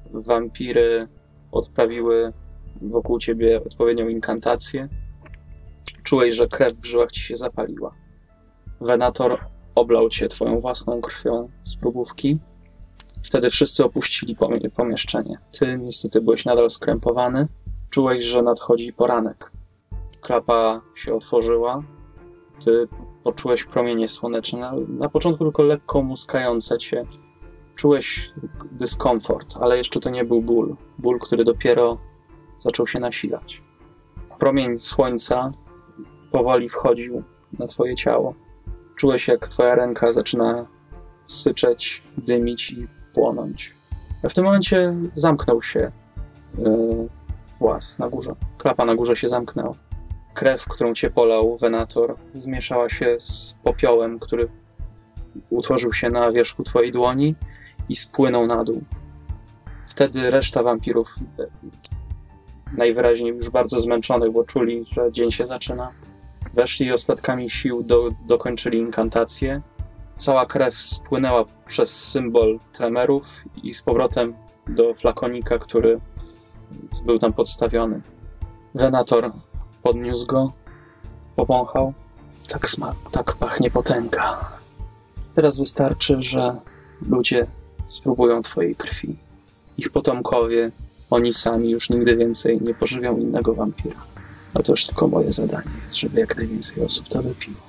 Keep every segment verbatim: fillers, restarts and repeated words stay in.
wampiry odprawiły wokół ciebie odpowiednią inkantację. Czułeś, że krew w żyłach ci się zapaliła. Venator oblał cię twoją własną krwią z próbówki. Wtedy wszyscy opuścili pomieszczenie. Ty niestety byłeś nadal skrępowany. Czułeś, że nadchodzi poranek. Klapa się otworzyła. Ty poczułeś promienie słoneczne. Na początku tylko lekko muskające cię. Czułeś dyskomfort, ale jeszcze to nie był ból. Ból, który dopiero zaczął się nasilać. Promień słońca powoli wchodził na twoje ciało. Czułeś, jak twoja ręka zaczyna syczeć, dymić i płonąć. A w tym momencie zamknął się yy, włas na górze. Klapa na górze się zamknęła. Krew, którą cię polał Venator, zmieszała się z popiołem, który utworzył się na wierzchu twojej dłoni i spłynął na dół. Wtedy reszta wampirów, najwyraźniej już bardzo zmęczonych, bo czuli, że dzień się zaczyna, weszli ostatkami sił, do, dokończyli inkantację. Cała krew spłynęła przez symbol tremerów i z powrotem do flakonika, który był tam podstawiony. Venator podniósł go, powąchał. Tak smak, tak pachnie potęga. Teraz wystarczy, że ludzie spróbują twojej krwi. Ich potomkowie, oni sami już nigdy więcej nie pożywią innego wampira. A to już tylko moje zadanie jest, żeby jak najwięcej osób to wypiło.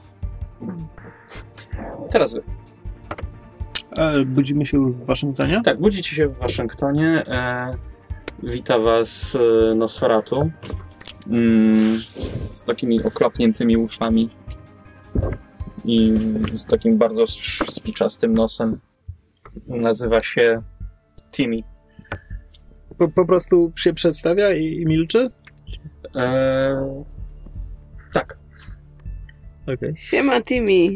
Teraz wy. E, budzimy się już w Waszyngtonie? Tak, budzicie się w Waszyngtonie. E, wita was e, Nosferatu. Mm, z takimi oklapniętymi uszami i z takim bardzo spiczastym nosem. Nazywa się Timmy. Po, po prostu się przedstawia i, i milczy? Eee, tak. Okay. Siema, Timmy.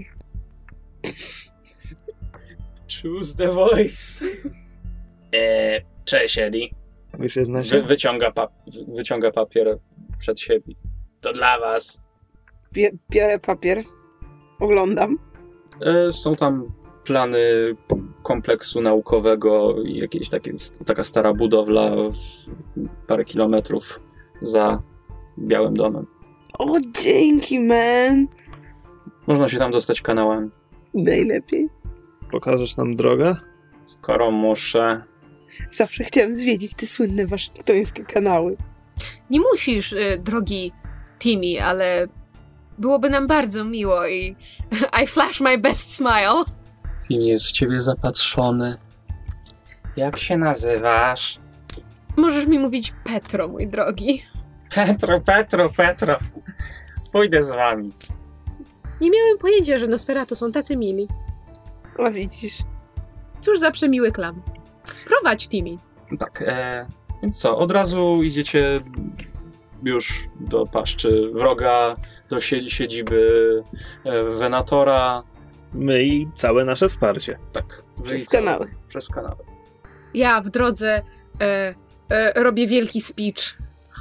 Choose the voice. Eee, cześć, Eddie. Wy się znacie? Wy, wyciąga, pap- wyciąga papier przed siebie. To dla was. Bie- biorę papier. Oglądam. Eee, są tam plany kompleksu naukowego i jakieś takie, taka stara budowla parę kilometrów za Białym Domem. O, dzięki, man. Można się tam dostać kanałami. Najlepiej. Pokażesz nam drogę? Skoro muszę. Zawsze chciałem zwiedzić te słynne waszyngtońskie kanały. Nie musisz, y, drogi Timmy, ale byłoby nam bardzo miło i I flash my best smile. Timmy jest w ciebie zapatrzony. Jak się nazywasz? Możesz mi mówić Petro, mój drogi. Petro, Petro, Petro. Pójdę z wami. Nie miałem pojęcia, że Nosferatu są tacy mili. A widzisz. Cóż za przemiły klam. Prowadź, Timmy. Tak, e, więc co, od razu idziecie już do paszczy wroga, do siedziby e, Venatora. My i całe nasze wsparcie. Tak. Przez kanały. Przez kanały. Ja w drodze e, e, robię wielki speech.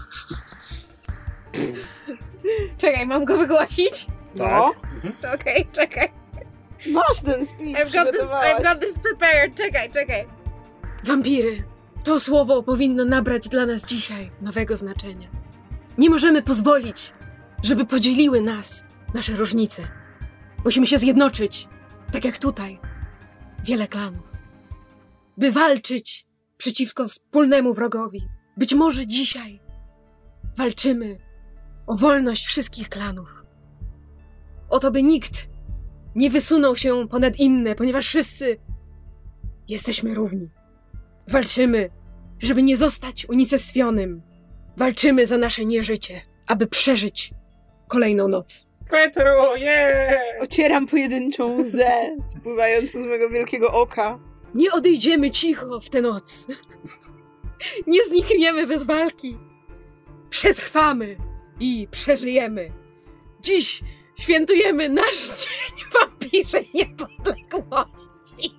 Czekaj, mam go wygłosić? No. Okej, okay, czekaj. Masz ten speech. I've got, this, I've got this prepared. Czekaj, czekaj. Wampiry. To słowo powinno nabrać dla nas dzisiaj nowego znaczenia. Nie możemy pozwolić, żeby podzieliły nas nasze różnice. Musimy się zjednoczyć, tak jak tutaj. Wiele klanów. By walczyć przeciwko wspólnemu wrogowi. Być może dzisiaj walczymy o wolność wszystkich klanów. O to, by nikt nie wysunął się ponad inne, ponieważ wszyscy jesteśmy równi. Walczymy, żeby nie zostać unicestwionym. Walczymy za nasze nieżycie, aby przeżyć kolejną noc. Petro, yeah! Ocieram pojedynczą łzę spływającą z mego wielkiego oka. Nie odejdziemy cicho w tę noc. Nie znikniemy bez walki. Przetrwamy i przeżyjemy. Dziś świętujemy nasz dzień wampirzej niepodległości.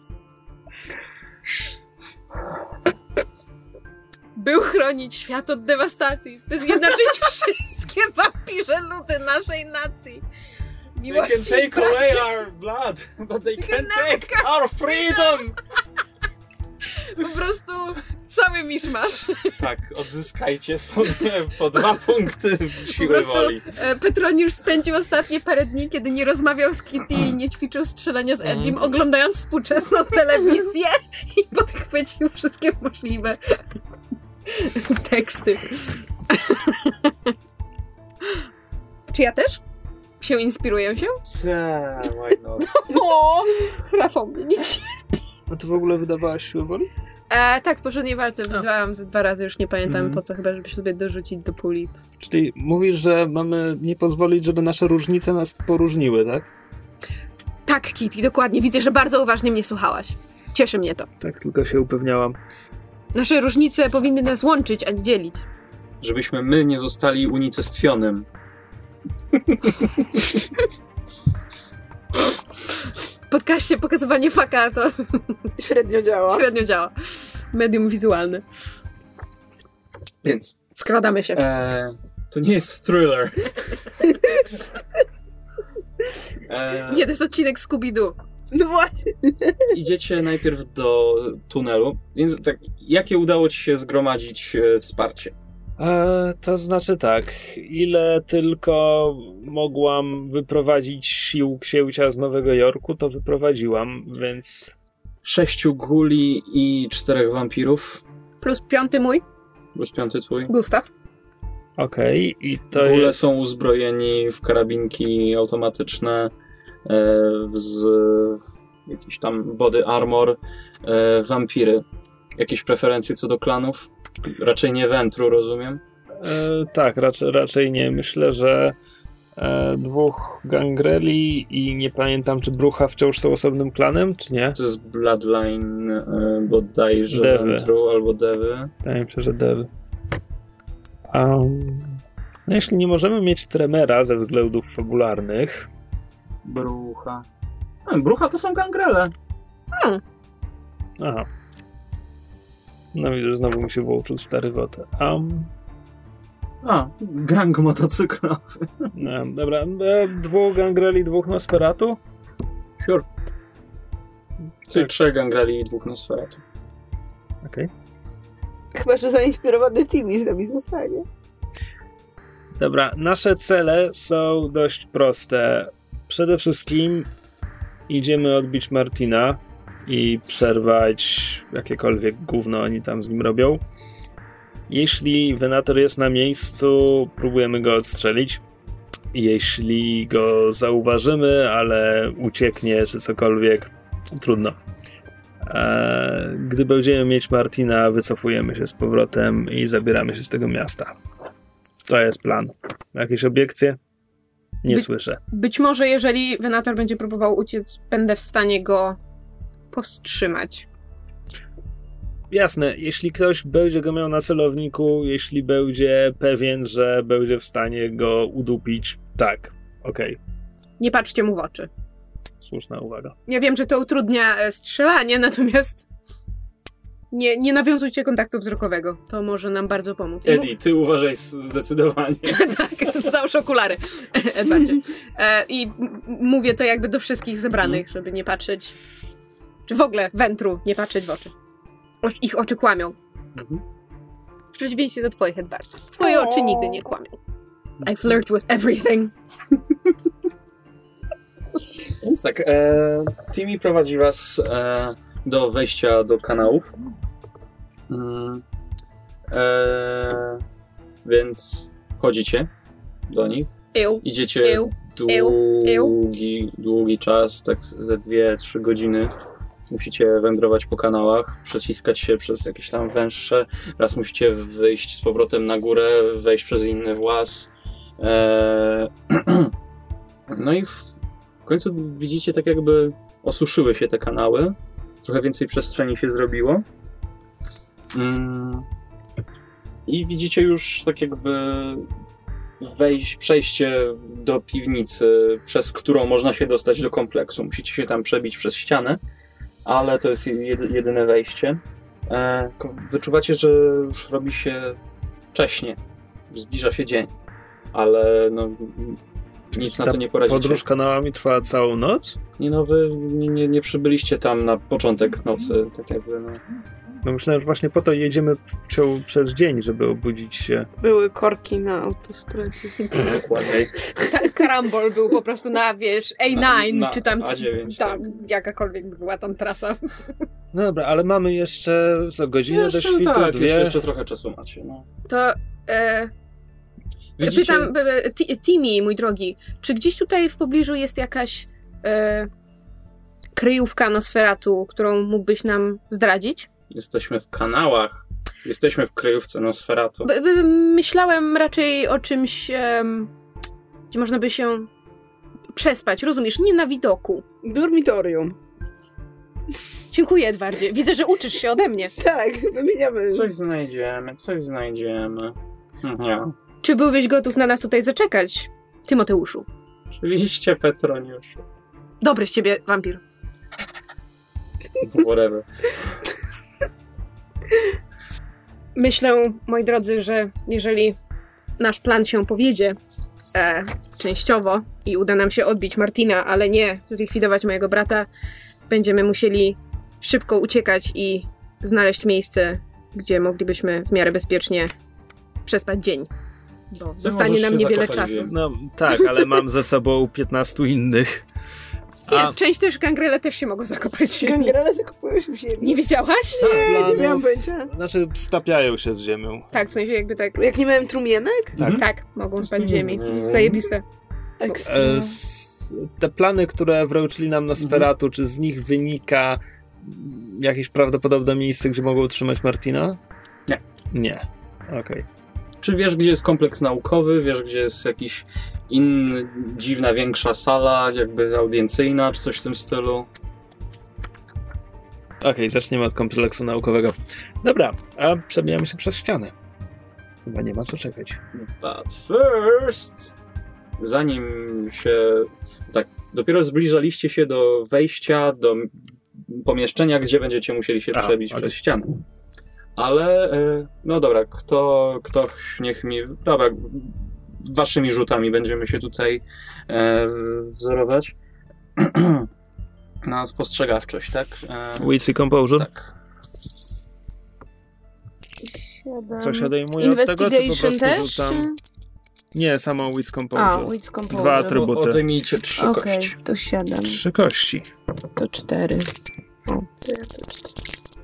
Był chronić świat od dewastacji, by zjednoczyć wszystkie wampirze ludy naszej nacji. Miłości They can take i away prawdzie. our blood, but they They can't can take our freedom! Po prostu cały miszmasz. Tak, odzyskajcie sobie po dwa punkty siły Po prostu woli. e, Petroniusz spędził ostatnie parę dni, kiedy nie rozmawiał z Kitty i nie ćwiczył strzelania z Endym, oglądając współczesną telewizję i podchwycił wszystkie możliwe teksty. Czy ja też? Się inspiruję się? Ta, why not? O, Rafał mnie nie ci. A ty w ogóle wydawałaś siłę woli? E, tak, w poprzedniej walce wydawałam ze dwa razy, już nie pamiętam Mhm. po co, chyba żeby sobie dorzucić do puli. Czyli mówisz, że mamy nie pozwolić, żeby nasze różnice nas poróżniły, tak? Tak, Kitty, dokładnie. Widzę, że bardzo uważnie mnie słuchałaś. Cieszy mnie to. Tak, tylko się upewniałam. Nasze różnice powinny nas łączyć, a nie dzielić. Żebyśmy my nie zostali unicestwionym. W podcaście pokazywanie faka to Średnio działa. średnio działa. Medium wizualne. Więc Skradamy się. e, to nie jest thriller. E, Nie, to jest odcinek Scooby-Doo. No właśnie. Idziecie najpierw do tunelu, więc tak, jakie udało ci się zgromadzić e, wsparcie? E, to znaczy tak, ile tylko mogłam wyprowadzić sił księcia z Nowego Jorku, to wyprowadziłam, więc... Sześciu guli i czterech wampirów, Plus piąty mój, plus piąty twój. Gustaw. Okej, i to Gule jest... są uzbrojeni w karabinki automatyczne, e, z w jakiś tam body armor, e, wampiry. Jakieś preferencje co do klanów? Raczej nie Wentru, rozumiem? E, tak, raczej, raczej nie. Myślę, że e, dwóch gangreli i nie pamiętam, czy Brucha wciąż są osobnym klanem, czy nie? To jest Bloodline e, bodajże Dewy. Wentru albo Dewy. Wydaje mi się, że Dev. Um, no jeśli nie możemy mieć Tremera ze względów fabularnych, Brucha. A, Brucha to są gangrele. Hmm. aha. No widzę, znowu mi się włączył stary wod. Um, A, gang motocyklowy. no, dobra, e, dwóch gangreli, dwóch Nosferatu? Sure. Czyli Tak. trzech gangreli i dwóch Nosferatu. Okej. Chyba, że zainspirowany Timmy z nami zostanie. Dobra, nasze cele są dość proste. Przede wszystkim idziemy odbić Martina i przerwać jakiekolwiek gówno oni tam z nim robią. Jeśli Venator jest na miejscu, próbujemy go odstrzelić. Jeśli go zauważymy, ale ucieknie czy cokolwiek, trudno. Eee, Gdy będziemy mieć Martina, wycofujemy się z powrotem i zabieramy się z tego miasta. To jest plan. Jakieś obiekcje? Nie By- słyszę. Być może jeżeli Venator będzie próbował uciec, będę w stanie go powstrzymać. Jasne, jeśli ktoś będzie go miał na celowniku, jeśli będzie pewien, że będzie w stanie go udupić, tak, okej, Nie patrzcie mu w oczy. słuszna uwaga. Ja wiem, że to utrudnia e, strzelanie, natomiast nie, nie nawiązujcie kontaktu wzrokowego. To może nam bardzo pomóc. I mu- Eddie, ty uważaj zdecydowanie. tak, załóż okulary. Edwardzie. E, I m- mówię to jakby do wszystkich zebranych, żeby nie patrzeć, czy w ogóle Wentru nie patrzeć w oczy. Oż ich oczy kłamią. Mhm. W przeciwieństwie do twoich, Edwardzie. Twoje oczy nigdy nie kłamią. I flirt with everything. Więc tak, e, Timmy prowadzi was e, do wejścia do kanałów. Mm, e, więc chodzicie do nich. Ew. Idziecie Ew. długi, długi czas, tak ze dwie, trzy godziny. Musicie wędrować po kanałach, przeciskać się przez jakieś tam węższe. Raz musicie wyjść z powrotem na górę, wejść przez inny włas. E, no i w W końcu widzicie, tak jakby osuszyły się te kanały. Trochę więcej przestrzeni się zrobiło. Mm. I widzicie już tak jakby wejść, przejście do piwnicy, przez którą można się dostać do kompleksu. Musicie się tam przebić przez ścianę, ale to jest jedy, jedyne wejście. E, wyczuwacie, że już robi się wcześnie. Już zbliża się dzień. Ale no... Nic na to nie poradzicie. Podróż kanałami trwała całą noc? Nie no, wy nie, nie, nie przybyliście tam na początek nocy, tak jakby no. No myślałem, że właśnie po to jedziemy w ciągu przez dzień, żeby obudzić się. Były korki na autostradzie. Dokładnie. Ta, karambol był po prostu na, wiesz, A dziewięć, Na- czy tam, A dziewięć, tam tak. jakakolwiek była tam trasa. No dobra, ale mamy jeszcze co, godzinę Jeszcze, do świtu, tak, dwie. jeszcze, jeszcze trochę czasu macie, no. To e, Widzicie, pytam, e, Ti- Timi, mój drogi, czy gdzieś tutaj w pobliżu jest jakaś e, kryjówka Nosferatu, którą mógłbyś nam zdradzić? jesteśmy w kanałach, jesteśmy w kryjówce Nosferatu. B- b- myślałem raczej o czymś, em, gdzie można by się przespać, rozumiesz, nie na widoku. Dormitorium. Dziękuję, Edwardzie. Widzę, że uczysz się ode mnie. Tak, wymieniamy. Coś znajdziemy, coś znajdziemy. Ja. Czy byłbyś gotów na nas tutaj zaczekać, Tymoteuszu? Oczywiście, Petroniusz. Dobry z ciebie wampir. Whatever. Myślę, moi drodzy, że jeżeli nasz plan się powiedzie e, częściowo i uda nam się odbić Martina, ale nie zlikwidować mojego brata, będziemy musieli szybko uciekać i znaleźć miejsce, gdzie moglibyśmy w miarę bezpiecznie przespać dzień. Bo zostanie możesz nam się niewiele zakopać czasu. w ziemi. No tak, ale mam ze sobą piętnastu innych. A Jest, część też gangrele też się mogą zakopać w ziemi. Gangrele zakupują się w ziemi. Nie wiedziałaś? Nie, nie planów- miałam pojęcia. Znaczy stapiają się z ziemią. Tak, w sensie jakby tak. Jak nie miałem trumienek? Tak. Tak, mogą spać w ziemi. Zajebiste. Ekstra. E, s- te plany, które wręczyli nam Nosferatu, czy z nich wynika jakieś prawdopodobne miejsce, gdzie mogą utrzymać Martina? Nie. Nie. Okej. Czy wiesz, gdzie jest kompleks naukowy? Wiesz, gdzie jest jakiś inny, dziwna, większa sala, jakby audiencyjna, czy coś w tym stylu? Okej, zaczniemy od kompleksu naukowego. Dobra, a przebijamy się przez ścianę. Chyba nie ma co czekać. But first, zanim się, tak, dopiero zbliżaliście się do wejścia, do pomieszczenia, gdzie będziecie musieli się A, przebić okej. przez ścianę. Ale, e, no dobra, kto, kto niech mi, dobra, waszymi rzutami będziemy się tutaj e, wzorować. Na spostrzegawczość, tak? E, Wits i Composure? tak. Coś odejmuje od tego, czy po Investigation prostu też? rzucam? Czy... Nie, samą Wits A, Composure. Wits Composure. Dwa atrybuty. Odejmijcie trzy Okej, kości. to siedem. Trzy kości. To cztery. O, to ja to cztery.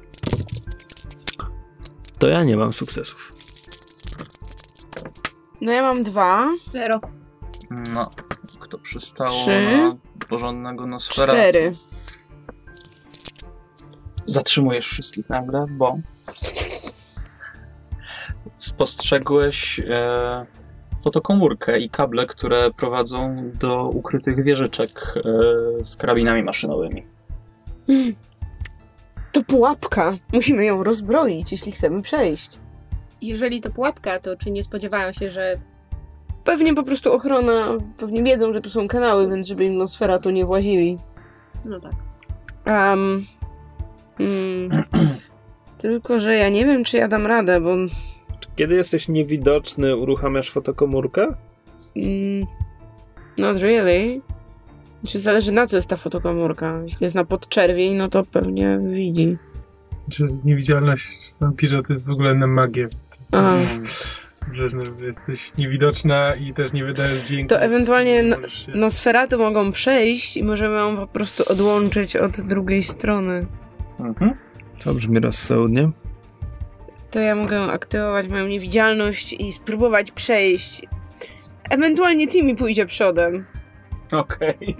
To ja nie mam sukcesów. No ja mam dwa. Zero. No, kto przystało Trzy. na porządnego Nosferatu. Cztery. Zatrzymujesz wszystkich nagle, bo spostrzegłeś e, fotokomórkę i kable, które prowadzą do ukrytych wieżyczek e, z karabinami maszynowymi. Hmm. To pułapka. Musimy ją rozbroić, jeśli chcemy przejść. Jeżeli to pułapka, to czy nie spodziewają się, że Pewnie po prostu ochrona, pewnie wiedzą, że tu są kanały, więc żeby im Nosferatu nie włazili. no tak. Um, mm, tylko, że ja nie wiem, czy ja dam radę, bo... Kiedy jesteś niewidoczny, uruchamiasz fotokomórkę? Mm, not really. Czy zależy, na co jest ta fotokomórka? Jeśli jest na podczerwień, no to pewnie widzi. Czy niewidzialność wampirza to jest w ogóle na magię. A, Zależne, że jesteś niewidoczna i też nie wydajesz dźwięku. to ewentualnie no, Możesz się- Nosferatu mogą przejść i możemy ją po prostu odłączyć od drugiej strony. Mhm. To brzmi rozsądnie. To ja mogę aktywować moją niewidzialność i spróbować przejść. Ewentualnie Timmy pójdzie przodem. Okej.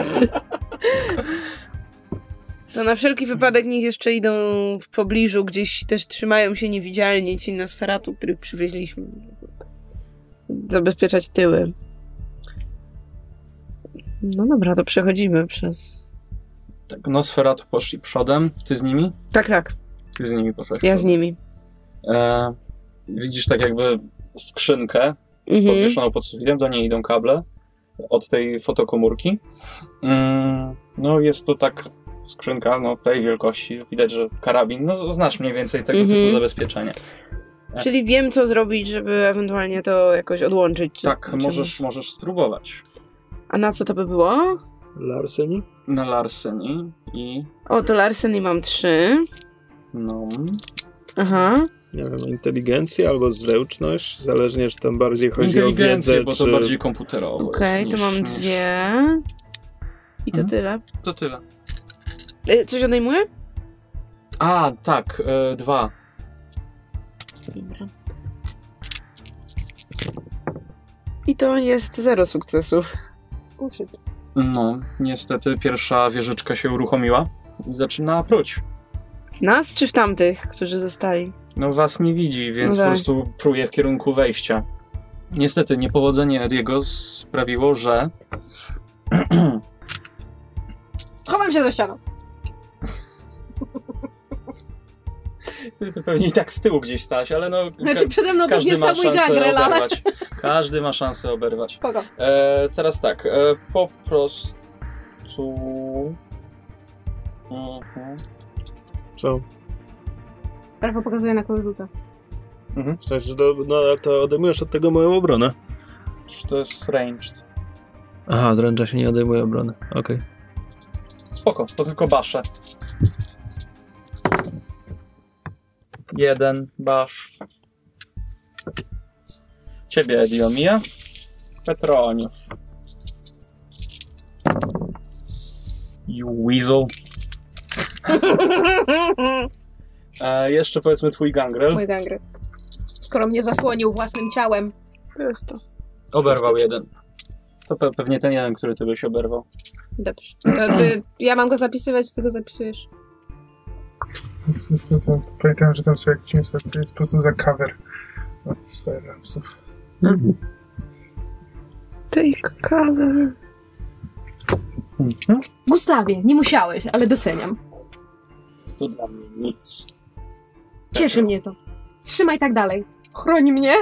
To na wszelki wypadek niech jeszcze idą w pobliżu, gdzieś też trzymają się niewidzialnie ci Nosferatu, których przywieźliśmy. Zabezpieczać tyły. No dobra, to przechodzimy przez... Tak, Nosferatu poszli przodem. Ty z nimi? Tak, tak. Ty z nimi poszłeś Ja z przodem. nimi. E, widzisz tak jakby skrzynkę Mhm. podwieszoną pod sufitem, do niej idą kable od tej fotokomórki. Mm, no jest to tak skrzynka, no tej wielkości, widać, że karabin, no znasz mniej więcej tego Mhm. typu zabezpieczenie. Czyli wiem, co zrobić, żeby ewentualnie to jakoś odłączyć. Czy, Tak, czy... możesz, możesz spróbować. A na co to by było? Larceny? Na Larceny i... O, to Larceny mam trzy. No... Aha. Nie wiem, inteligencja albo zręczność, zależnie, czy tam bardziej chodzi o wiedzę, bo czy... to bardziej komputerowe. Okej, jest to mam niż- dwie. I to Mhm. tyle. To tyle. Y, Coś odejmuję? A, tak, e, dwa. Dobra. I to jest zero sukcesów. No, niestety pierwsza wieżyczka się uruchomiła i zaczyna pruć. W nas czy w tamtych, którzy zostali? No was nie widzi, więc No po tak. prostu pruje w kierunku wejścia. Niestety niepowodzenie Ediego sprawiło, że... Chowam się za ścianą. Ty, ty pewnie i tak z tyłu gdzieś stałaś, ale no... Znaczy przede mną każdy pewnie ma stał mój szansę gangrel, ale... oberwać. Każdy ma szansę oberwać. Spoko. E, teraz tak, e, po prostu... Mhm. Co? Rafał pokazuje, na kogo rzucę. Mhm. W sensie, do, no ale to odejmujesz od tego moją obronę. Czy to jest ranged? Aha, dręcza się nie odejmuje obrony. Okej. Okay. Spoko, to tylko basze. Jeden basz. Ciebie, Eddie, omija. Petroniusz. You weasel. E, jeszcze powiedzmy twój gangrel. Mój gangrel. Skoro mnie zasłonił własnym ciałem. To jest to. Oberwał jeden. To pe- pewnie ten jeden, który ty byś oberwał. Dobrze. To ty, ja mam go zapisywać, ty go zapisujesz. No co, pamiętam, że tam są jakieś miejsca, to jest po prostu za cover od swoich ramsów. Take cover. Mhm. Gustawie, nie musiałeś, ale doceniam. To dla mnie nic. Cieszy mnie to. Trzymaj tak dalej. Chroni mnie.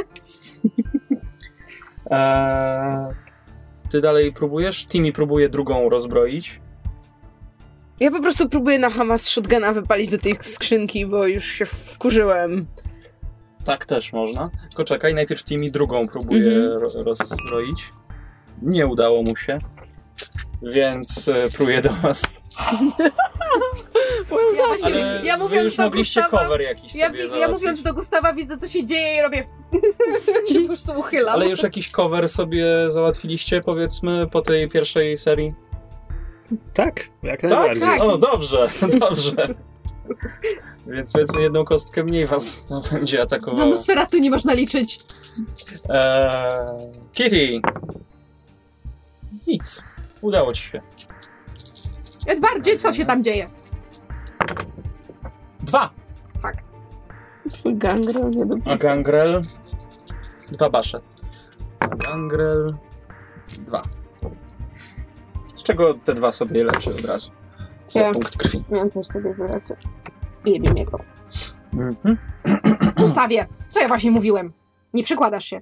Eee, ty dalej próbujesz? Timmy próbuje drugą rozbroić. Ja po prostu próbuję na Hamas shotguna wypalić do tej skrzynki, bo już się wkurzyłem. Tak też można. Tylko czekaj, najpierw Timmy drugą próbuje Mhm. ro- rozbroić. Nie udało mu się. Więc e, pruje do was. Ja, właśnie, Ale ja wy mówiąc już do mogliście Gustawa, cover jakiś ja, sobie ja załatwić. mówiąc do Gustawa widzę, co się dzieje i robię... się po prostu uchylam. Ale już jakiś cover sobie załatwiliście, powiedzmy, po tej pierwszej serii? Tak, jak Tak? najbardziej. tak. O, dobrze, dobrze. Więc powiedzmy jedną kostkę mniej was to będzie Na atakowało. Nosferatu nie można liczyć. Eee, Kitty! Nic. Udało ci się. Edwardzie, co się tam dzieje? Dwa. Twój gangrel nie A dopisał. gangrel? Dwa basze. Gangrel... Dwa. Z czego te dwa sobie leczy od razu? Za Ja. punkt krwi. Miałem też sobie wyleczę. Jebie mnie to. Mhm. Gustawie, co ja właśnie mówiłem? Nie przykładasz się.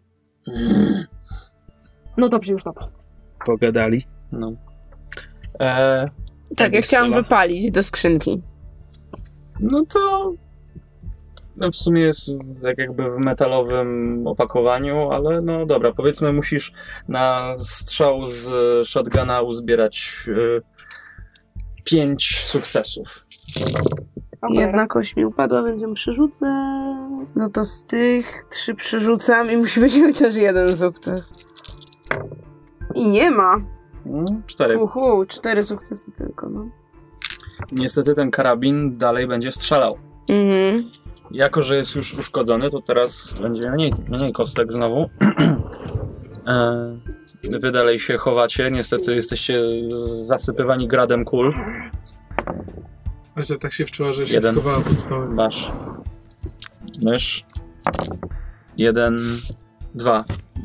No dobrze, już dobrze. Pogadali. No. Eee, Tak, ja chciałam strzela. wypalić do skrzynki. No to... No w sumie jest tak jakby w metalowym opakowaniu, ale no dobra, powiedzmy musisz na strzał z shotguna uzbierać y, pięć sukcesów. Jedna kość mi upadła, więc ją przerzucę. No to z tych trzy przerzucam i musi być chociaż jeden sukces. I nie ma. Mm, cztery. Uhu, cztery sukcesy tylko, no. Niestety ten karabin dalej będzie strzelał. Mhm. Jako że jest już uszkodzony, to teraz będzie mniej, mniej kostek znowu. E, Wy dalej się chowacie, niestety jesteście zasypywani gradem kul. Właśnie tak się wczuła, że się Jeden. schowała pod stołem. Masz. Mysz. Jeden. Dwa.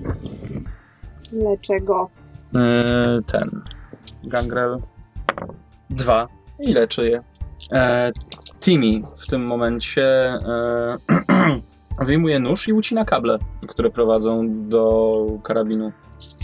Leczę go. E, ten. Gangrel. Dwa. I leczy je. E, Timmy w tym momencie e, wyjmuje nóż i ucina kable, które prowadzą do karabinu.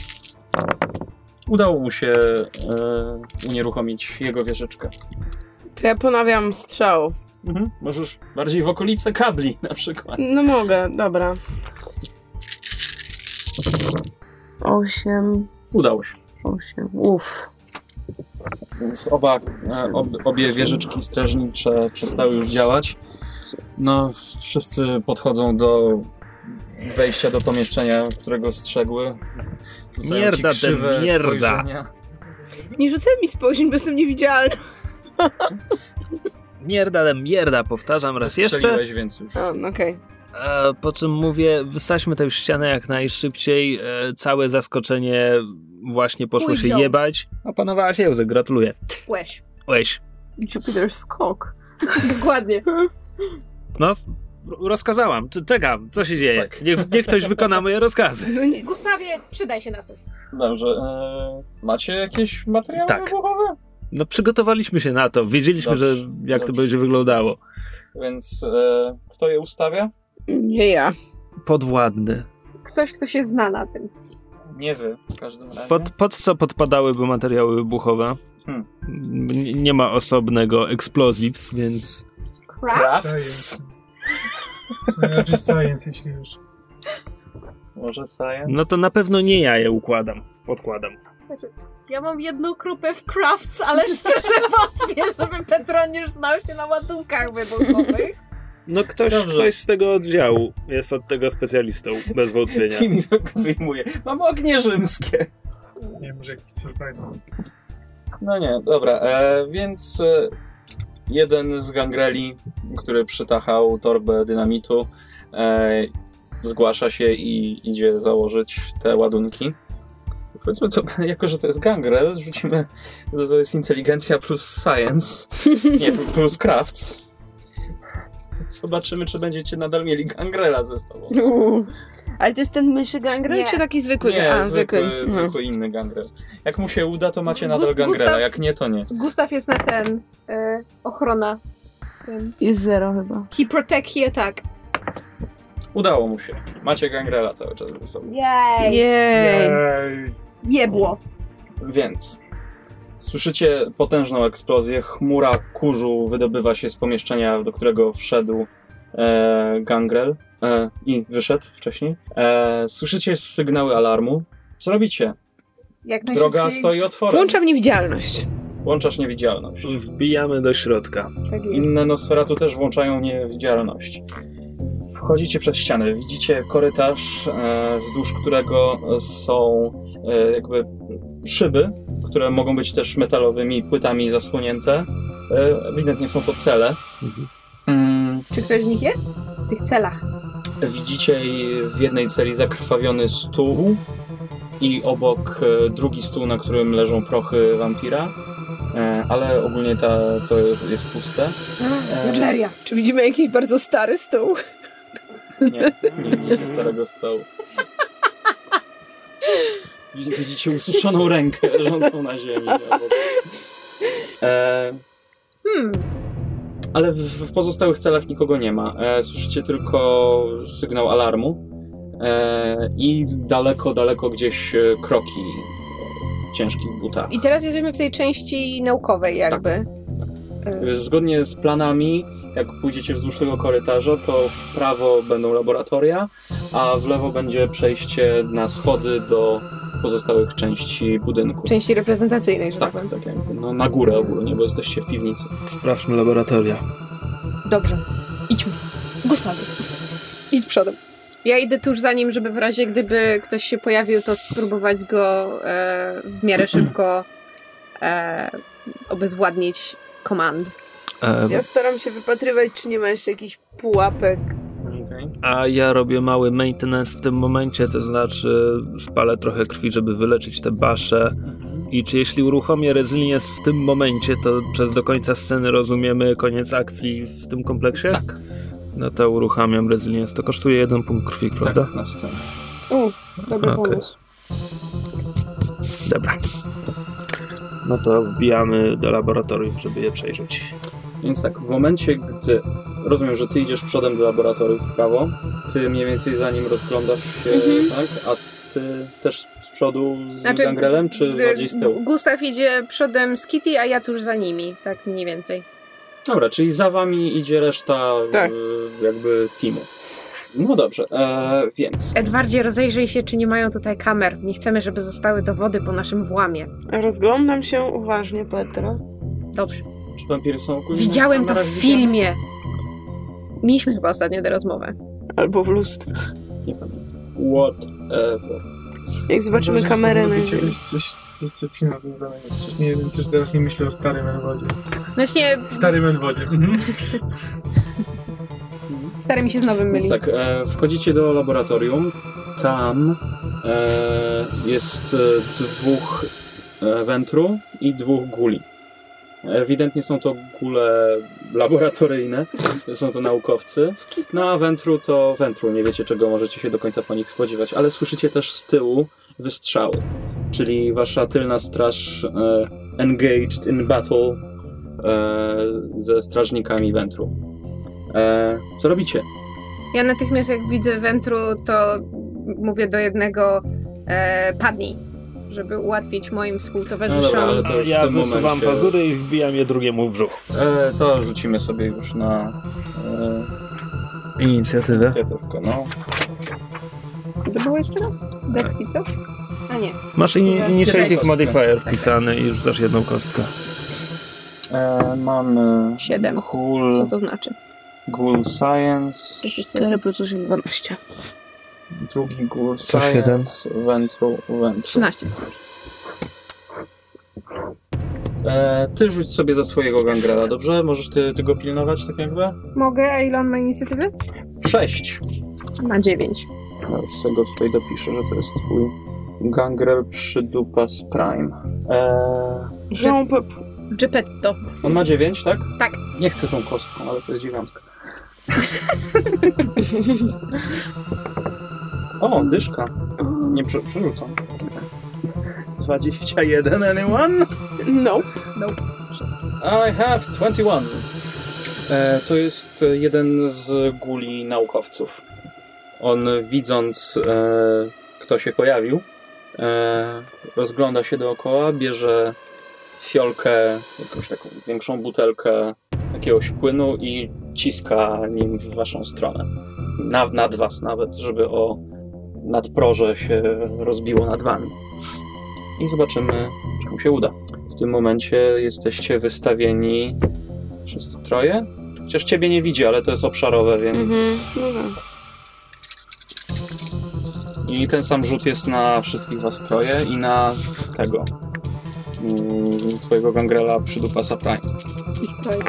Udało mu się e, unieruchomić jego wieżyczkę. To ja ponawiam strzał. Mhm. Możesz bardziej w okolice kabli na przykład. No mogę, dobra. Osiem. Udało się. osiem. Uff. Więc oba, e, ob, obie wieżyczki strażnicze przestały już działać. No, wszyscy podchodzą do wejścia do pomieszczenia, którego strzegły. Rzucają Mierda, ci krzywe ten mierda. spojrzenia. Nie rzucaj mi spojrzeń, bo jestem niewidzialna. Mierda, ale mierda, powtarzam raz jeszcze. Strzeliłeś, więc już. O, okej. Okay. E, po czym mówię, wystaćmy tę ścianę jak najszybciej. E, całe zaskoczenie właśnie poszło Uj, się wziął. jebać. Opanowałaś język, gratuluję. Łeś. Łeś. Jupiter's skok. Dokładnie. No, w- rozkazałam. Czy- Czekam, co się dzieje? Tak. Niech, niech ktoś wykona moje rozkazy. No nie. Gustawie, przydaj się na coś. Dobrze. E, macie jakieś materiały Tak. wybuchowe? No, przygotowaliśmy się na to. Wiedzieliśmy, Dobrze, że jak to dobrze. będzie wyglądało. Więc e, kto je ustawia? Nie ja. Podwładny. Ktoś, kto się zna na tym. Nie wy, w każdym razie. Pod, pod co podpadałyby materiały wybuchowe? Hmm. N- Nie ma osobnego explosives, więc... Craft? Crafts? Znaczy science, jeśli już. Może science? No to na pewno nie ja je układam. Podkładam. Ja mam jedną krupę w crafts, ale szczerze wątpię, żeby Petroniusz znał się na ładunkach wybuchowych. No ktoś, Dobrze. ktoś z tego oddziału jest od tego specjalistą, bez wątpienia. Timmy wyjmuje. Mam ognie rzymskie. Nie wiem, może jakiś survival. No nie, dobra, e, więc e, jeden z gangreli, który przytachał torbę dynamitu, e, zgłasza się i idzie założyć te ładunki. Powiedzmy to, jako że to jest gangrel, rzucimy, to jest inteligencja plus science, nie, plus crafts. Zobaczymy, czy będziecie nadal mieli gangrela ze sobą. Uuu. Ale to jest ten myszy gangrel, Nie. czy taki zwykły? Nie, A, zwykły, zwykły. zwykły inny gangrel. Jak mu się uda, to macie nadal Gust- gangrela, Gustaw- jak nie, to nie. Gustaw jest na ten... E, ochrona. Ten. Jest zero chyba. He protect, he attack. Udało mu się. Macie gangrela cały czas ze sobą. Jej! Jej. Ej, Jebło. Więc słyszycie potężną eksplozję. Chmura kurzu wydobywa się z pomieszczenia, do którego wszedł e, gangrel e, i wyszedł wcześniej. E, słyszycie sygnały alarmu. Co robicie? Jak Droga najszybciej- stoi otworem. Włączam niewidzialność. Włączasz niewidzialność. Wbijamy do środka. Tak jest. Inne Nosferatu też włączają niewidzialność. Wchodzicie przez ścianę. Widzicie korytarz, e, wzdłuż którego są e, jakby szyby, które mogą być też metalowymi płytami zasłonięte. E, ewidentnie są to cele. Mm, Czy ktoś z nich jest? W tych celach. widzicie w jednej celi zakrwawiony stół i obok e, drugi stół, na którym leżą prochy wampira. E, ale ogólnie ta, to jest puste. E, Nigeria. Czy widzimy jakiś bardzo stary stół? Nie, nie widzicie starego stołu. Widzicie ususzoną rękę leżącą na ziemi. E, Hmm. ale w, w pozostałych celach nikogo nie ma. E, słyszycie tylko sygnał alarmu e, i daleko, daleko gdzieś e, kroki e, w ciężkich butach. I teraz jesteśmy w tej części naukowej jakby. E, Zgodnie z planami, jak pójdziecie wzdłuż tego korytarza, to w prawo będą laboratoria, a w lewo będzie przejście na schody do pozostałych części budynku. Części reprezentacyjnej, że tak, Tak, powiem. tak jakby, no na górę ogólnie, bo jesteście w piwnicy. Sprawdźmy laboratoria. Dobrze. Idźmy. Gustawy. Idź przodem. Ja idę tuż za nim, żeby w razie gdyby ktoś się pojawił, to spróbować go e, w miarę szybko e, obezwładnić command. E, Ja staram się wypatrywać, czy nie ma jeszcze jakichś pułapek. Okay. a ja robię mały maintenance w tym momencie, to znaczy spalę trochę krwi, żeby wyleczyć te basze. I czy jeśli uruchomię Resilience w tym momencie, to przez do końca sceny rozumiemy koniec akcji w tym kompleksie? Tak, No to uruchamiam Resilience. To kosztuje jeden punkt krwi, prawda? tak, na scenę. U, dobry Okej. pomysł. Dobra. No to wbijamy do laboratorium, żeby je przejrzeć. Więc tak, w momencie, gdy rozumiem, że ty idziesz przodem do laboratorium w prawo, ty mniej więcej za nim rozglądasz się, Mhm. tak? A ty też z przodu z Znaczy, gangrelem, czy G- bardziej z tyłu? Gustaw idzie przodem z Kitty, a ja tuż za nimi, tak mniej więcej. Dobra, czyli za wami idzie reszta Tak. y, jakby teamu. No dobrze, e, więc... Edwardzie, rozejrzyj się, czy nie mają tutaj kamer. Nie chcemy, żeby zostały dowody po naszym włamie. Rozglądam się uważnie, Petra. Dobrze. Czy wampiry są ogólnie? Widziałem to w filmie. Mieliśmy chyba ostatnio tę rozmowę. Albo w lustrze. Nie pamiętam. Whatever. Jak zobaczymy Może kamerę na być ziemi. jakoś coś z dyscypliną związanego. Przecież nie wiem, też teraz nie myślę o starym Enwodzie. Właśnie Starym Enwodzie. Mhm. stary mi się z nowym myli. Więc tak, e, wchodzicie do laboratorium. Tam e, jest e, dwóch e, wentru i dwóch guli. Ewidentnie są to gule laboratoryjne, są to naukowcy. No a wentru to wentru, nie wiecie czego możecie się do końca po nich spodziewać, ale słyszycie też z tyłu wystrzały, czyli wasza tylna straż e, engaged in battle e, ze strażnikami wentru. E, co robicie? Ja natychmiast jak widzę wentru, to mówię do jednego e, padnij, żeby ułatwić moim współtowarzyszom. No dobra, ale to już w Ja tym wysuwam momencie- pazury i wbijam je drugiemu w brzuch. E, to rzucimy sobie już na e, Inicjatywę. inicjatywkę, no. To było jeszcze raz? Dex i co? A nie. Masz in- Initiative Kostkę. Modifier wpisany i rzucasz jedną kostkę. E, mamy Siedem. Ghoul, Co to znaczy? Ghoul Science, cztery plus osiem, dwanaście. drugi Ghoul Co Science, Ventru, Ventru. trzynaście. E, ty rzuć sobie za swojego gangrela, dobrze? Możesz ty, ty go pilnować tak jakby? Mogę, a ile on ma inicjatywy? Sześć. Ma dziewięć. Nawet z tego tutaj dopiszę, że to jest twój gangrel Przydupas Prime. E, Jean Pep. Geppetto. on ma dziewięć, tak? Tak. Nie chcę tą kostką, ale to jest dziewiątka. O, dyszka. Nie prze- przerzucam. dwadzieścia jeden, anyone? No. I have twenty one. E, to jest jeden z guli naukowców. On widząc, e, kto się pojawił, e, rozgląda się dookoła, bierze fiolkę, jakąś taką większą butelkę jakiegoś płynu i ciska nim w waszą stronę. Na, nad was nawet, żeby o nadproże się rozbiło nad wami. I zobaczymy, czy mu się uda. W tym momencie jesteście wystawieni wszyscy troje. Chociaż ciebie nie widzi, ale to jest obszarowe, więc... Mhm. No tak. I ten sam rzut jest na wszystkich was troje i na tego... mm, twojego gangrela Przydupasa Prime. Ich troje.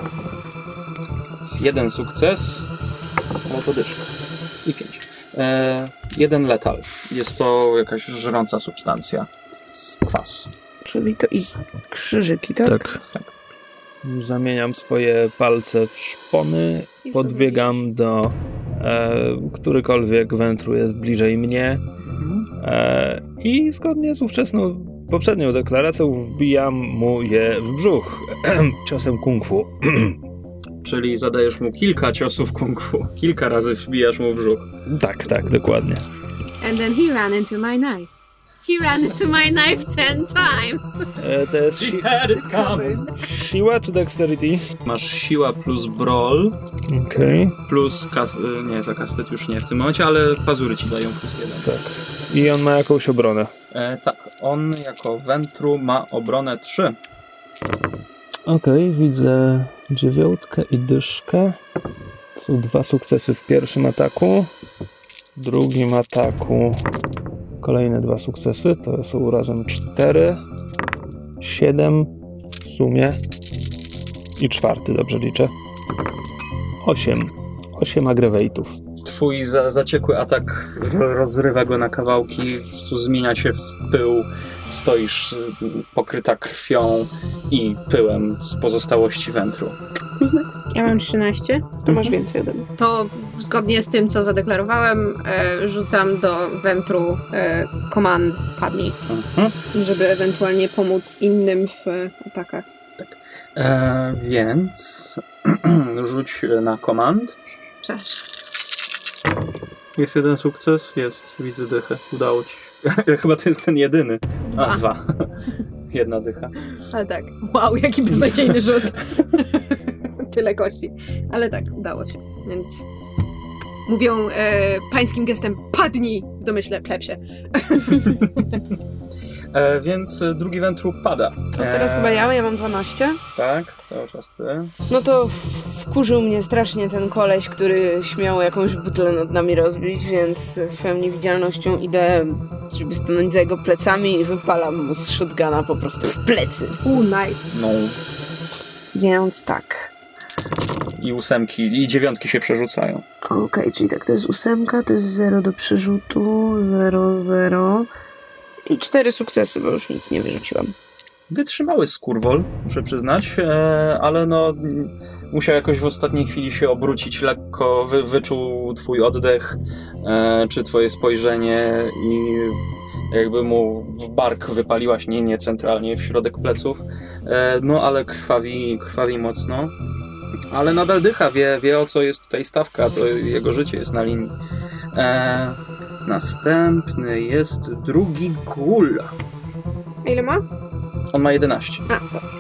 Jest jeden sukces, ale to dyszka. I pięć. E, jeden letal. Jest to jakaś żrąca substancja. Kwas. Czyli to i krzyżyki, tak? Tak. Tak. Zamieniam swoje palce w szpony, podbiegam do e, którykolwiek wentru jest bliżej mnie e, i zgodnie z ówczesną poprzednią deklaracją wbijam mu je w brzuch ciosem kung fu. Czyli zadajesz mu kilka ciosów kung fu. Kilka razy wbijasz mu w brzuch. Tak, tak, dokładnie. And then he ran into my knife. He ran into my knife ten times. E, to jest si- siła czy dexterity? Masz siła plus brawl, Okej, plus kas- nie, za kastet już nie w tym momencie, ale pazury ci dają plus jeden. tak. I on ma jakąś obronę. E, tak, on jako wentru ma obronę trzy. Okej, widzę dziewiątkę i dyszkę. Są dwa sukcesy w pierwszym ataku. W drugim ataku kolejne dwa sukcesy. To są razem cztery. Siedem w sumie. I czwarty, dobrze liczę. Osiem. Osiem agrewate'ów. Twój za- zaciekły atak rozrywa go na kawałki, po prostu zmienia się w pył. Stoisz y, pokryta krwią i pyłem z pozostałości wentru. Ja mam trzynaście. To masz więcej ode mnie. To zgodnie z tym, co zadeklarowałem, e, rzucam do wentru e, command padnij, Mhm. żeby ewentualnie pomóc innym w e, atakach. E, więc rzuć na command. Cześć. Jest jeden sukces? Jest. Widzę dychę. Udało ci się. Chyba to jest ten jedyny. Dwa. A, dwa. Jedna dycha. Ale tak. Wow, jaki beznadziejny rzut. Tyle kości. Ale tak, udało się. Więc mówią e, pańskim gestem padnij, w domyśle plebsie. E, więc drugi wentru pada. To teraz e, chyba ja, ja mam dwanaście. Tak, cały czas ty. No to wkurzył mnie strasznie ten koleś, który śmiał jakąś butlę nad nami rozbić, więc swoją niewidzialnością idę, żeby stanąć za jego plecami i wypalam mu z shotguna po prostu w plecy. U, nice. No. Więc tak. I ósemki, i dziewiątki się przerzucają. Okej, okay, czyli tak, to jest ósemka, to jest zero do przerzutu, zero, zero i cztery sukcesy, bo już nic nie wyrzuciłam. Wytrzymały skurwol, muszę przyznać, e, ale no musiał jakoś w ostatniej chwili się obrócić lekko, wy, wyczuł twój oddech, e, czy twoje spojrzenie i jakby mu w bark wypaliłaś, nie, nie centralnie, w środek pleców, e, no ale krwawi, krwawi mocno. Ale nadal dycha, wie, wie o co jest tutaj stawka, to jego życie jest na linii. E, następny jest drugi gul. A ile ma? On ma jedenaście. A, dobrze.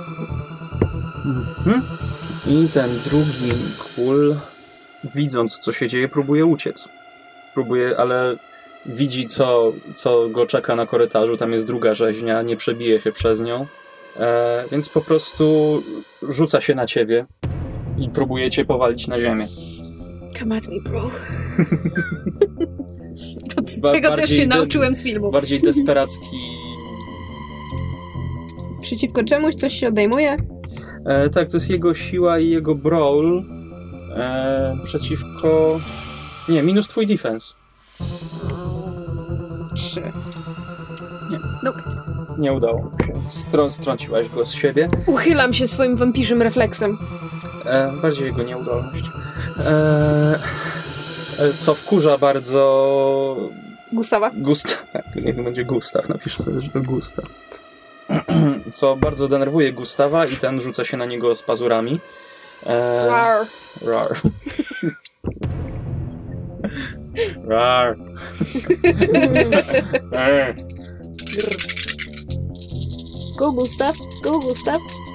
Mhm. I ten drugi gul, widząc co się dzieje, próbuje uciec. Próbuje, ale widzi co, co go czeka na korytarzu, tam jest druga rzeźnia, nie przebije się przez nią. E, więc po prostu rzuca się na ciebie i próbuje cię powalić na ziemię. Come at me, bro. to z Ba- tego też się de- nauczyłem z filmu. Bardziej desperacki. Przeciwko czemuś coś się odejmuje? E, tak, to jest jego siła i jego brawl. E, przeciwko... Nie, minus twój defense. Trzy. Nie. Nope. Nie udało mi się. Strą- strąciłaś go z siebie. Uchylam się swoim wampierzym refleksem. E, bardziej jego nieudolność. E, co wkurza bardzo... Gustawa? Gustaw. Tak, niech to będzie Gustaw. Napiszę sobie, że to Gustaw. Co bardzo denerwuje Gustawa i ten rzuca się na niego z pazurami. E, Rar. Rar. Rar. Rar. Go Gustaw, go Gustaw.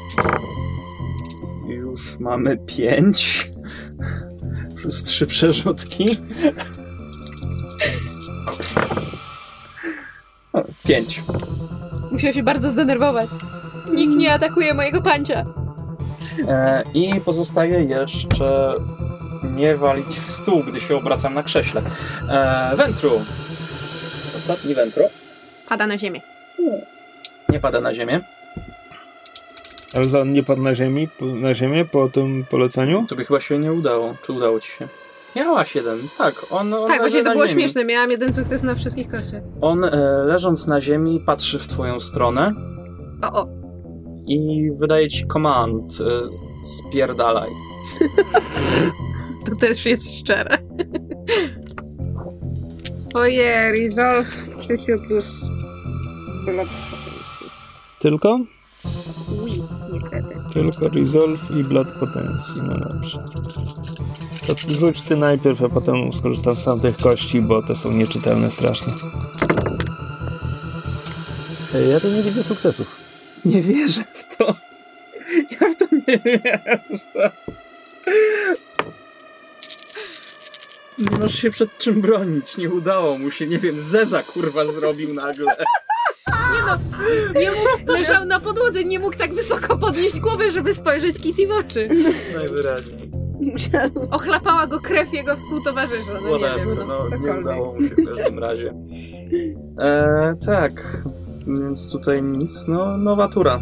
Już mamy pięć. Plus trzy przerzutki. O, pięć. Musiał się bardzo zdenerwować. Nikt nie atakuje mojego pancia. E, I pozostaje jeszcze nie walić w stół, gdy się obracam na krześle. E, Wentru. Ostatni Wentru. Pada na ziemię. Nie pada na ziemię. Ale on nie padł na, ziemi, na ziemię po tym poleceniu? To by chyba się nie udało. Czy udało ci się? Miałaś jeden. Tak, on, on Tak, właśnie leży to na było ziemi. śmieszne. Miałam jeden sukces na wszystkich kościach. On e, leżąc na ziemi patrzy w twoją stronę O, o. i wydaje ci command. E, spierdalaj. To też jest szczere. Twoje resolve Krzysiu plus... Tylko? Oui, niestety. Tylko resolve i blood potencji. No dobrze. To rzuć ty najpierw, a potem skorzystam z tamtych kości, bo te są nieczytelne strasznie. Ja to nie widzę sukcesów. Nie wierzę w to. Ja w to nie wierzę. Nie masz się przed czym bronić. Nie udało mu się. Nie wiem, Zeza kurwa zrobił nagle. Nie no, nie mógł, leżał na podłodze, nie mógł tak wysoko podnieść głowy, żeby spojrzeć Kitty w oczy. Najwyraźniej. Ochlapała go krew jego współtowarzysza, no nie Whatever, wiem, no, no, nie cokolwiek. udało mu się w każdym razie. E, tak, więc tutaj nic, no nowa tura.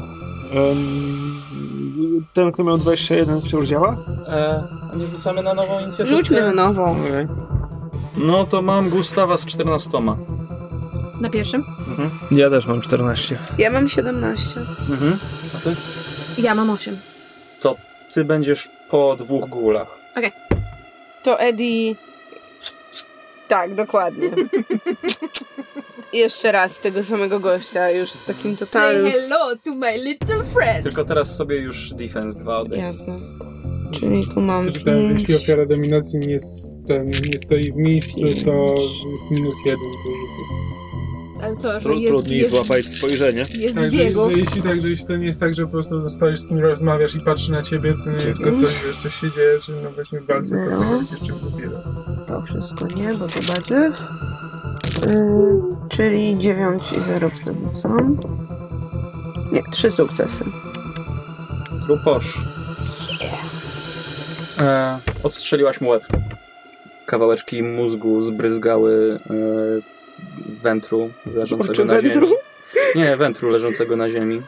Um, ten, kto miał dwadzieścia jeden, wciąż działa? E, a nie rzucamy na nową inicjatywę? Rzućmy na nową. Okay. No to mam Gustawa z czternastoma. Na pierwszym? Mhm. Ja też mam czternaście. Ja mam siedemnaście. Mhm. A ty? Ja mam osiem. To ty będziesz po dwóch gulach. Okej. Okay. To Eddie... Tak, dokładnie. Jeszcze raz tego samego gościa, już z takim totalnym... Say hello to my little friend. Tylko teraz sobie już defense dwa odejmij. Jasne. Czyli tu mam... To czytałem, że jeśli ofiara dominacji nie, s- ten, nie stoi w miejscu, to jest minus jeden do rzutu. A Ale co, że Tru- jest, trudniej jest, złapać spojrzenie. jest Tak, że, Diego. że jeśli tak, że jeśli to nie jest tak, że po prostu stoisz z kim rozmawiasz i patrzy na ciebie, to nie tylko coś, wiesz, co się dzieje, czy no właśnie w walce, No. to jest jeszcze dopiero. To wszystko nie, bo zobaczysz. Yy, czyli dziewięć i zero przerzucam. Nie, trzy sukcesy. Truposz. E, odstrzeliłaś mu łeb. Kawałeczki mózgu zbryzgały e, wętru leżącego Kurczę, na wętru? ziemi. Nie, wętru leżącego na ziemi.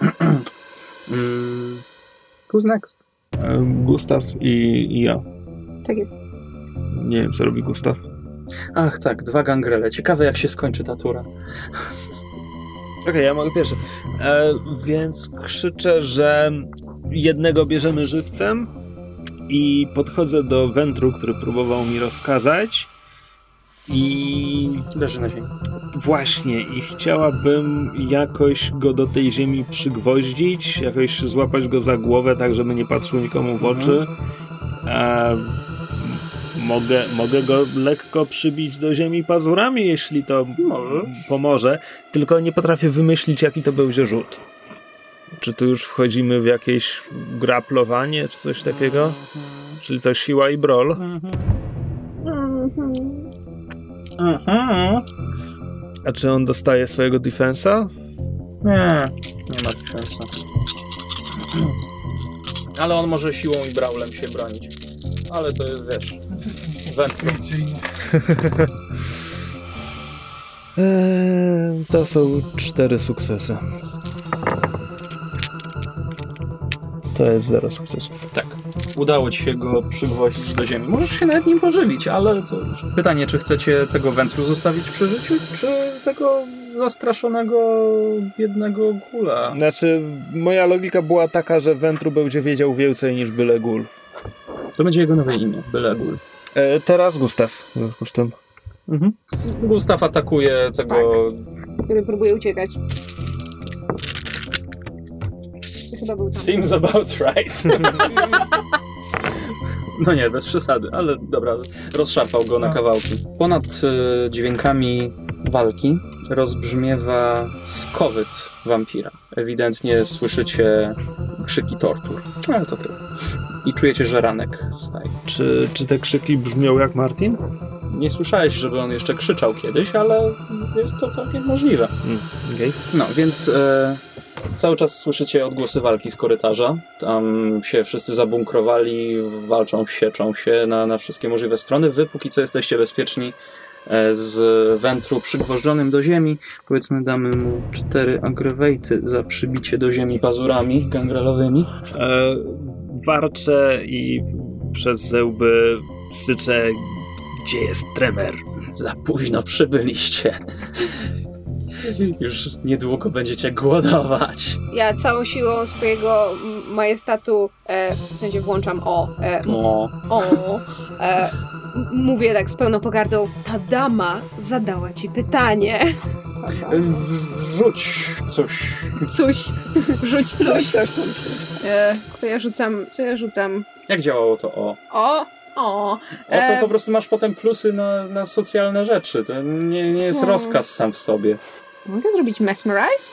mm. Who's next? E, Gustaw i, i ja. Tak jest. Nie wiem, co robi Gustaw. Ach tak, dwa gangrele. Ciekawe jak się skończy ta tura. Okej, okay, ja mogę pierwszy. E, więc krzyczę, że jednego bierzemy żywcem i podchodzę do wętru, który próbował mi rozkazać i Leży na ziemi. właśnie, i chciałabym jakoś go do tej ziemi przygwoździć, jakoś złapać go za głowę, tak żeby nie patrzył nikomu w oczy. E, Mogę, mogę go lekko przybić do ziemi pazurami, jeśli to Możesz. pomoże, tylko nie potrafię wymyślić, jaki to będzie rzut. Czy tu już wchodzimy w jakieś graplowanie, czy coś takiego? Czyli coś siła i brol? A czy on dostaje swojego defensa? Nie, nie ma sensu. Ale on może siłą i brawlem się bronić. Ale to jest, wiesz, wędką. Eee, to są cztery sukcesy. To jest zero sukcesów. Tak. Udało ci się go przygwoździć do ziemi. Możesz się nawet nim pożywić, ale to już pytanie, czy chcecie tego wętru zostawić przy życiu, czy tego zastraszonego, biednego gula? Znaczy, moja logika była taka, że wętru będzie wiedział więcej niż byle gul. To będzie jego nowe imię, byle gul. E, teraz Gustaw. W związku z tym. Mhm. Gustaw atakuje tego... Tak. Który próbuje uciekać. Chyba był tam. Seems about right. No nie, bez przesady, ale dobra, rozszarpał go na kawałki. Ponad y, dźwiękami walki rozbrzmiewa skowyt wampira. Ewidentnie słyszycie krzyki tortur, ale to tyle. I czujecie, że ranek wstaje. Czy, czy te krzyki brzmią jak Martin? Nie słyszałeś, żeby on jeszcze krzyczał kiedyś, ale jest to całkiem możliwe. Mm, okay. No, więc e, cały czas słyszycie odgłosy walki z korytarza. Tam się wszyscy zabunkrowali, walczą, sieczą się na, na wszystkie możliwe strony. Wy póki co jesteście bezpieczni e, z wętru przygwożdżonym do ziemi. Powiedzmy, damy mu cztery agrewate'y za przybicie do ziemi pazurami gangrelowymi. E, warczę i przez zęby syczę, gdzie jest Tremer? Za późno przybyliście. Już niedługo będziecie głodować. Ja całą siłą swojego m- majestatu, e, w sensie włączam o, e, m- O, o, e, m- mówię tak z pełną pogardą, ta dama zadała ci pytanie. e, rzuć coś. Coś, rzuć coś. E, co ja rzucam, co ja rzucam? Jak działało to o? O, o. O, to E, po prostu masz potem plusy na, na socjalne rzeczy. To nie, nie jest No. rozkaz sam w sobie. Mogę zrobić mesmerize?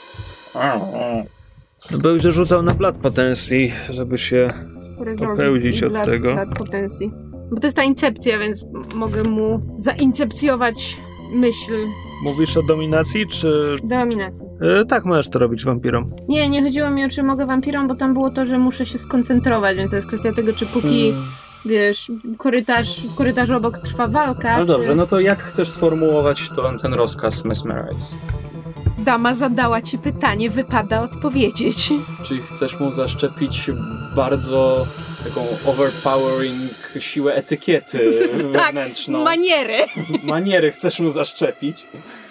Będzie rzucał na blat potencji, żeby się popełnić od Dla- tego. dla potencji. Bo to jest ta incepcja, więc m- mogę mu zaincepcjować myśl Mówisz o dominacji, czy... dominacji. E, tak, możesz to robić wampirom. Nie, nie chodziło mi o czy mogę wampirom, bo tam było to, że muszę się skoncentrować, więc to jest kwestia tego, czy póki, wiesz, korytarz, w korytarzu obok trwa walka, No czy dobrze, no to jak chcesz sformułować to, ten rozkaz Mesmerize? dama zadała ci pytanie, wypada odpowiedzieć. Czyli chcesz mu zaszczepić bardzo taką overpowering siłę etykiety Tak, wewnętrzną. maniery. Maniery chcesz mu zaszczepić.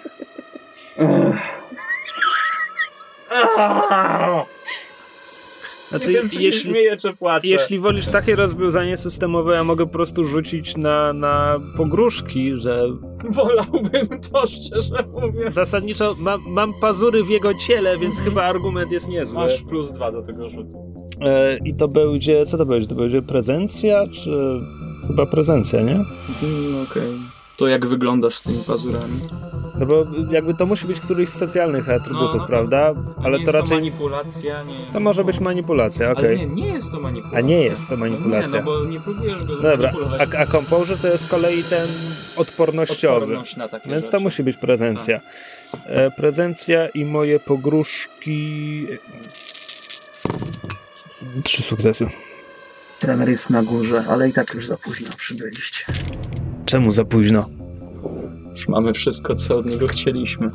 Znaczy, Nie wiem, czy się jeśli, śmieję, czy płaczę. jeśli wolisz takie rozwiązanie systemowe, ja mogę po prostu rzucić na, na pogróżki, że Wolałbym to, szczerze mówiąc. zasadniczo mam, mam pazury w jego ciele, więc chyba argument jest niezły. Masz plus dwa do tego rzutu. E, I to będzie, co to będzie? To będzie prezencja, czy... Chyba prezencja, nie? Mm, Okej. To jak wyglądasz z tymi pazurami? No bo jakby to musi być któryś z socjalnych atrybutów, No, no, prawda? Ale nie to jest raczej... to manipulacja, nie... To może być manipulacja, okej. Ale nie, nie jest to manipulacja. A nie jest to manipulacja. No nie, no bo nie próbujesz go Dobra, zmanipulować. a, a composure to jest z kolei ten odpornościowy. Odporność na takie Więc rzeczy. to musi być prezencja. E, prezencja i moje pogróżki... Trzy sukcesy. Trener jest na górze, ale i tak już za późno przybyliście. Czemu za późno? Już mamy wszystko, co od niego chcieliśmy.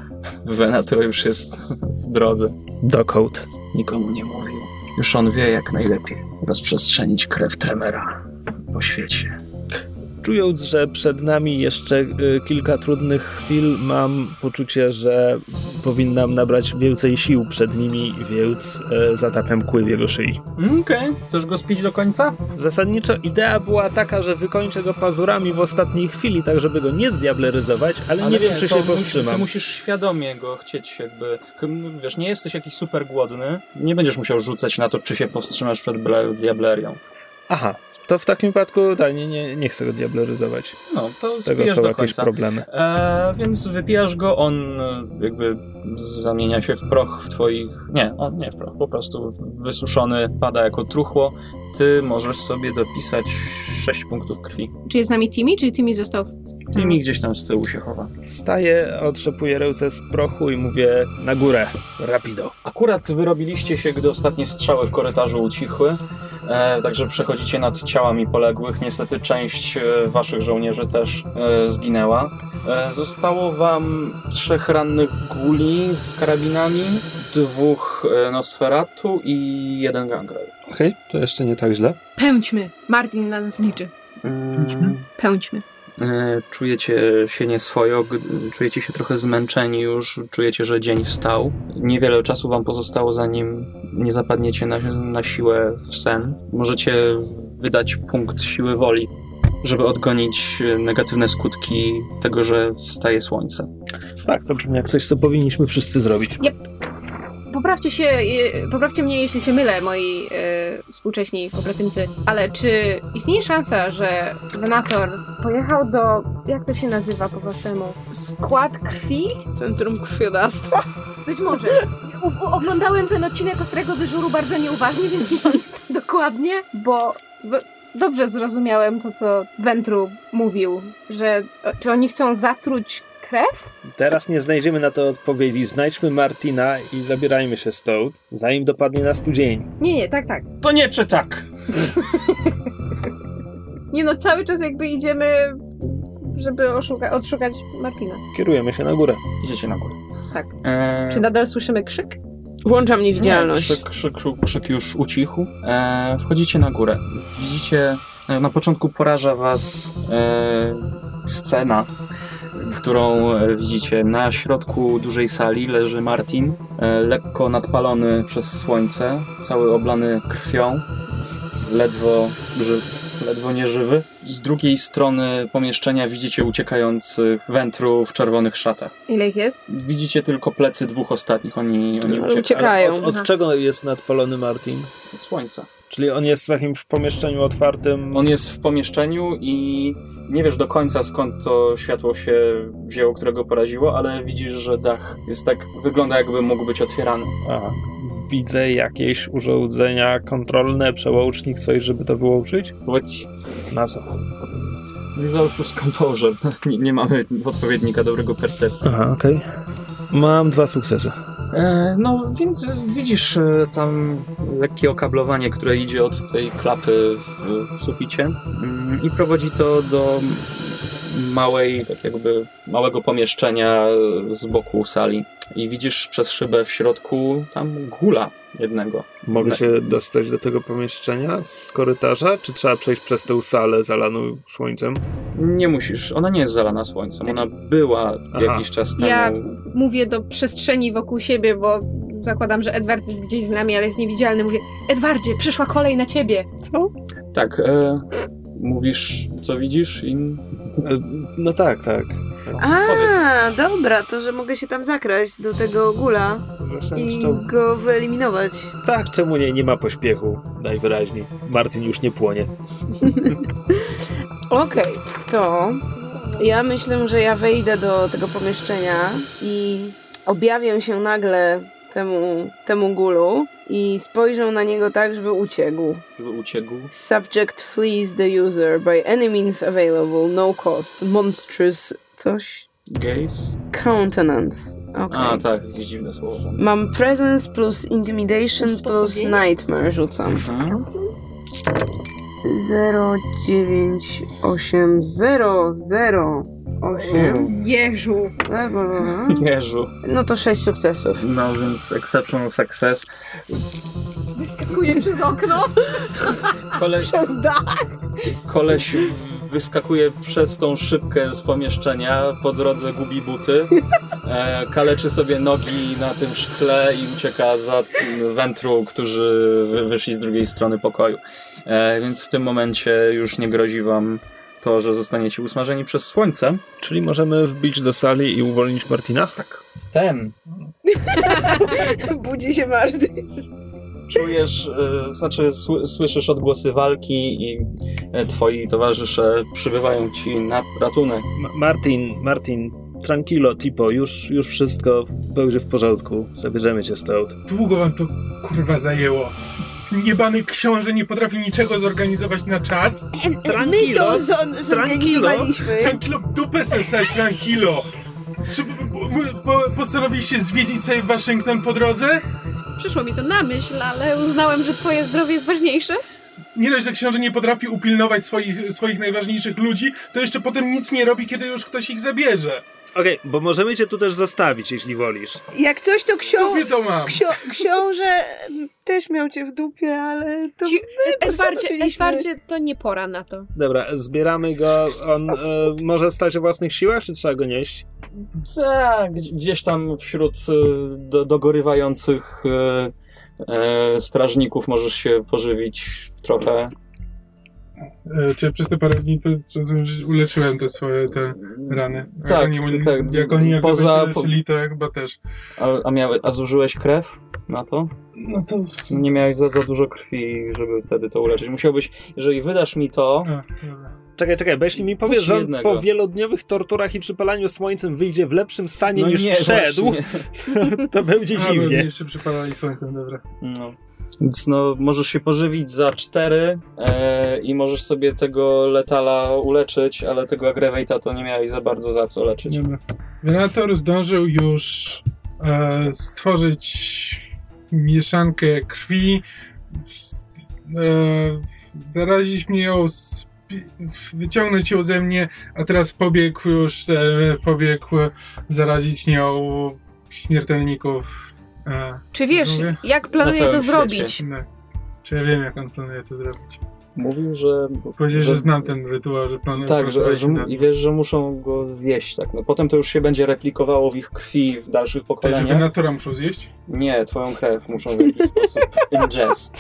Venator już jest w drodze. Dokąd? Nikomu nie mówił. Już on wie, jak najlepiej rozprzestrzenić krew Tremera po świecie. Czując, że przed nami jeszcze y, kilka trudnych chwil, mam poczucie, że powinnam nabrać więcej sił przed nimi, więc y, zatapiam kły w jego szyi. Okej, okay. Chcesz go spić do końca? Zasadniczo idea była taka, że wykończę go pazurami w ostatniej chwili, tak żeby go nie zdiableryzować, ale, ale nie wiem, czy się musi, powstrzymam. Ty musisz świadomie go chcieć jakby... Wiesz, nie jesteś jakiś super głodny, nie będziesz musiał rzucać na to, czy się powstrzymasz przed diablerią. Aha. To w takim wypadku tak, nie, nie, nie chcę go diableryzować. No, to z tego są do jakieś końca. problemy. E, więc wypijasz go, on jakby zamienia się w proch w twoich... Nie, on nie w proch, po prostu wysuszony pada jako truchło. Ty możesz sobie dopisać sześć punktów krwi. Czy jest z nami Timmy, czy Timmy został... Timmy gdzieś tam z tyłu się chowa. Wstaję, otrzepuję ręce z prochu i mówię na górę, rapido. Akurat wyrobiliście się, gdy ostatnie strzały w korytarzu ucichły. E, także przechodzicie nad ciałami poległych. Niestety część e, waszych żołnierzy też e, zginęła. E, zostało wam trzech rannych guli z karabinami, dwóch e, Nosferatu i jeden gangrel. Okej, okay, to jeszcze nie tak źle. Pędźmy! Martin na nas liczy. Mm. Pędźmy. E, czujecie się nieswojo, gdy, czujecie się trochę zmęczeni już, czujecie, że dzień wstał. Niewiele czasu wam pozostało, zanim nie zapadniecie na, na siłę w sen. Możecie wydać punkt siły woli, żeby odgonić negatywne skutki tego, że wstaje słońce. Tak, to brzmi jak coś, co powinniśmy wszyscy zrobić. Yep. Poprawcie się, poprawcie mnie, jeśli się mylę, moi e, współcześni pobratymcy, ale czy istnieje szansa, że Venator pojechał do, jak to się nazywa po prostemu, skład krwi? Centrum krwiodawstwa? Być może. U, u, oglądałem ten odcinek Ostrego Dyżuru bardzo nieuważnie, więc nie pamiętam dokładnie, bo, bo dobrze zrozumiałem to, co Ventru mówił, że czy oni chcą zatruć krew? Teraz nie znajdziemy na to odpowiedzi. Znajdźmy Martina i zabierajmy się stąd, zanim dopadnie nas tu dzień. Nie, nie, tak, tak. To nie czy tak! Nie no, cały czas jakby idziemy, żeby oszuka- odszukać Martina. Kierujemy się na górę. Idziecie na górę. Tak. Eee... Czy nadal słyszymy krzyk? Włączam niewidzialność. Nie, krzyk, krzyk, krzyk, krzyk już ucichł. Eee, wchodzicie na górę. Widzicie, na początku poraża was eee, scena, którą widzicie. Na środku dużej sali leży Martin, e, lekko nadpalony przez słońce, cały oblany krwią, ledwo, ży, ledwo nieżywy. Z drugiej strony pomieszczenia widzicie uciekających Ventru w czerwonych szatach. Ile ich jest? Widzicie tylko plecy dwóch ostatnich, oni, oni No, uciekają. uciekają. Od, od czego jest nadpalony Martin? Od słońca. Czyli on jest w jakimś pomieszczeniu otwartym? On jest w pomieszczeniu i nie wiesz do końca, skąd to światło się wzięło, którego poraziło, ale widzisz, że dach jest tak, wygląda jakby mógł być otwierany. Aha. Widzę jakieś urządzenia kontrolne, przełącznik, coś, żeby to wyłączyć? Chodź. Na co? Result plus composure. Nie, nie mamy odpowiednika dobrego percepcji. Aha, okej. Okay. Mam dwa sukcesy. E, no, więc widzisz e, tam lekkie okablowanie, które idzie od tej klapy w, w suficie mm, i prowadzi to do małej, tak jakby małego pomieszczenia z boku sali. I widzisz przez szybę w środku tam gula jednego. Mogę się dostać do tego pomieszczenia z korytarza, czy trzeba przejść przez tę salę zalaną słońcem? Nie musisz. Ona nie jest zalana słońcem. Ona była Aha. jakiś czas temu. Ja mówię do przestrzeni wokół siebie, bo zakładam, że Edward jest gdzieś z nami, ale jest niewidzialny. Mówię, Edwardzie, przyszła kolej na ciebie. Co? Tak. E, mówisz, co widzisz? I... No tak, tak. A, dobra, to że mogę się tam zakraść do tego gula i go wyeliminować. Tak, czemu nie? Nie ma pośpiechu. Najwyraźniej. Martin już nie płonie. Okej, okay, to Ja myślę, że ja wejdę do tego pomieszczenia i objawię się nagle temu, temu gulu i spojrzę na niego tak, żeby uciekł. Żeby uciekł. Subject flees the user by any means available, no cost, monstrous coś? Gaze? Countenance. Okay. A, tak, jakieś dziwne słowo. Tam. Mam presence plus intimidation plus nightmare rzucam. Mhm. zero dziewięć osiem zero zero osiem. Jeżu. Jeżu. No to sześć sukcesów. No więc exceptional success. Wyskakuje przez okno. Koleś, Przez dach. koleś wyskakuje przez tą szybkę z pomieszczenia, po drodze gubi buty, e, kaleczy sobie nogi na tym szkle i ucieka za wentru, którzy wyszli z drugiej strony pokoju. E, więc w tym momencie już nie grozi wam to, że zostaniecie usmażeni przez słońce. Czyli możemy wbić do sali i uwolnić Martina? Tak. Wtem Budzi się Marty. czujesz, y, znaczy sły, słyszysz odgłosy walki i y, twoi towarzysze przybywają ci na ratunek. Ma- Martin, Martin, tranquilo, tipo, już, już wszystko będzie w porządku. Zabierzemy cię stąd. Długo wam to kurwa zajęło. Niebany książę nie potrafi niczego zorganizować na czas. My to zon- zorganizowaliśmy. Tranquilo, w dupę sobie wstać, tranquilo. Czy b- b- po, postanowiliście zwiedzić sobie Waszyngton po drodze? Przyszło mi to na myśl, ale uznałem, że twoje zdrowie jest ważniejsze. Nie dość, że książę nie potrafi upilnować swoich, swoich najważniejszych ludzi, to jeszcze potem nic nie robi, kiedy już ktoś ich zabierze. Okej, okay, bo możemy cię tu też zostawić, jeśli wolisz. Jak coś to ksią... Dupie to mam. Ksio- książę też miał cię w dupie, ale to Ci- my Edwardzie, postanowiliśmy. Edwardzie, to nie pora na to. Dobra, zbieramy go. On e, może stać o własnych siłach, czy trzeba go nieść? Tak, gdzieś tam wśród y, do, dogorywających y, y, strażników możesz się pożywić trochę. E, czy przez te parę dni to, to, to już uleczyłem te swoje te rany. Jak Tak, oni, tak. Jak oni jak Poza- leczyli, to ja chyba też. A, a, miały, a zużyłeś krew na to? No to... Nie miałeś za, za dużo krwi, żeby wtedy to uleczyć. Musiałbyś, jeżeli wydasz mi to... A, dobra. Czekaj, czekaj, bo jeśli mi powiesz, że on jednego. po wielodniowych torturach i przypalaniu słońcem wyjdzie w lepszym stanie No niż nie, wszedł, właśnie. to będzie A, bo dziwnie. jeszcze przypalali słońcem, dobra. No. Więc no, możesz się pożywić za cztery e, i możesz sobie tego letala uleczyć, ale tego aggravate'a to nie miałeś za bardzo za co leczyć. Dobra. Venator zdążył już e, stworzyć mieszankę krwi, w, e, zarazić mnie ją, spi- wyciągnąć ją ze mnie, a teraz pobiegł już, e, pobiegł zarazić nią śmiertelników. E, Czy wiesz, Mówię? jak planuję całym to świecie. zrobić? no. Czy ja wiem, jak on planuje to zrobić? Mówił, że... Powiedział, że, że znam ten rytuał, że planuje. Tak, że, że, i wiesz, że muszą go zjeść. Tak. No, potem to już się będzie replikowało w ich krwi w dalszych Tak, że pokoleniach. Venatora muszą zjeść? Nie, twoją krew muszą w jakiś sposób ingest.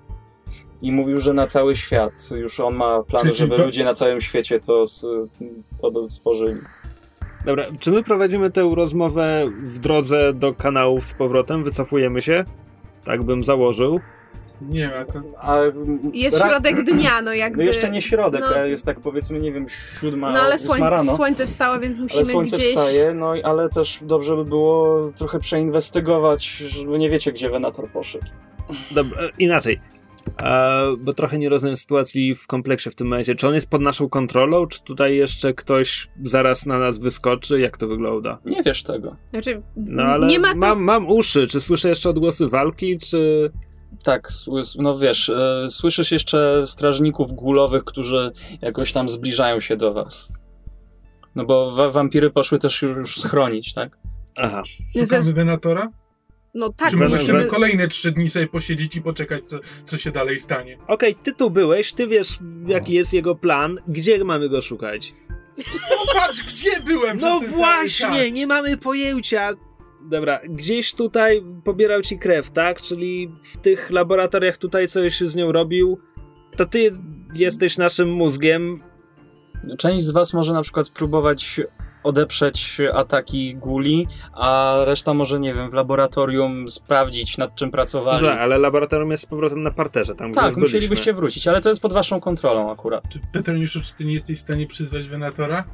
I mówił, że na cały świat. Już on ma plany, Czyli żeby to- ludzie na całym świecie to, s- to do- spożyli. Dobra, czy my prowadzimy tę rozmowę w drodze do kanałów z powrotem? Wycofujemy się? Tak bym założył. Nie wiem, a co? A, Jest ra- środek dnia, no jakby... No jeszcze nie środek, no, a jest tak powiedzmy, nie wiem, siódma, No ale ósma słoń, rano. słońce wstało, więc musimy Ale słońce gdzieś... wstaje, no i- ale też dobrze by było trochę przeinwestygować, żeby nie wiecie, gdzie Venator poszedł. Dobra, e, inaczej. E, bo trochę nie rozumiem sytuacji w kompleksie w tym momencie. Czy on jest pod naszą kontrolą, czy tutaj jeszcze ktoś zaraz na nas wyskoczy? Jak to wygląda? Nie wiesz tego. Znaczy, No ale nie ma to... mam, mam uszy. Czy słyszę jeszcze odgłosy walki, czy... Tak, słys- no wiesz, e, słyszysz jeszcze strażników gulowych, którzy jakoś tam zbliżają się do was. No bo wa- wampiry poszły też już, już schronić, tak? Aha. Szukamy Ze- Venatora? No tak, Czy może Venator- chcemy kolejne trzy dni sobie posiedzieć i poczekać, co, co się dalej stanie? Okej, ty tu byłeś, ty wiesz, jaki jest jego plan. Gdzie mamy go szukać? Popatrz, gdzie byłem No przez ten cały czas! właśnie, nie mamy pojęcia. Dobra, gdzieś tutaj pobierał ci krew, tak? Czyli w tych laboratoriach tutaj coś z nią robił. To ty jesteś naszym mózgiem. Część z was może na przykład spróbować odeprzeć ataki guli, a reszta może, nie wiem, w laboratorium sprawdzić, nad czym pracowali. Tak, ale laboratorium jest z powrotem na parterze, tam gdzie Tak, już byliśmy. musielibyście wrócić, ale to jest pod waszą kontrolą akurat. Czy, Petroniuszu, czy ty nie jesteś w stanie przyzwać Venatora?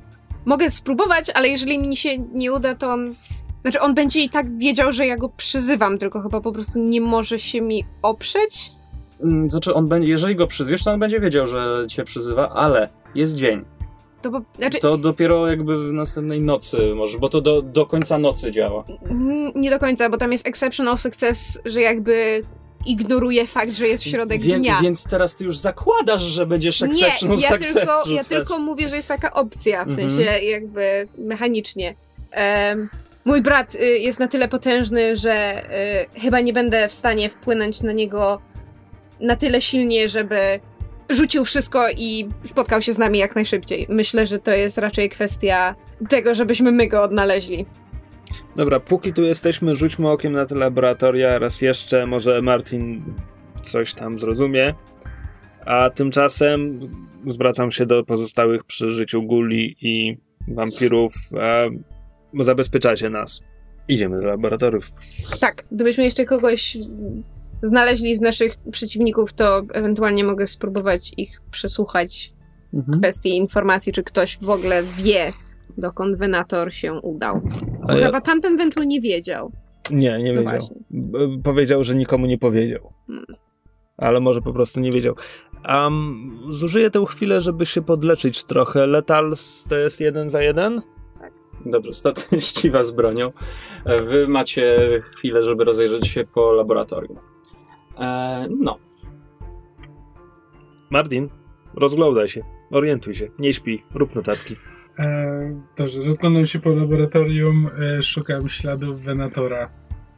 Mogę spróbować, ale jeżeli mi się nie uda, to on... Znaczy, on będzie i tak wiedział, że ja go przyzywam, tylko chyba po prostu nie może się mi oprzeć. Znaczy, on będzie, jeżeli go przyzwiesz, to on będzie wiedział, że cię przyzywa, ale jest dzień. To, bo, znaczy, To dopiero jakby w następnej nocy może, bo to do, do końca nocy działa. nie do końca, bo tam jest exceptional success, że jakby ignoruje fakt, że jest środek Wie, dnia. Więc teraz ty już zakładasz, że będziesz exceptional Nie, ja success tylko, ja rzucać. tylko mówię, że jest taka opcja, w Mhm. sensie jakby mechanicznie. Um, mój brat y, jest na tyle potężny, że y, chyba nie będę w stanie wpłynąć na niego na tyle silnie, żeby rzucił wszystko i spotkał się z nami jak najszybciej. Myślę, że to jest raczej kwestia tego, żebyśmy my go odnaleźli. Dobra, póki tu jesteśmy, rzućmy okiem na te laboratoria raz jeszcze, może Martin coś tam zrozumie. A tymczasem zwracam się do pozostałych przy życiu guli i wampirów. E, zabezpieczacie nas. Idziemy do laboratoriów. Tak, gdybyśmy jeszcze kogoś znaleźli z naszych przeciwników, to ewentualnie mogę spróbować ich przesłuchać Mhm. w kwestii informacji, czy ktoś w ogóle wie, dokąd Venator się udał. Bo A ja- chyba tamten Ventur nie wiedział. Nie, nie No wiedział. właśnie. B- powiedział, że nikomu nie powiedział. Hmm. Ale może po prostu nie wiedział. Um, zużyję tę chwilę, żeby się podleczyć trochę. Letals to jest jeden za jeden? Dobrze, statyści was bronią. Wy macie chwilę, żeby rozejrzeć się po laboratorium. E, no. Martin, rozglądaj się. Orientuj się. Nie śpi. Rób notatki. E, dobrze, rozglądam się po laboratorium, e, szukam śladów Venatora.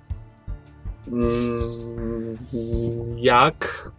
Mm, jak?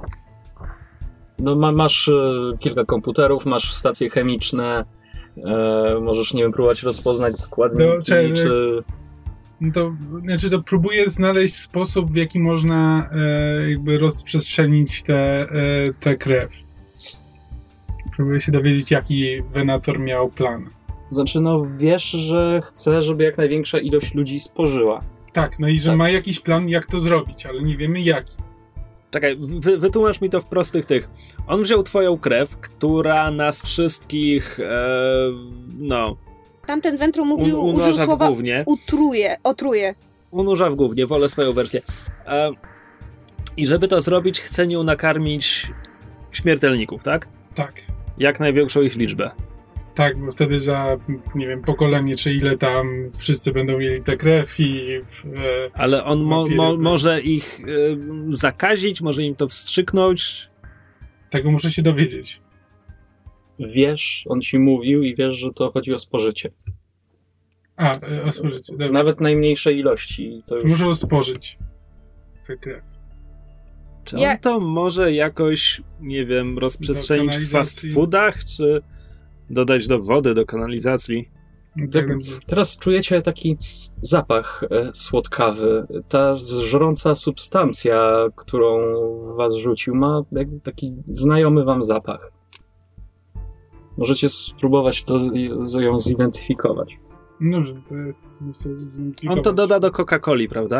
No ma, masz e, kilka komputerów, masz stacje chemiczne, e, możesz, nie wiem, próbować rozpoznać składniki, No, czekaj, czy... No to, znaczy to próbuję znaleźć sposób, w jaki można e, jakby rozprzestrzenić tę e, tę krew. Próbuję się dowiedzieć, jaki Venator miał plan. Znaczy, no wiesz, że chce, żeby jak największa ilość ludzi spożyła. Tak, no i że Tak. ma jakiś plan, jak to zrobić, ale nie wiemy jaki. Czekaj, wy, wytłumacz mi to w prostych tych. On wziął twoją krew, która nas wszystkich, e, no, Tamten Ventru mówił, un, użył unurza w słowa gównie. utruje, otruje. Unurza w gównie, wolę swoją wersję. E, I żeby to zrobić, chce nią nakarmić śmiertelników, tak? Tak. Jak największą ich liczbę. Tak, bo wtedy za, nie wiem, pokolenie czy ile tam wszyscy będą mieli tę krew i... E, Ale on mo, Wampiry, mo, tak. może ich e, zakazić, może im to wstrzyknąć. tego muszę się dowiedzieć. Wiesz, on ci mówił i wiesz, że to chodzi o spożycie. A, e, o spożycie, dobrze. Nawet najmniejszej ilości. To już... Muszę spożyć tę krew. Czy Ja- on to może jakoś, nie wiem, rozprzestrzenić w fast kanalizacji. foodach, czy dodać do wody, do kanalizacji? Tak, Teraz czujecie taki zapach e, słodkawy. Ta żrąca substancja, którą was rzucił, ma jakby taki znajomy wam zapach. Możecie spróbować to, ją zidentyfikować. dobrze, to jest... Muszę On to zidentyfikować. doda do Coca-Coli, prawda?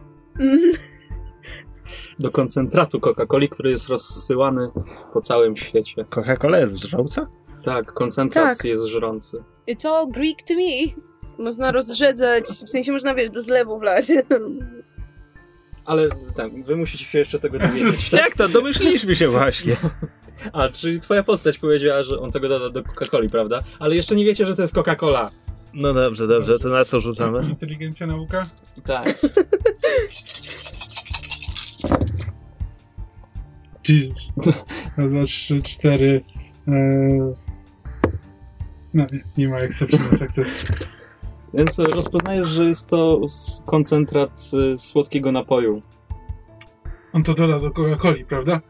Do koncentratu Coca-Coli, który jest rozsyłany po całym świecie. Coca-Cola jest żrąca? Tak, koncentrat Tak. jest żrący. It's all Greek to me. Można rozrzedzać, w sensie można, wiesz, do zlewu wlać. Ale ten, wy musicie się jeszcze tego dowiedzieć. Tak? Jak to? Domyśliliśmy się właśnie. A, czyli twoja postać powiedziała, że on tego doda do Coca-Coli, prawda? Ale jeszcze nie wiecie, że to jest Coca-Cola. No dobrze, dobrze, to na co rzucamy? Inteligencja, nauka? Tak. Jesus. Raz, dwa, trzy, cztery. Eee... No, nie, nie ma exceptional success. Więc rozpoznajesz, że jest to s- koncentrat y, słodkiego napoju. On to doda do Coca-Coli, prawda?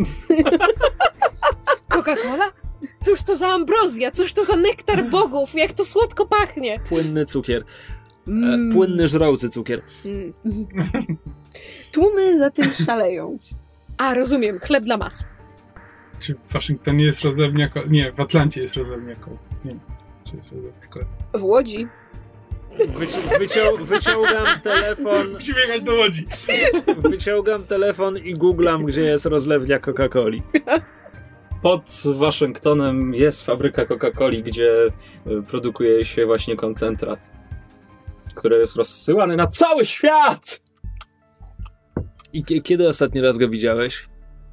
Coca-Cola? Cóż to za ambrozja, cóż to za nektar bogów, jak to słodko pachnie. Płynny cukier. E, Mm. płynny żrący cukier. Mm. Tłumy za tym szaleją. A, rozumiem, chleb dla mas. Czy w Waszyngtonie jest rozlewnia ko- Nie, w Atlancie jest rozlewnia ko- Nie wiem, czy jest rozlewnia ko- W Łodzi. Wyci- wycią- wyciągam telefon, Musimy jechać do Łodzi. wyciągam telefon i googlam, gdzie jest rozlewnia Coca-Coli. pod Waszyngtonem jest fabryka Coca-Coli, gdzie produkuje się właśnie koncentrat, który jest rozsyłany na cały świat! I k- kiedy ostatni raz go widziałeś?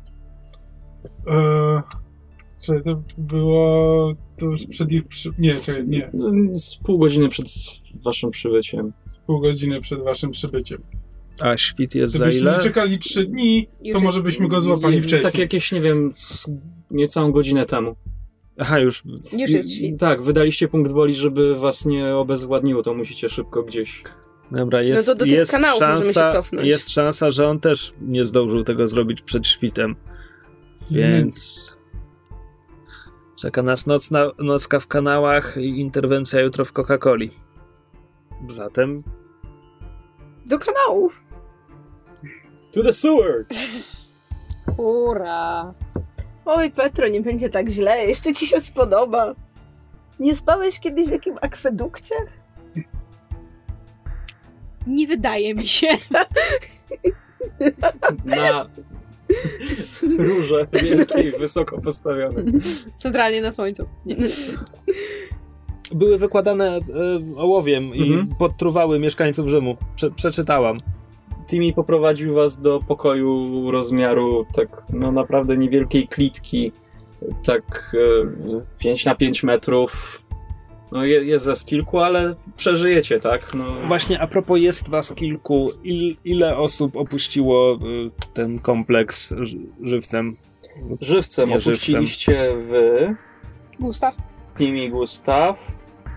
Eee, czy to było tuż przed ich przy... Nie, czekaj, nie. Z pół godziny przed waszym przybyciem. Pół godziny przed waszym przybyciem. A świt jest za Gdybyśmy ile? czekali trzy dni, Już to jest- może byśmy go złapali I- wcześniej. Tak jakieś, nie wiem, z niecałą godzinę temu. Aha, już. Już jest świt. Tak, wydaliście punkt woli, żeby was nie obezwładniło, to musicie szybko gdzieś... Dobra, jest, No to do tych jest kanałów możemy się szansa, cofnąć. jest szansa, że on też nie zdążył tego zrobić przed świtem. Więc czeka nas nocna, nocka w kanałach i interwencja jutro w Coca-Coli. Zatem Do kanałów. To the sewer! Ura. Oj, Petro, nie będzie tak źle. Jeszcze ci się spodoba. Nie spałeś kiedyś w jakim akwedukcie? Nie wydaje mi się. Na rurze wielkiej, wysoko postawionej. Centralnie na słońcu. Nie. były wykładane e, ołowiem i Mhm. podtruwały mieszkańców Rzymu. Prze- przeczytałam. Timmy poprowadził was do pokoju rozmiaru tak, no naprawdę niewielkiej klitki, tak e, pięć na pięć metrów. No je, jest was kilku, ale przeżyjecie, tak? No, Właśnie a propos jest was kilku, il, ile osób opuściło y, ten kompleks ż- żywcem? żywcem Nie żywcem. opuściliście wy, Gustaw? Timmy, Gustaw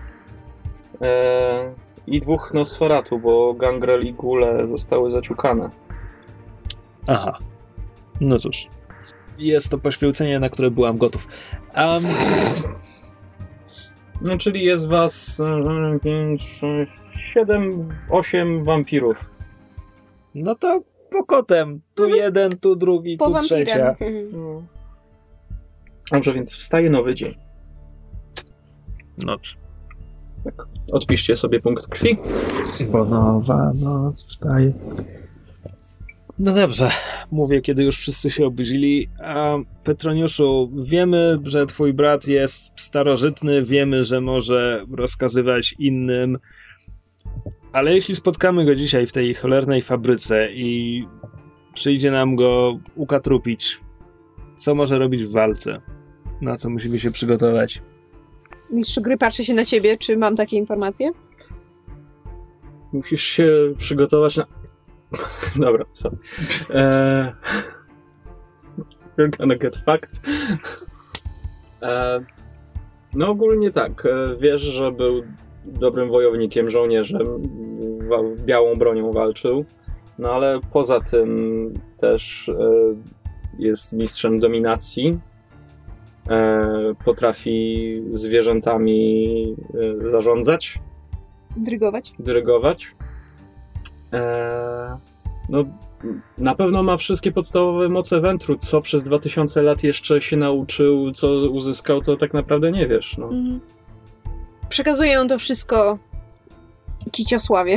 e, i dwóch Nosferatu, bo Gangrel i Gule zostały zaciukane. Aha. No cóż. Jest to poświęcenie, na które byłam gotów. Um, No, czyli jest was pięć, sześć, siedem, osiem wampirów. no to po kotem. Tu jeden, tu drugi, Po tu wampirem. trzecia. Mhm. Dobrze, więc wstaje nowy dzień. Noc. Odpiszcie sobie punkt krwi. Bo nowa noc wstaje. No dobrze, mówię, kiedy już wszyscy się obudzili. A Petroniuszu, wiemy, że twój brat jest starożytny, wiemy, że może rozkazywać innym, ale jeśli spotkamy go dzisiaj w tej cholernej fabryce i przyjdzie nam go ukatrupić, co może robić w walce? Na co musimy się przygotować? Mistrzu gry patrzy się na ciebie, czy mam takie informacje? Musisz się przygotować na... Dobra, sorry. Eee... You're gonna get fucked. Eee... No ogólnie tak. E, Wiesz, że był dobrym wojownikiem, żołnierzem. wa- Białą bronią walczył. No ale poza tym też e, jest mistrzem dominacji. E, Potrafi zwierzętami e, zarządzać. Drygować? dyrygować. Eee, no, na pewno ma wszystkie podstawowe moce wętru. Co przez dwa tysiące lat jeszcze się nauczył, co uzyskał, to tak naprawdę nie wiesz. No. Mhm. Przekazuję to wszystko Kiciosławie.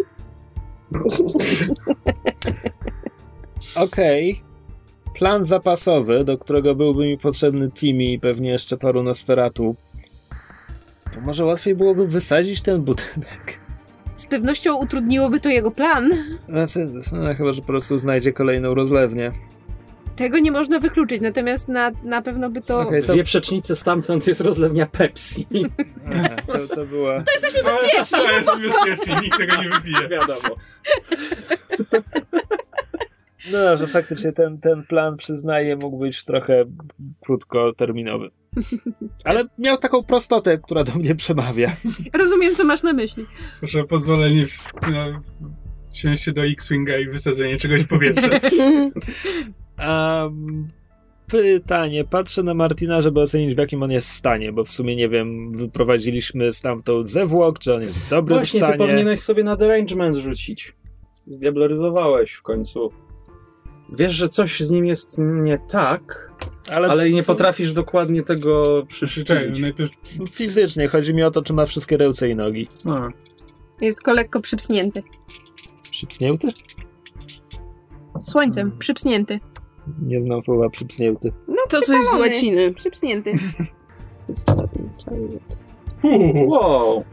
Okej. Plan zapasowy, do którego byłby mi potrzebny Timmy i pewnie jeszcze paru Nosferatu. To może łatwiej byłoby wysadzić ten budynek. Z pewnością utrudniłoby to jego plan. Znaczy, no, chyba, że po prostu znajdzie kolejną rozlewnię. Tego nie można wykluczyć, natomiast na, na pewno by to... Okej, to, Dwie przecznice stamtąd jest rozlewnia Pepsi. aha, to, to była... Jesteśmy bezpieczni! Ale jest bezpiecznie, nikt tego nie wypije. Wiadomo. No, że faktycznie ten, ten plan, przyznaję, mógł być trochę krótkoterminowy. Ale miał taką prostotę, która do mnie przemawia. Rozumiem, co masz na myśli. Proszę o pozwolenie w, no, wsiąść się do X-Winga i wysadzenie czegoś w powietrze. Um, pytanie. Patrzę na Martina, żeby ocenić, w jakim on jest stanie, bo w sumie nie wiem, wyprowadziliśmy stamtąd zwłok, czy on jest w dobrym Właśnie, stanie. ty powinieneś sobie na derangement rzucić. Zdiableryzowałeś w końcu. Wiesz, że coś z nim jest nie tak, Ale, ale nie potrafisz dokładnie tego Czekaj, przyszczylić. najpierw fizycznie. Chodzi mi o to, czy ma wszystkie ręce i nogi. A. Jest tylko lekko przypsnięty. Przypsnięty? Słońcem, przypsnięty. Nie znam słowa przypsnięty. No to coś z łaciny. Przypsnięty. Uuu. Wow.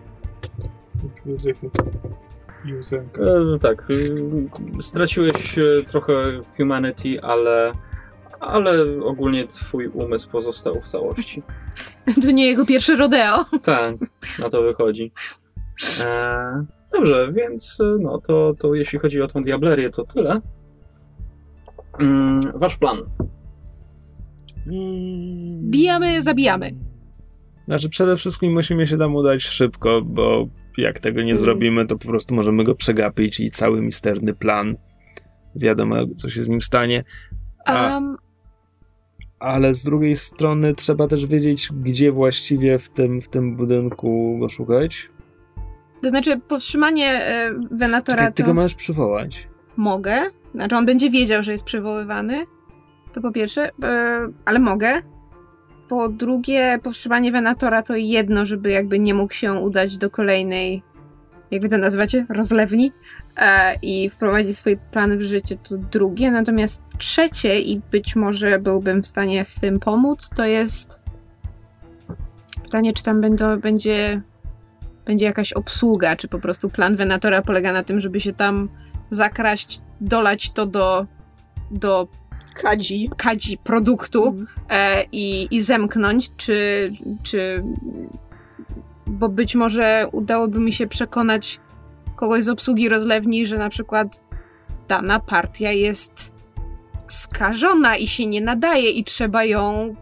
Józenka. E, tak, y, straciłeś e, trochę humanity, ale, ale ogólnie twój umysł pozostał w całości. To nie jego pierwsze rodeo. Tak, na to wychodzi. E, dobrze, więc e, no to, to jeśli chodzi o tą diablerię, to tyle. Mm, wasz plan. Bijamy, zabijamy. Znaczy przede wszystkim musimy się tam udać szybko, bo jak tego nie zrobimy, to po prostu możemy go przegapić i cały misterny plan, wiadomo, co się z nim stanie. A, Um, ale z drugiej strony trzeba też wiedzieć, gdzie właściwie w tym, w tym budynku go szukać. to znaczy powstrzymanie e, Venatora Czekaj, ty to go możesz przywołać. mogę. Znaczy on będzie wiedział, że jest przywoływany. To po pierwsze. E, ale mogę. Po drugie, powstrzymanie Venatora to jedno, żeby jakby nie mógł się udać do kolejnej, jak wy to nazywacie? Rozlewni. E, I wprowadzić swój plan w życie, to drugie. Natomiast trzecie, i być może byłbym w stanie z tym pomóc, to jest pytanie, czy tam będą, będzie, będzie jakaś obsługa, czy po prostu plan Venatora polega na tym, żeby się tam zakraść, dolać to do, do Kadzi. kadzi produktu Mhm. e, i, i zemknąć, czy, czy bo być może udałoby mi się przekonać kogoś z obsługi rozlewni, że na przykład dana partia jest skażona i się nie nadaje i trzeba ją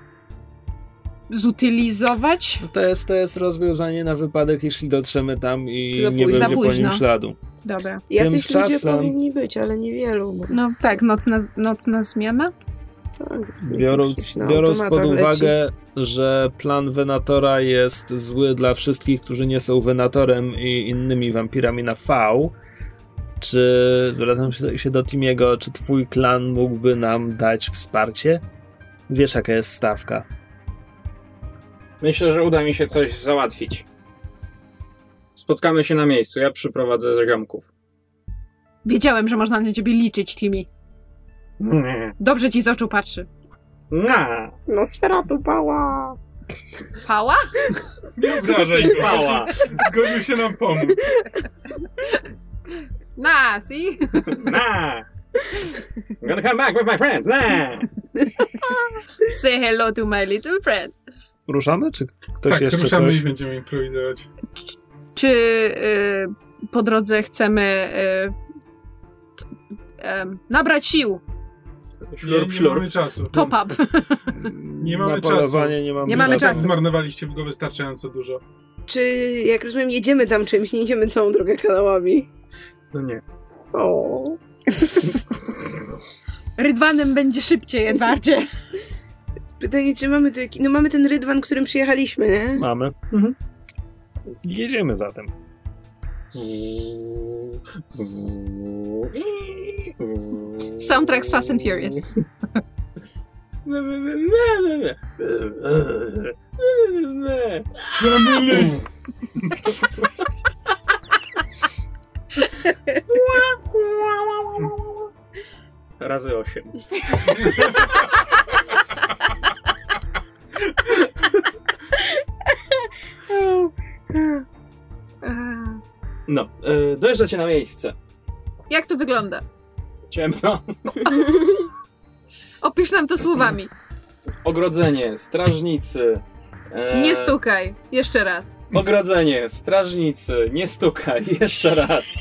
zutylizować. No to jest, to jest rozwiązanie na wypadek, jeśli dotrzemy tam i Za nie późno. będzie Za po późno. nim śladu. Dobra. Jacyś ludzie Tymczasem- powinni być, ale niewielu. Bo... No tak, nocna, nocna zmiana. Tak, Biorąc, na biorąc pod automatach leci. uwagę, że plan Venatora jest zły dla wszystkich, którzy nie są Venatorem i innymi wampirami na V, czy zwracam się- się do Timiego, czy twój klan mógłby nam dać wsparcie? Wiesz, jaka jest stawka. Myślę, że uda mi się coś załatwić. Spotkamy się na miejscu, ja przyprowadzę ziomków. Wiedziałem, że można na ciebie liczyć, Timmy. Dobrze ci z oczu patrzy. Na, No sfera tu pała. Pała? Nie obrażaj go. pała. Zgodził się nam pomóc. Na, see? Na. I'm gonna come back with my friends. Na. Say hello to my little friend. Ruszamy, czy ktoś Tak, jeszcze ruszamy coś? i będziemy improwizować. Czy y, po drodze chcemy y, t, em, nabrać sił? Nie, Ślurp, nie ślurp. mamy czasu. Top up. Nie mamy Na czasu. polowanie nie mamy Nie mamy Tak czasu. zmarnowaliście go wystarczająco dużo. Czy, jak rozumiem, jedziemy tam czymś, nie idziemy całą drogę kanałami? No nie. O. Rydwanem będzie szybciej, Edwardzie. Pytanie, czy mamy tu jaki... No mamy ten rydwan, którym przyjechaliśmy, nie? Mamy. Mhm. Jedziemy zatem. Soundtracks Fast and Furious. Family! Razy osiem. No, e, dojeżdżacie na miejsce. Jak to wygląda? Ciemno. Opisz nam to słowami. Ogrodzenie, strażnicy. E, Nie stukaj. Jeszcze raz. Ogrodzenie, strażnicy, nie stukaj, jeszcze raz.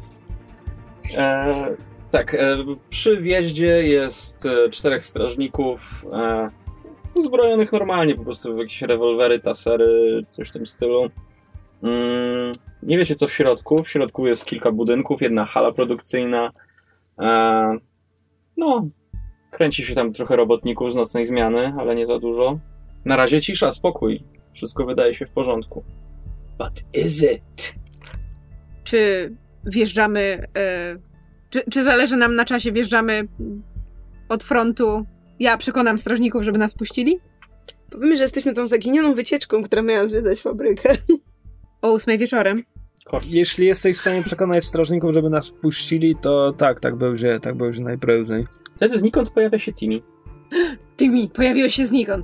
E, tak, e, przy wjeździe jest e, czterech strażników e, uzbrojonych normalnie, po prostu w jakieś rewolwery, tasery, coś w tym stylu. Mm, nie wiecie co w środku. W środku jest kilka budynków, jedna hala produkcyjna. E, no, kręci się tam trochę robotników z nocnej zmiany, ale nie za dużo. Na razie cisza, spokój. Wszystko wydaje się w porządku. But is it? Czy wjeżdżamy... E, czy, czy zależy nam na czasie? Wjeżdżamy od frontu. Ja przekonam strażników, żeby nas puścili? Powiemy, że jesteśmy tą zaginioną wycieczką, która miała zwiedzać fabrykę. O ósmej wieczorem. Jeśli jesteś w stanie przekonać strażników, żeby nas wpuścili, to tak, tak będzie, tak będzie najprędzej. Wtedy znikąd pojawia się Timmy. Timmy, pojawiłeś się znikąd.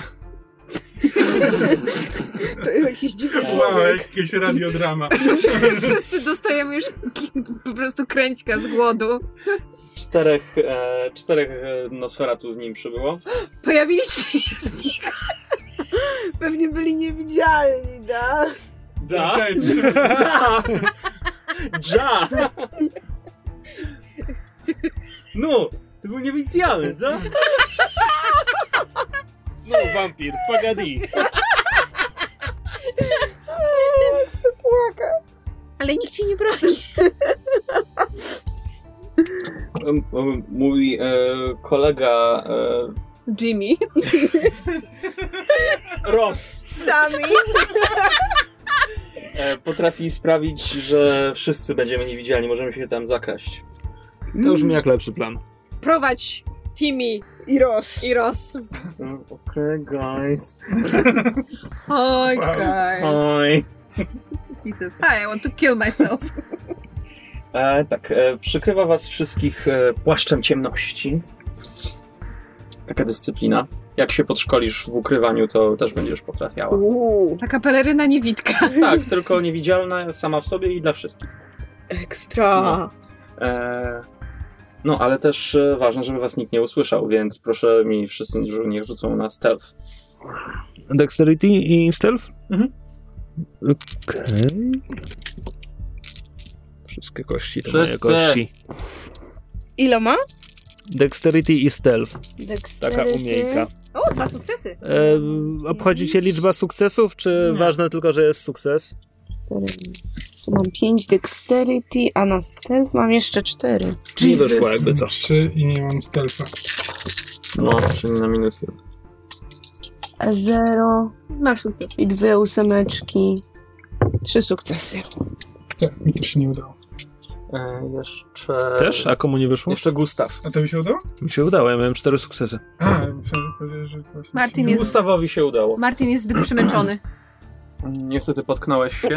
To jest jakiś dziwny Wow, człowiek. jakieś radiodrama. Wszyscy dostajemy już po prostu kręćka z głodu. Czterech, e, czterech e, Nosferatu z nim przybyło. Pojawiliście się znikąd. Pewnie byli niewidzialni, da? Da? Cześć. Da! Ja! No, to był niewidzialny, da? No, wampir, pagadi. Chcę płakać. Ale nikt ci nie broni. M- m- Mój e, kolega e, Jimmy. Ross Sami. e, potrafi sprawić, że wszyscy będziemy niewidzialni, możemy się tam zakraść. To brzmi jak lepszy plan. Prowadź Timmy I Ross. i Ross. Mm, Okej, okay, guys. Hi, Wow. guys. Oj. He says, hi, I want to kill myself. E, tak, e, przykrywa was wszystkich e, płaszczem ciemności. Taka dyscyplina. Jak się podszkolisz w ukrywaniu, to też będziesz potrafiała. Uuu, Taka peleryna niewidka. Tak, tylko niewidzialna sama w sobie i dla wszystkich. ekstra. No. E, no, ale też e, ważne, żeby was nikt nie usłyszał, więc proszę mi wszyscy niech rzucą na stealth. Dexterity i stealth? Mhm. Okej. Wszystkie kości to Wszyscy. moje kości. Iloma? Dexterity i stealth. Dexterity. Taka umiejka. O, dwa sukcesy. E, obchodzi cię liczba sukcesów, czy Nie. ważne tylko, że jest sukces? Tu mam pięć dexterity, a na stealth mam jeszcze cztery. Nie wyszło jakby co. Trzy i nie mam stealtha. No, czyli na minus jeden. Zero Masz sukces. i dwie ósemeczki. Trzy sukcesy. Tak, mi to się nie udało. E, jeszcze... Też? A komu nie wyszło? Jeszcze Gustaw. A to mi się udało? Mi się udało, ja miałem cztery sukcesy. A, myślałem, że powiedziałeś, że właśnie... Martin jest- Gustawowi się udało. Martin jest zbyt przemęczony. Niestety potknąłeś się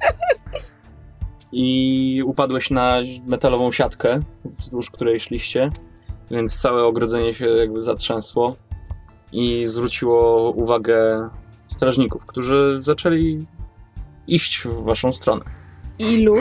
i upadłeś na metalową siatkę, wzdłuż której szliście, więc całe ogrodzenie się jakby zatrzęsło i zwróciło uwagę strażników, którzy zaczęli iść w waszą stronę. Ilu?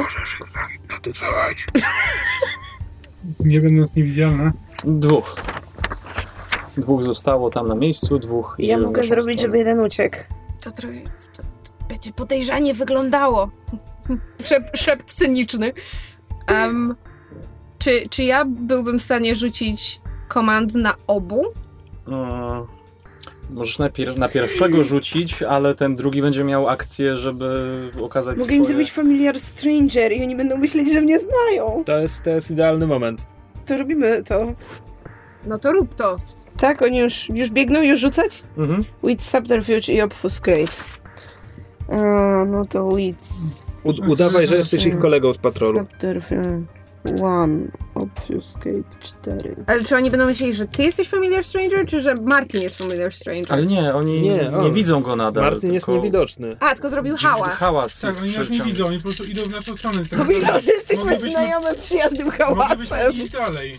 Nie będąc niewidzialna. Dwóch. Dwóch zostało tam na miejscu, dwóch Ja idzie w mogę waszą zrobić, stronę. żeby jeden uciekł. To trochę jest, to, to będzie podejrzanie wyglądało. Szep, szept cyniczny. Um, czy, czy ja byłbym w stanie rzucić komand na obu? Mm, możesz najpierw na pierwszego rzucić, ale ten drugi będzie miał akcję, żeby okazać Mogę swoje... im zrobić familiar stranger i oni będą myśleć, że mnie znają. To jest, to jest idealny moment. To robimy to. No to rób to. Tak? Oni już, już biegną, już rzucać? Mhm. With subterfuge i obfuscate. A, no to with... U- udawaj, że jesteś ich kolegą z patrolu. Subterfuge one, obfuscate cztery. Ale czy oni będą myśleli, że ty jesteś familiar stranger, czy że Martin jest familiar stranger? Ale nie, oni Nie, nie, on. widzą go nadal. Martin jest tylko niewidoczny. A, tylko zrobił hałas. Hałas. Tak, oni nas nie Przyciąg- widzą, oni po prostu idą w naszą stronę. Tak, Pomimo, że jesteśmy moglibyśmy- znajome przyjaznym Moglibyśmy hałasem. iść dalej.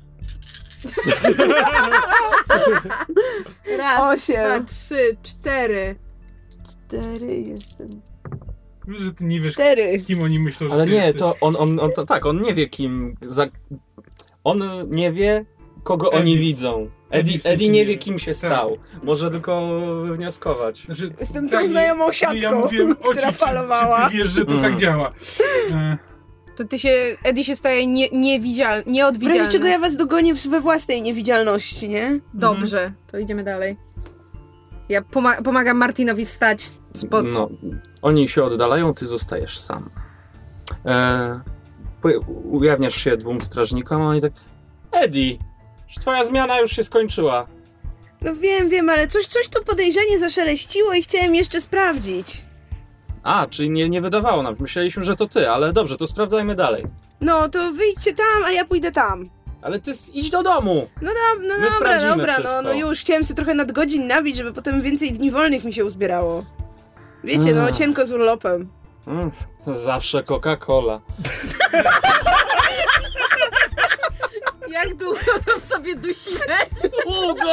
Raz, Osiem. dwa, trzy, cztery. Cztery, jestem. Wiesz, że ty nie wiesz, Cztery. kim oni myślą, że Ale ty nie, jesteś. to on, on, on to, tak, on nie wie kim. Za... On nie wie, kogo Eddie. oni widzą. Eddie Eddie, w sensie Eddie nie nie wie. wie, kim się Tak. stał. Może tylko wnioskować. Znaczy, Jestem tak, tą znajomą i- siatką, Ja mówiłem o która ci, czy, falowała. czy ty wiesz, że to Mm. tak działa. E, To ty się, Eddie się staje nie, niewidzialny, W nieodwidzialny. razie czego ja was dogonię w- we własnej niewidzialności, nie? Dobrze, to idziemy dalej. Ja poma- pomagam Martinowi wstać spod... No, oni się oddalają, ty zostajesz sam. E, poja- ujawniasz się dwóm strażnikom, a oni tak... Eddie, że twoja zmiana już się skończyła. No wiem, wiem, ale coś, coś tu podejrzanie zaszeleściło i chciałem jeszcze sprawdzić. A, czyli nie, nie wydawało nam. Myśleliśmy, że to ty, ale dobrze, to sprawdzajmy dalej. No to wyjdźcie tam, a ja pójdę tam. Ale ty s- idź do domu! No, no, no My dobra, sprawdzimy dobra, no, wszystko. no już, chciałem sobie trochę nadgodzin nabić, żeby potem więcej dni wolnych mi się uzbierało. Wiecie, no A. cienko z urlopem. Mm, zawsze Coca-Cola. Jak długo to w sobie dusiłeś? Długo!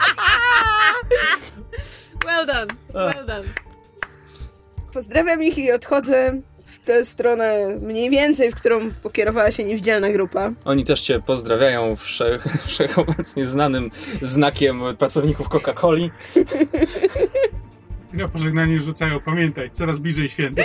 Well done, well done. Pozdrawiam ich i odchodzę w tę stronę mniej więcej, w którą pokierowała się niewidzialna grupa. Oni też cię pozdrawiają wszech, wszechobecnie znanym znakiem pracowników Coca-Coli. I na pożegnanie rzucają, pamiętaj, coraz bliżej święta.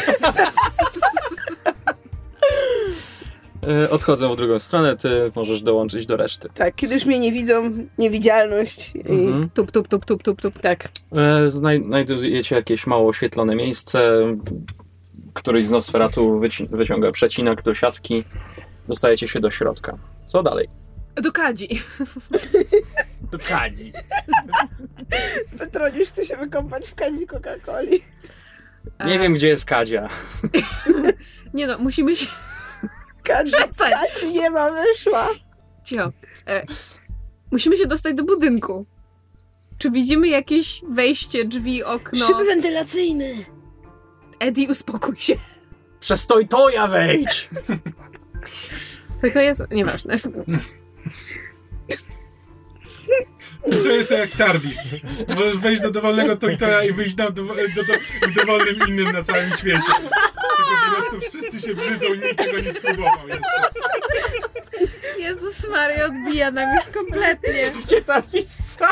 E, Odchodzą w drugą stronę, ty możesz dołączyć do reszty. Tak, kiedy już mnie nie widzą, niewidzialność i... Mhm. Tup, tup, tup, tup, tup, tup. Tak. E, znaj- Znajdujecie jakieś mało oświetlone miejsce. Któryś z Nosferatu wyci- wyciąga przecinak do siatki. Dostajecie się do środka. Co dalej? Do Kadzi. Do Kadzi. Petroniusz chce się wykąpać w kadzi Coca-Coli. Nie E. wiem, gdzie jest Kadzia. Nie no, musimy się... Kadzi, Przestań. kadzi nie ma, wyszła. Cicho. E, musimy się dostać do budynku. Czy widzimy jakieś wejście, drzwi, okno? Szyb wentylacyjny. Eddie, uspokój się. Przez to i to ja wejdź! To, to jest... Nieważne. To jest jak Tardis. Możesz wejść do dowolnego Toytoja i wyjść na do, do, do, w dowolnym innym na całym świecie. Tylko po prostu wszyscy się brzydzą i nikt tego nie spróbował jeszcze. Jezus Maria, odbija nam już kompletnie. Gdzie ta pizza?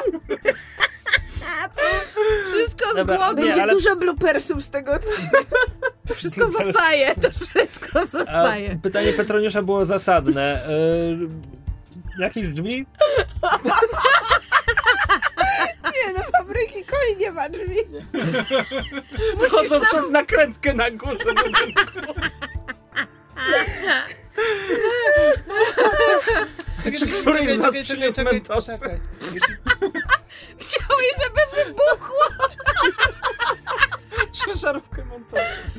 Wszystko z Dobra, głodu. nie, Będzie ale- dużo bloopersów z tego odcinka. To wszystko zostaje. To wszystko A zostaje. pytanie Petroniusza było zasadne. Yy, jakieś drzwi? Nie, no fabryki coli nie ma drzwi. Chodzą przez nakrętkę na górze. Czy któryś z was przyniósł mentosy? Chciałeś, żeby wybuchło. Ciężarówkę mentosu.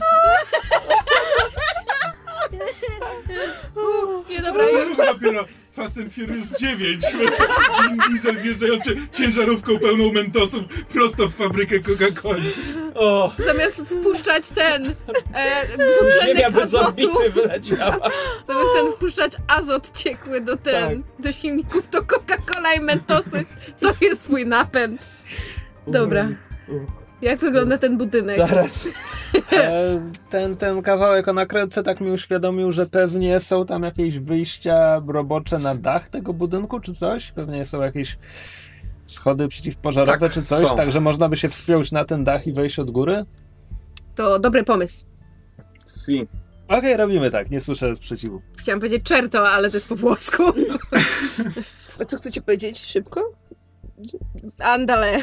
Nie, dobra, To już. już dopiero Fast and Furious dziewięć. Vin Diesel wjeżdżający ciężarówką pełną mentosów prosto w fabrykę Coca-Coli. O, Zamiast wpuszczać ten e, ziemia dwutlenek bez azotu, orbity wyleciała. zamiast ten wpuszczać azot ciekły do ten, do silników, to Coca-Cola i mentosy. To jest twój napęd. Dobra. Jak wygląda ten budynek? Zaraz. E, ten, ten kawałek o nakrętce tak mi uświadomił, że pewnie są tam jakieś wyjścia robocze na dach tego budynku, czy coś? Pewnie są jakieś schody przeciwpożarowe, Tak, czy coś, są. tak że można by się wspiąć na ten dach i wejść od góry? To dobry pomysł. Si. Okej, robimy tak, nie słyszę sprzeciwu. Chciałam powiedzieć czerto, ale to jest po włosku. A co chcecie powiedzieć? Szybko? Andale.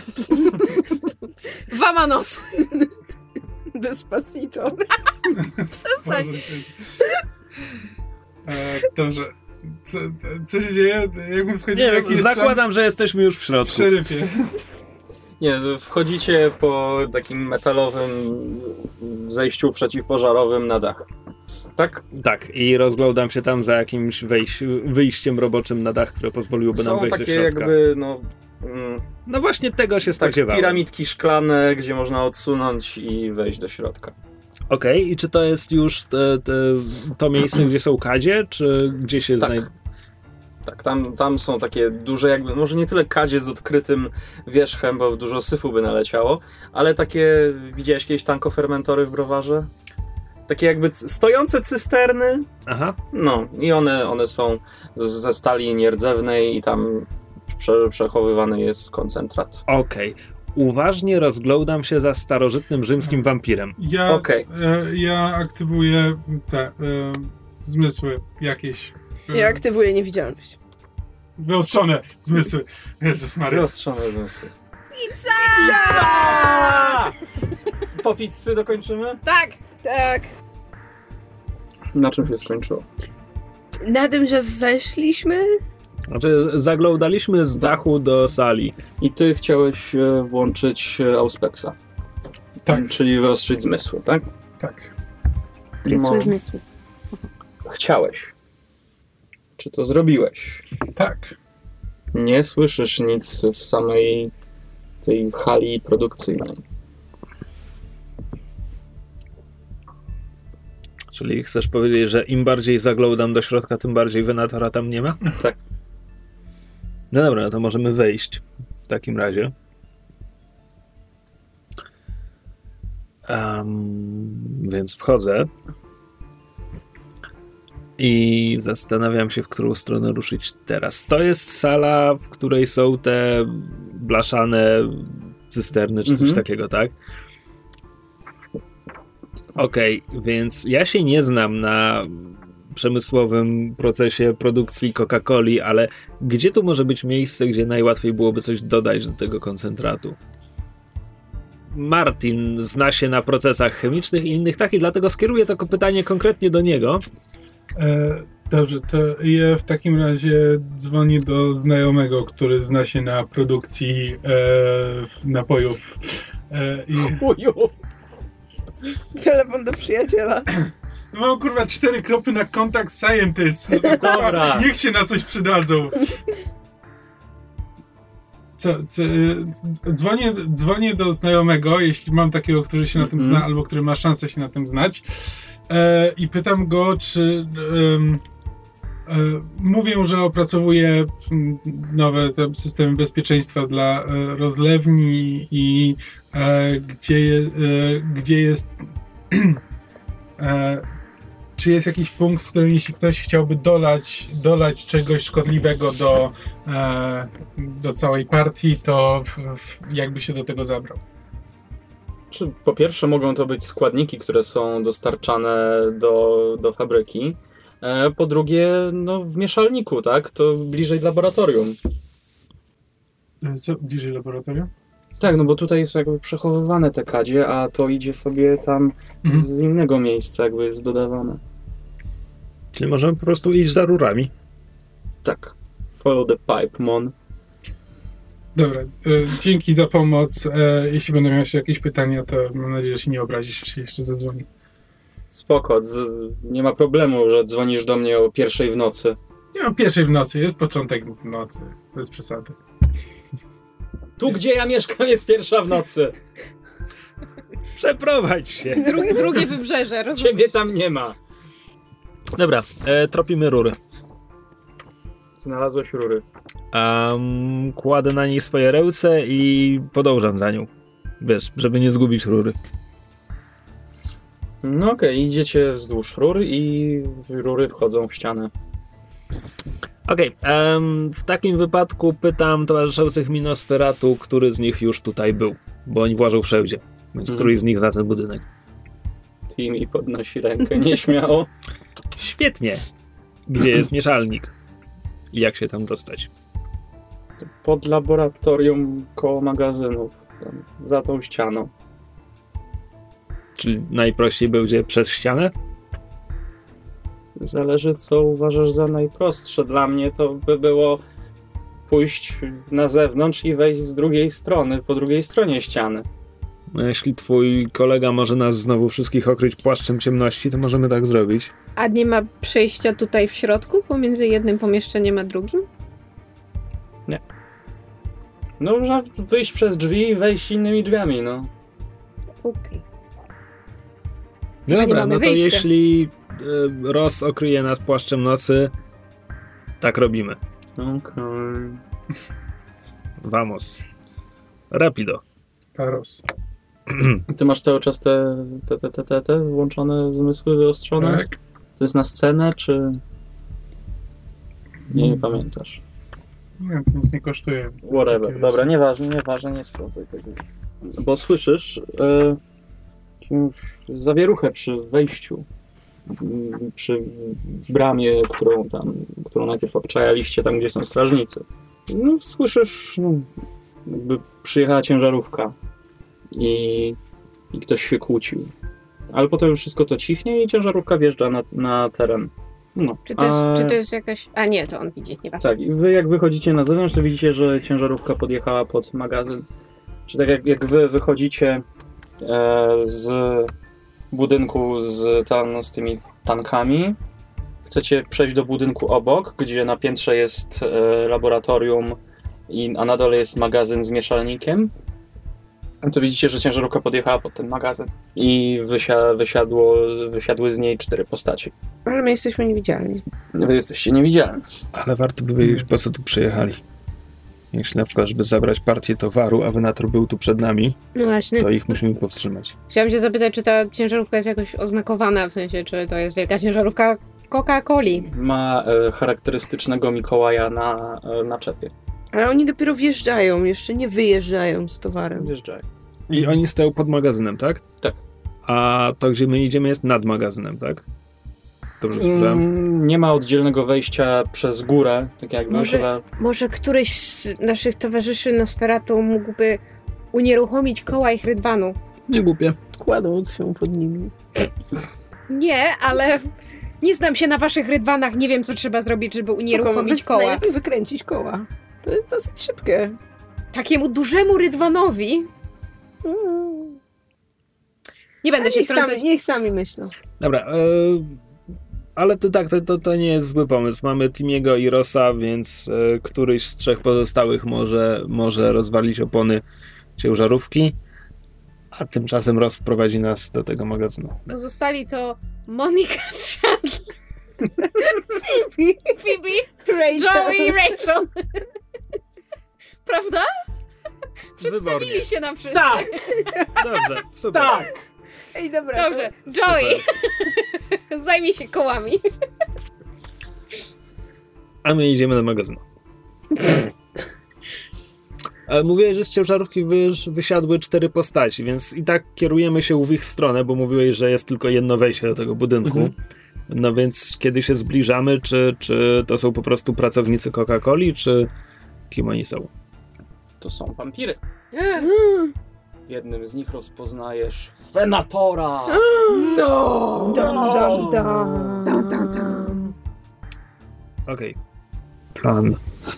Vamanos. Despacito. Przestań. Boże, ty. E, Dobrze. Co, co się dzieje? Jakbym wchodził Nie w wiem, jakiś zakładam, że jesteśmy już w środku. Szeryfie. Nie, wchodzicie po takim metalowym zejściu przeciwpożarowym na dach. Tak? Tak, i rozglądam się tam za jakimś wejś, wyjściem roboczym na dach, które pozwoliłoby nam Są wejść do takie środka. jakby, no... Mm, No właśnie tego się tak, spodziewałem. piramidki szklane, gdzie można odsunąć i wejść do środka. Okej, okay. I czy to jest już te, te, to miejsce, gdzie są kadzie, czy gdzie się Tak. znajduje? Tak, tam, tam są takie duże jakby, może nie tyle kadzie z odkrytym wierzchem, bo dużo syfu by naleciało, ale takie, widziałeś kiedyś tankofermentory w browarze? Takie jakby c- stojące cysterny, Aha. no i one, one są ze stali nierdzewnej i tam prze, przechowywany jest koncentrat. Okej. Okay. Uważnie rozglądam się za starożytnym rzymskim wampirem. Ja, Okej. e, ja aktywuję te e, zmysły jakieś. E, Ja aktywuję niewidzialność. Wyostrzone zmysły. Jezus Maria. Rozstrzone zmysły. Pizza! Po pizzy dokończymy? Tak! Tak. Na czym się skończyło? Na tym, że weszliśmy? Znaczy, zaglądaliśmy z dachu do sali. I ty chciałeś e, włączyć e, Auspexa. Tak, Czyli wyostrzyć zmysły, tak? tak. No, zmysły. chciałeś. Czy to zrobiłeś? Tak. Nie słyszysz nic w samej tej hali produkcyjnej. Czyli chcesz powiedzieć, że im bardziej zaglądam do środka, tym bardziej Venatora tam nie ma? Tak. No dobra, no to możemy wejść w takim razie. Um, więc wchodzę i zastanawiam się, w którą stronę ruszyć teraz. To jest sala, w której są te blaszane cysterny, czy coś mhm. takiego, tak? Okej, okay, więc ja się nie znam na przemysłowym procesie produkcji Coca-Coli, ale gdzie tu może być miejsce, gdzie najłatwiej byłoby coś dodać do tego koncentratu? Martin zna się na procesach chemicznych i innych takich, dlatego skieruję to pytanie konkretnie do niego. E, dobrze, to ja w takim razie dzwonię do znajomego, który zna się na produkcji e, napojów. E, i... Telefon do przyjaciela. No mam kurwa cztery kropy na Contact Scientist. No to, Dobra. Niech się na coś przydadzą. Co, co, dzwonię, dzwonię do znajomego, jeśli mam takiego, który się na tym zna, albo który ma szansę się na tym znać, e, i pytam go, czy e, e, mówię, że opracowuje nowe te systemy bezpieczeństwa dla e, rozlewni i e, gdzie, je, e, gdzie jest e, czy jest jakiś punkt, w którym jeśli ktoś chciałby dolać, dolać czegoś szkodliwego do, e, do całej partii, to w, w, jakby się do tego zabrał? Czy po pierwsze mogą to być składniki, które są dostarczane do, do fabryki. E, po drugie, no w mieszalniku, tak? To bliżej laboratorium. Co? Bliżej laboratorium? Tak, no bo tutaj jest jakby przechowywane te kadzie, a to idzie sobie tam mhm. z innego miejsca, jakby jest dodawane. Czyli możemy po prostu iść za rurami. Tak. Follow the pipe, mon. Dobra, e, dzięki za pomoc. E, jeśli będę miał jeszcze jakieś pytania, to mam nadzieję, że się nie obrazisz, jeśli jeszcze zadzwoni. Spoko, z, nie ma problemu, że dzwonisz do mnie o pierwszej w nocy. Nie o pierwszej w nocy, jest początek nocy, bez przesady. Tu, gdzie ja mieszkam, jest pierwsza w nocy. Przeprowadź się. Drugie, drugie wybrzeże, rozumiesz? Ciebie tam nie ma. Dobra, e, tropimy rury. Znalazłeś rury. Um, kładę na niej swoje ręce i podążam za nią. Wiesz, żeby nie zgubić rury. No okej, okay, idziecie wzdłuż rur i rury wchodzą w ścianę. Okej, okay, um, w takim wypadku pytam towarzyszących mi Nosferatu, który z nich już tutaj był, bo oni włażą wszędzie, więc mm. któryś z nich zna ten budynek. Timmy podnosi rękę nieśmiało. Świetnie. Gdzie jest mieszalnik? I jak się tam dostać? Pod laboratorium koło magazynów, tam, za tą ścianą. Czyli najprościej będzie przez ścianę? Zależy, co uważasz za najprostsze. Dla mnie to by było pójść na zewnątrz i wejść z drugiej strony, po drugiej stronie ściany. No, jeśli twój kolega może nas znowu wszystkich okryć płaszczem ciemności, to możemy tak zrobić. A nie ma przejścia tutaj w środku, pomiędzy jednym pomieszczeniem a drugim? Nie. No, można wyjść przez drzwi i wejść innymi drzwiami, no. Okej. Okay. No dobra, no to wyjścia. Jeśli y, Ross okryje nas płaszczem nocy, tak robimy. Okej. Okay. Vamos. Rapido. Paros. Ty masz cały czas te, te, te, te, te, te włączone zmysły wyostrzone? Tak. To jest na scenę, czy nie, nie pamiętasz? Nie, to nic nie kosztuje. Whatever. Dobra, nieważne, nieważne, nie sprawdzaj tego. Bo słyszysz e, zawieruchę przy wejściu, przy bramie, którą tam, którą najpierw obczajaliście, tam gdzie są strażnicy. No, słyszysz, no, jakby przyjechała ciężarówka i, i ktoś się kłócił. Ale potem wszystko to cichnie i ciężarówka wjeżdża na, na teren. No. Czy, to jest, A... czy to jest jakaś... A nie, to on widzi, nieważne. Tak, i wy jak wychodzicie na zewnątrz, to widzicie, że ciężarówka podjechała pod magazyn. Czy tak jak, jak wy wychodzicie e, z budynku z, tam, z tymi tankami, chcecie przejść do budynku obok, gdzie na piętrze jest e, laboratorium, i, a na dole jest magazyn z mieszalnikiem, to widzicie, że ciężarówka podjechała pod ten magazyn i wysia, wysiadło, wysiadły z niej cztery postaci. Ale my jesteśmy niewidzialni. Wy jesteście niewidzialni. Ale warto by wiedzieć, po co tu przyjechali. Jeśli na przykład, żeby zabrać partię towaru, a Venator był tu przed nami, No właśnie. to ich musimy powstrzymać. Chciałam się zapytać, czy ta ciężarówka jest jakoś oznakowana, w sensie, czy to jest wielka ciężarówka Coca-Coli. Ma e, charakterystycznego Mikołaja na, e, na czepie. Ale oni dopiero wjeżdżają, jeszcze nie wyjeżdżają z towarem. Wjeżdżają. I oni stoją pod magazynem, tak? Tak. A to, gdzie my idziemy, jest nad magazynem, tak? Dobrze słyszałem? Mm, nie ma oddzielnego wejścia przez górę, tak jakby. Może- chyba- Może któryś z naszych towarzyszy Nosferatu mógłby unieruchomić koła ich rydwanu. Nie głupie. Kładąc się pod nimi. Nie, ale nie znam się na waszych rydwanach, nie wiem, co trzeba zrobić, żeby unieruchomić Wy- koła. Najlepiej wykręcić koła. To jest dosyć szybkie. Takiemu dużemu rydwanowi nie będę się niech, wtrącać. sami, niech sami myślą. Dobra, e, ale to tak, to, to, to nie jest zły pomysł. Mamy Timiego i Rossa, więc e, któryś z trzech pozostałych może, może rozwalić opony ciężarówki, a tymczasem Ross wprowadzi nas do tego magazynu. Pozostali to Monika Chandler, Phoebe, Phoebe, Rachel. Joey i Rachel. Prawda? Wybornie. Przedstawili się nam wszyscy. Tak! Dobrze, super. Tak! Ej, dobra. Dobrze, Joey, zajmij się kołami. A my idziemy do magazynu. Ale mówiłeś, że z ciężarówki wyż, wysiadły cztery postaci, więc i tak kierujemy się w ich stronę, bo mówiłeś, że jest tylko jedno wejście do tego budynku. Mhm. No więc kiedy się zbliżamy, czy, czy to są po prostu pracownicy Coca-Coli, czy kim oni są? To są wampiry. Mm. W jednym z nich rozpoznajesz Venatora! No! Dum, dum, dum. Dum, dum, dum. Okej. Plan.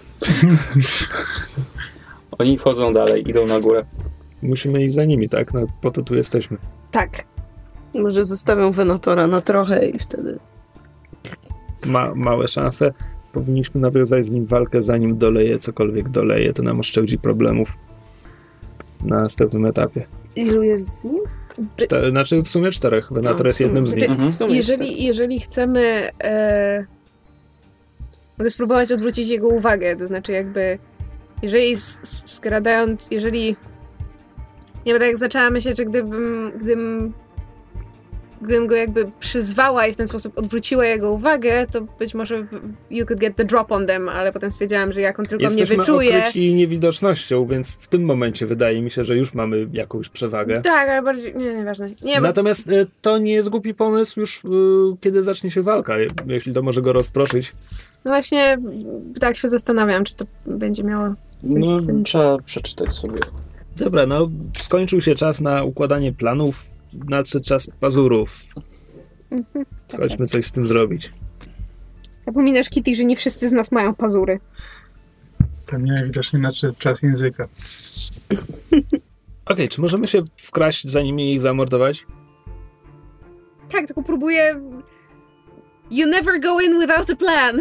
Oni wchodzą dalej, idą na górę. Musimy iść za nimi, tak? No, po to tu jesteśmy. Tak. Może zostawią Venatora na trochę i wtedy... Ma, małe szanse. Powinniśmy nawiązać z nim walkę, zanim doleje cokolwiek doleje. To nam oszczędzi problemów na następnym etapie. Ilu jest z nim? Cztery, znaczy w sumie czterech. Venator A, w jest sumie. jednym z nich. Ty- Mhm. W sumie Jeżeli, jeżeli chcemy... E, mogę spróbować odwrócić jego uwagę, to znaczy jakby... Jeżeli s- s- skradając... Jeżeli... Nie wiem, tak jak zaczęłam myśleć, że gdybym... gdybym gdybym go jakby przyzwała i w ten sposób odwróciła jego uwagę, to być może w- you could get the drop on them, ale potem stwierdziłam, że jak on tylko Jesteśmy mnie wyczuje... okryci niewidocznością, więc w tym momencie wydaje mi się, że już mamy jakąś przewagę. Tak, ale bardziej... Nie, nieważne. Nie, bo Natomiast y, to nie jest głupi pomysł już, y, kiedy zacznie się walka, je- jeśli to może go rozproszyć. no właśnie tak się zastanawiam, czy to będzie miało sens. No, sens. trzeba przeczytać sobie. Dobra, no skończył się czas na układanie planów, nadszedł czas pazurów. Mhm. Chodźmy coś z tym zrobić. Zapominasz, Kitty, że nie wszyscy z nas mają pazury. Tam nie widocznie nadszedł czas języka. Okej, czy możemy się wkraść za nimi i ich zamordować? Tak, tylko próbuję... You never go in without a plan.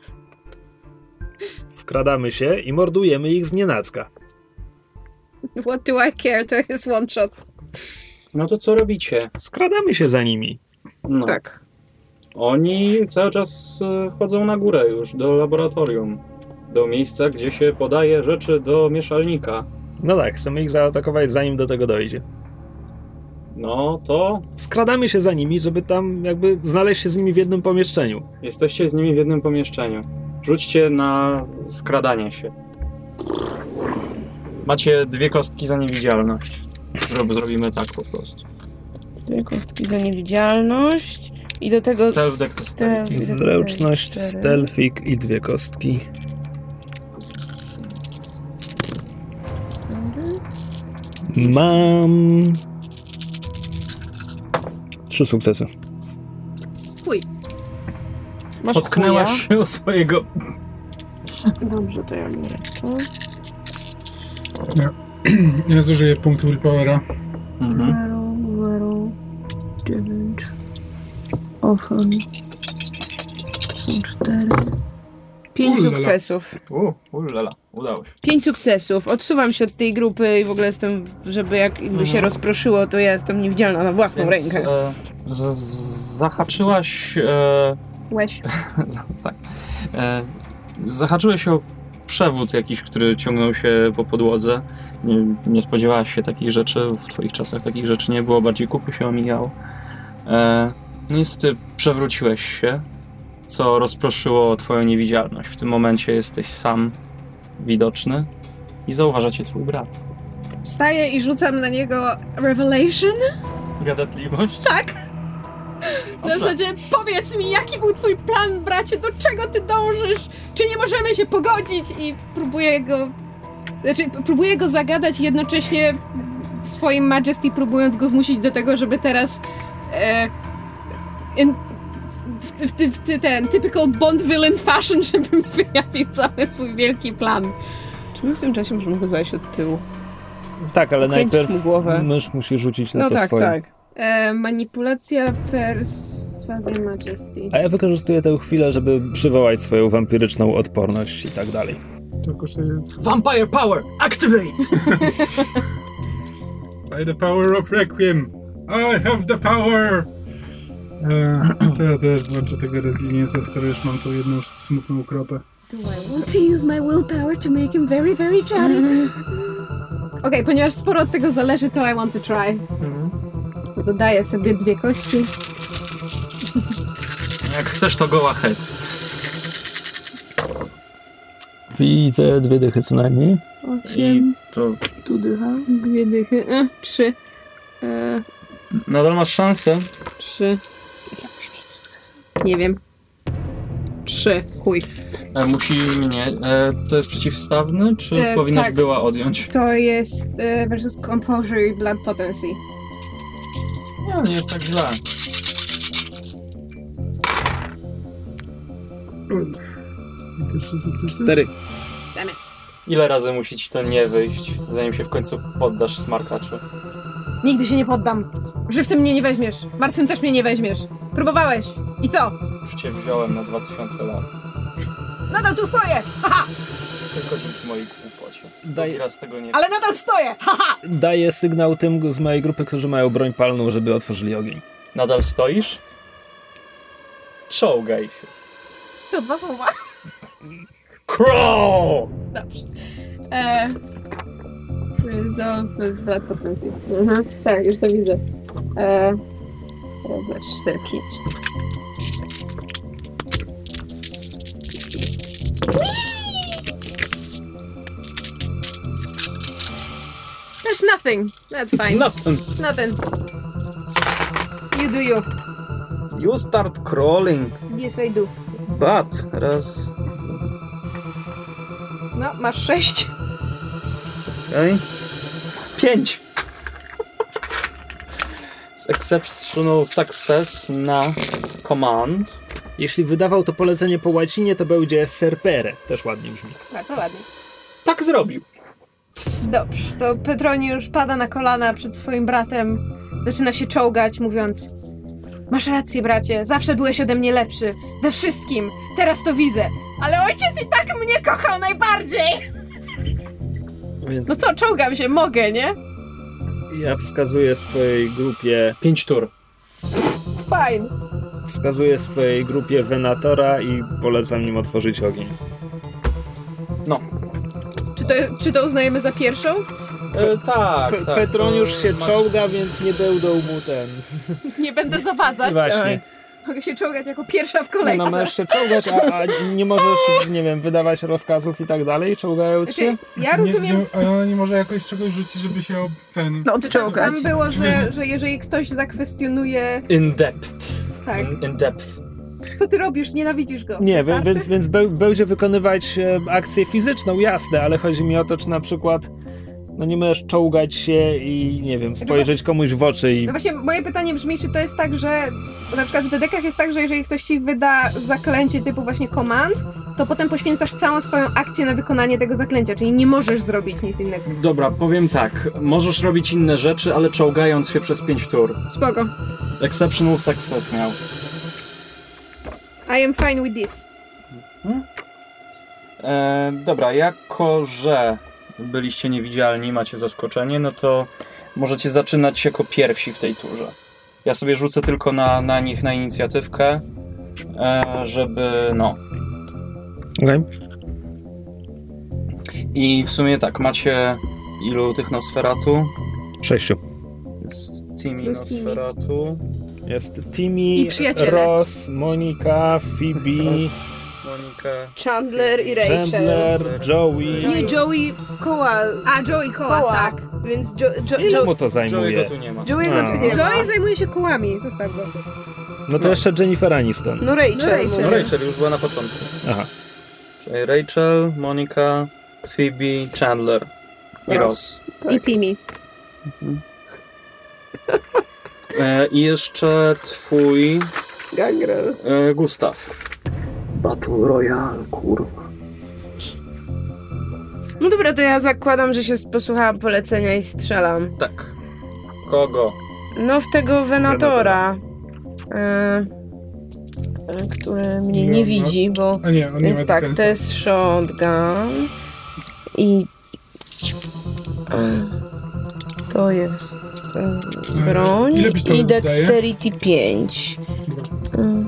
Wkradamy się i mordujemy ich znienacka. What do I care? To jest one shot. No to co robicie? Skradamy się za nimi. No. Tak. Oni cały czas e, wchodzą na górę już, do laboratorium. Do miejsca, gdzie się podaje rzeczy do mieszalnika. No tak, chcemy ich zaatakować, zanim do tego dojdzie. No to Skradamy się za nimi, żeby tam jakby znaleźć się z nimi w jednym pomieszczeniu. jesteście z nimi w jednym pomieszczeniu. Rzućcie na skradanie się. Macie dwie kostki za niewidzialność. Zrob- Zrobimy tak po prostu. Dwie kostki za niewidzialność. I do tego... Stealth Dexterity. Stealth. Zręczność, Cztery. stealthik i dwie kostki. Mam... Trzy sukcesy. Fuj. Masz Potknęłaś chuja? się o swojego... Dobrze, to ja biorę to. Ja zużyję punkt willpowera. Mhm. Zero, zero, dziewięć, osiem, są cztery. Pięć Ulala. sukcesów. U, ulala, udało się. Pięć sukcesów. Odsuwam się od tej grupy i w ogóle jestem, żeby jakby się Mhm. rozproszyło, to ja jestem niewidzialna na własną Więc, rękę. e, z, z, zahaczyłaś... E, Łeś. za, tak. E, zahaczyłeś o przewód jakiś, który ciągnął się po podłodze. Nie, nie spodziewałaś się takich rzeczy, w twoich czasach takich rzeczy nie było, bardziej kupy się omijało. E, no niestety przewróciłeś się, co rozproszyło twoją niewidzialność. W tym momencie jesteś sam widoczny i zauważa cię twój brat. Wstaję i rzucam na niego Revelation. Gadatliwość? Tak. Na zasadzie, powiedz mi, jaki był twój plan, bracie, do czego ty dążysz? Czy nie możemy się pogodzić? I próbuję go... Znaczy, próbuję go zagadać jednocześnie w swoim Majesty, próbując go zmusić do tego, żeby teraz e, in, w, w, w, w ten typical Bond villain fashion, żeby mi wyjawił cały swój wielki plan. Czy my w tym czasie możemy go zajść od tyłu? Tak, ale Ukręcić najpierw mu głowę. mysz musi rzucić na No to tak, swoje. tak. E, manipulacja perswazja Majesty. A ja wykorzystuję tę chwilę, żeby przywołać swoją wampiryczną odporność i tak dalej. To kosztuje... Vampire Power! Activate! By the power of Requiem! I have the power! Eee, to ja też włączę tego resilience'a, skoro już mam tą jedną smutną kropę. Do I want to use my willpower to make him very, very chatty? Mm. Okej, okay, ponieważ sporo od tego zależy, to I want to try. Mhm. Dodaję sobie dwie kości. Jak chcesz, to go ahead. Widzę dwie dychy co najmniej. I to... Tu dycha. Dwie dychy. E, trzy. E, Nadal masz szansę. trzy. Nie wiem. Trzy. Chuj. E, musi... nie. E, to jest przeciwstawny, czy E, powinnaś tak. była odjąć? To jest e, versus Composure i Blood Potency. Nie, nie jest tak źle. Widzę trzy sukcesy? Cztery. Ile razy musi ci to nie wyjść, zanim się w końcu poddasz smarkaczu? Nigdy się nie poddam. Żywcem mnie nie weźmiesz. Martwym też mnie nie weźmiesz. Próbowałeś. I co? Już cię wziąłem na dwa tysiące lat. Nadal tu stoję! Haha! Tylko dzięki mojej głupocie. Daj- Drugi raz tego nie... Ale nadal stoję! Haha! Daję sygnał tym z mojej grupy, którzy mają broń palną, żeby otworzyli ogień. Nadal stoisz? Czołgaj się. To dwa słowa. Crow! Dobrze. Eee... Resolve Blood Potency. Mhm. Tak, już to widzę. Eee... Dobra, cztery, pięć. That's nothing. That's fine. Nothing. Nothing. You do you. You start crawling. Yes, I do. But, raz... No, masz sześć. Okej. Pięć. Exceptional success na command. Jeśli wydawał to polecenie po łacinie, to będzie serpere. Też ładnie brzmi. Bardzo ładnie. Tak zrobił. Dobrze, to Petroniusz pada na kolana przed swoim bratem. Zaczyna się czołgać, mówiąc: masz rację, bracie, zawsze byłeś ode mnie lepszy. We wszystkim. Teraz to widzę. Ale ojciec i tak mnie kochał najbardziej. Więc No co, czołgam się, mogę, nie? ja wskazuję swojej grupie, Pięć tur. Fajnie. wskazuję swojej grupie Venatora i polecam nim otworzyć ogień. No. Czy to, czy to uznajemy za pierwszą? E, tak, Pe- tak. Petroniusz to się masz- czołga, więc nie bełdą mu ten. Nie będę zawadzać. Właśnie. Mogę się czołgać jako pierwsza w kolejce. No możesz się czołgać, a, a nie możesz, nie wiem, wydawać rozkazów i tak dalej, czołgając się? Znaczy, ja rozumiem... Nie, nie, a nie może jakoś czegoś rzucić, żeby się ob- ten... No, odczołgać. Tam było, że, że jeżeli ktoś zakwestionuje... In depth. Tak. In, in depth. Co ty robisz? Nienawidzisz go. Nie, Wystarczy? więc, więc be, będzie wykonywać e, akcję fizyczną, jasne, ale chodzi mi o to, czy na przykład no nie możesz czołgać się i, nie wiem, spojrzeć komuś w oczy i... No właśnie, moje pytanie brzmi, czy to jest tak, że na przykład w D D K-ach jest tak, że jeżeli ktoś ci wyda zaklęcie typu właśnie command, to potem poświęcasz całą swoją akcję na wykonanie tego zaklęcia, czyli nie możesz zrobić nic innego. Dobra, powiem tak. Możesz robić inne rzeczy, ale czołgając się przez pięć tur. Spoko. Exceptional success miał. I am fine with this. E, dobra, jako że byliście niewidzialni, macie zaskoczenie, no to możecie zaczynać jako pierwsi w tej turze. Ja sobie rzucę tylko na, na nich na inicjatywkę, e, żeby no... Okej. I w sumie tak, macie ilu tych Nosferatu? Sześciu. Jest Timmy Plus Timmy. Nosferatu. Jest Timmy, I przyjaciele. Ross, Monika, Phoebe, Ross, Monika. Chandler i Rachel. Chandler, Joey. Nie, Joey koła. A, Joey koła, Koła. tak. Więc jo, jo, Ile jo, mu to zajmuje? Joey'ego tu nie ma. Joey'ego tu A. nie ma. Joey zajmuje się kołami, zostaw go. No to jeszcze Jennifer Aniston. No Rachel. No Rachel. No Rachel już była na początku. Aha. Czyli Rachel, Monika, Phoebe, Chandler i Ross. I Timmy. E, I jeszcze twój Gangrel. e, Gustaw. Battle Royale, kurwa. No dobra, to ja zakładam, że się posłuchałam polecenia i strzelam. Tak. Kogo? No w tego Venatora. E, e, który mnie nie No, widzi, bo... A nie, on nie Więc ma tak, defensa. to jest shotgun. I... e, To jest e, broń. Ile pistolet I daje? dexterity pięć. Mhm.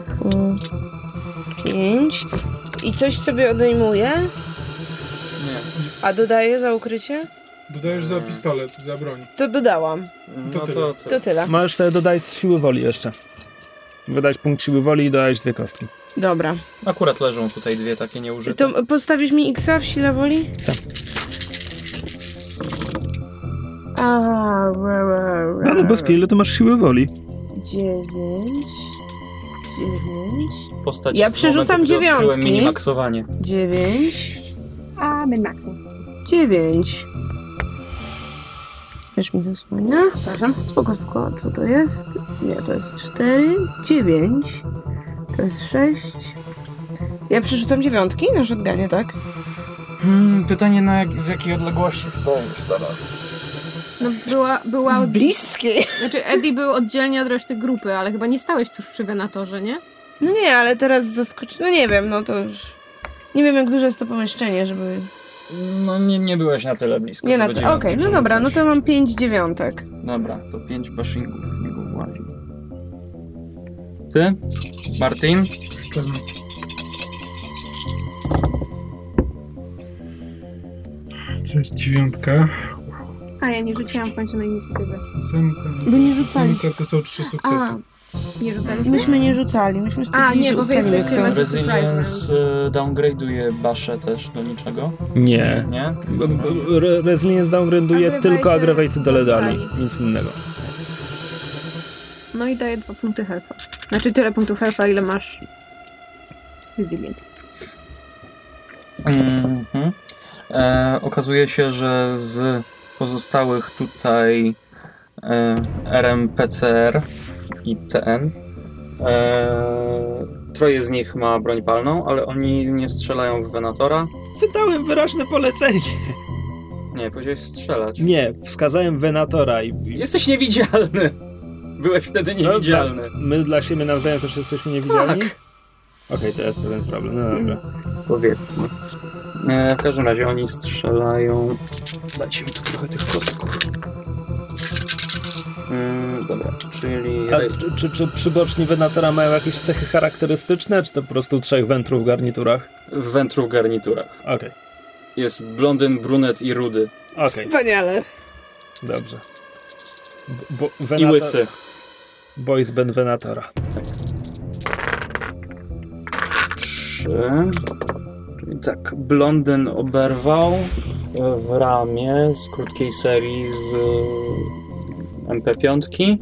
pięć. I coś sobie odejmuje? Nie. A dodaję za ukrycie? Dodajesz za pistolet, za broń. To dodałam. No To to, To to, tyle. Możesz sobie dodać z siły woli jeszcze. Wydać punkt siły woli i dodać dwie kostki. Dobra. Akurat leżą tutaj dwie takie nieużyte. To postawisz mi X-a w sile woli? Tak. A, ra, ra, ra. Ale bez ile to masz siły woli? Dziewięć. Dziewięć. Postać Ja z przerzucam momentu, gdy odkryłem dziewiątki. minimaksowanie. Dziewięć. A, Min-Maxu. Dziewięć. Wiesz mi zasłania? Przepraszam. Spoko, spoko. Co to jest? Nie, to jest cztery. Dziewięć. To jest sześć. Ja przerzucam dziewiątki na shotgunie, tak? Hmm, pytanie na jak, w jakiej odległości stoisz teraz? No była, była od... Bliskiej. Znaczy Eddie był oddzielnie od reszty grupy, ale chyba nie stałeś tuż przy Venatorze, nie? No nie, ale teraz zaskoczy... No nie wiem, no to już... Nie wiem, jak duże jest to pomieszczenie, żeby... No nie, nie byłeś na tyle blisko. Nie na żeby to. Okej, dziewiątki no dobra, no przerzucać. to mam pięć dziewiątek. Dobra, to pięć bashingów w niego włazi. Ty? Martin? Pewno. To jest dziewiątka. A ja nie rzuciłam w końcu na inicjatywę. Ósemka. Bo nie rzucaliśmy. Ósemka to są trzy sukcesy. Nie rzucaliśmy? Myśmy nie rzucali, myśmy A, nie, bo wy ustawili jesteście to. na- Resilience y, downgrade'uje baszę też do niczego, Nie. nie? B- b- Re- Resilience downgrade'uje Aggravated tylko Aggravated do Ledali. Ledali. Nic innego. No i daję dwa punkty health'a. Znaczy tyle punktów health'a, ile masz resilience. Mhm. E, okazuje się, że z pozostałych tutaj e, R M P C R i T N e, troje z nich ma broń palną, ale oni nie strzelają w Venatora. Wydałem wyraźne polecenie. Nie, powiedziałeś strzelać. Nie, wskazałem Venatora i... i- Jesteś niewidzialny! Byłeś wtedy Co? niewidzialny. Dla- My dla siebie nawzajem też jesteśmy niewidzialni? Tak. Okej, to jest pewien problem, no dobra. Powiedzmy. E, w każdym razie oni strzelają... Dajcie mi tu trochę tych kostków. Mm, dobra, czyli... A czy, czy, czy przyboczni Venatora mają jakieś cechy charakterystyczne, czy to po prostu trzech wętrów w garniturach? Wętrów w garniturach. Okej, Jest blondyn, brunet i rudy. okej, Wspaniale. dobrze. Bo, bo I Venator- łysy. Boys band Venatora. Trzy. Czyli tak, blondyn oberwał w ramię z krótkiej serii z M P pięć,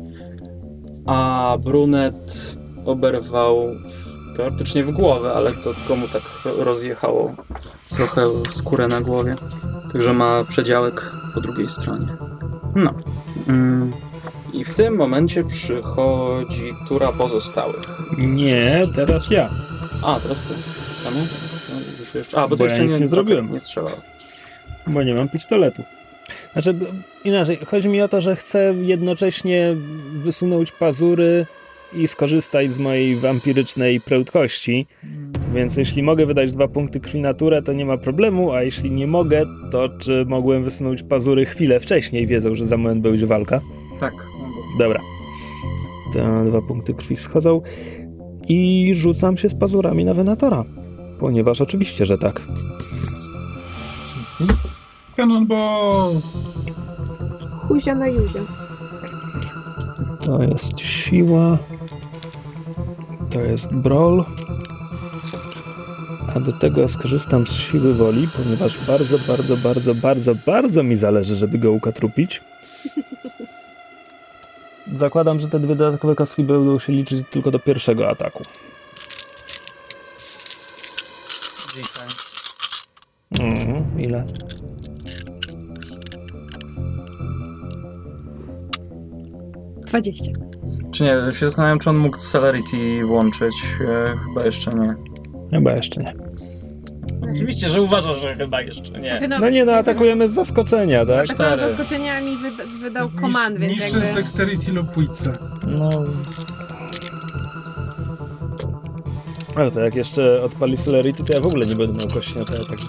a brunet oberwał w, teoretycznie w głowę, ale to komu tak rozjechało trochę skórę na głowie. Także ma przedziałek po drugiej stronie. No. Mm. I w tym momencie przychodzi tura pozostałych. Nie, teraz ja. A, teraz ty. Czemu? No, to jeszcze... A, bo, Bo to ja jeszcze nic nie zrobiłem. Nie strzelałem. Bo nie mam pistoletu. Znaczy, b- inaczej, chodzi mi o to, że chcę jednocześnie wysunąć pazury i skorzystać z mojej wampirycznej prędkości. Więc jeśli mogę wydać dwa punkty krwi naturę, to nie ma problemu, a jeśli nie mogę, to czy mogłem wysunąć pazury chwilę wcześniej, wiedzą, że za moment będzie walka? Tak. Dobra. To dwa punkty krwi schodzą i rzucam się z pazurami na Venatora. Ponieważ oczywiście, że tak. Cannonball! Huzia na Juzia. To jest siła. To jest brawl. A do tego skorzystam z siły woli, ponieważ bardzo, bardzo, bardzo, bardzo, bardzo mi zależy, żeby go ukatrupić. Zakładam, że te dwie dodatkowe kostki będą się liczyć tylko do pierwszego ataku. Mm, ile? dwadzieścia. Czy nie, się zastanawiam, czy on mógł Celerity włączyć. E, chyba jeszcze nie. Chyba jeszcze nie. Oczywiście, że uważasz, że chyba jeszcze nie. Znaczy, No nie, no atakujemy z zaskoczenia, tak? Atakują z zaskoczeniami wyda, wydał komand, więc Niższy jakby... z Dexterity lub Witsa. No. Ale to jak jeszcze odpali Celerity, to ja w ogóle nie będę miał kości na te ataki.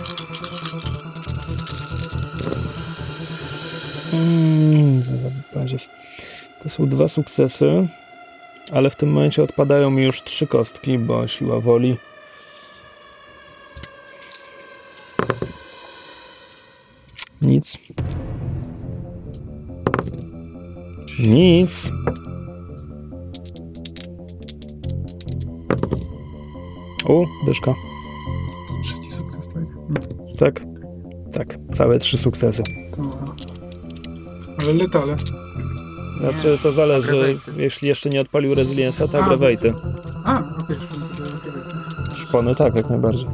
Mm, to są dwa sukcesy, ale w tym momencie odpadają mi już trzy kostki, bo siła woli. Nic. Nic. O, dyszka. Trzeci sukces, tak? Tak. Tak, całe trzy sukcesy. To... Ale letale. Znaczy, to zależy, Aggravated. jeśli jeszcze nie odpalił Resilience'a, to A. Aggravated. A, okej, okay, Szpony, tak, jak najbardziej.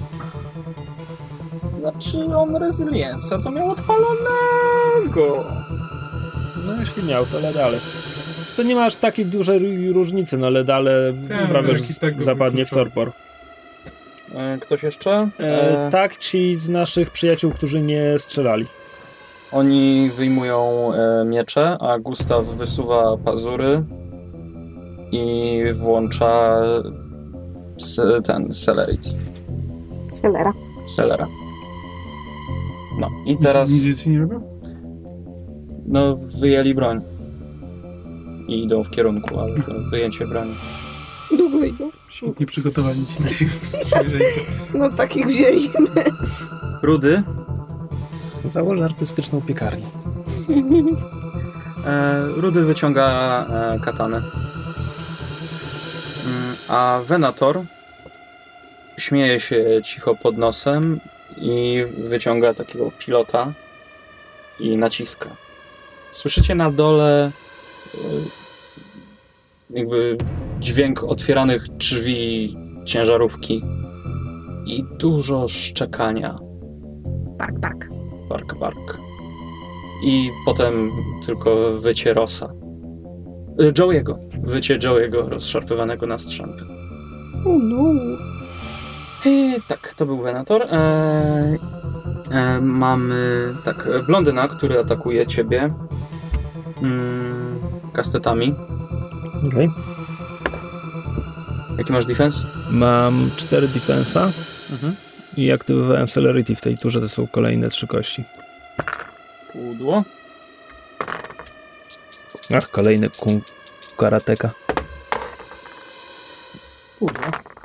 Znaczy on Resilience'a to miał odpalonego. No jeśli miał, to ledale. To nie ma aż takiej dużej różnicy, no ledale Tak, sprawia, że tak, i tak go zapadnie w wykluczą. torpor. E, ktoś jeszcze? E, E, tak, ci z naszych przyjaciół, którzy nie strzelali. Oni wyjmują e, miecze, a Gustaw wysuwa pazury i włącza se, ten Celerity. Celera. Celera. No i teraz Nic więcej nie robią? no wyjęli broń. I idą w kierunku, ale to wyjęcie broni. Długo idą. Świetnie przygotowani ci nasi spojrzeńcy. No takich wzięliśmy. Rudy. Założę artystyczną piekarnię. E, Rudy wyciąga e, katanę. Mm, a Venator śmieje się cicho pod nosem i wyciąga takiego pilota i naciska. Słyszycie na dole e, jakby dźwięk otwieranych drzwi ciężarówki i dużo szczekania. Bark, bark. Bark, bark. I potem tylko wycie Rossa. Y, Joey'ego. Wycie Joey'ego rozszarpywanego na strzępy. Oh no. I tak, to był Venator. E, e, mamy tak, blondyna, który atakuje ciebie mm, kastetami. Okej. Okay. Jaki masz defense? Mam cztery defensa Mhm. i aktywowałem Celerity w tej turze, to są kolejne trzy kości. Pudło. Ach, kolejny kun karateka. Pudło.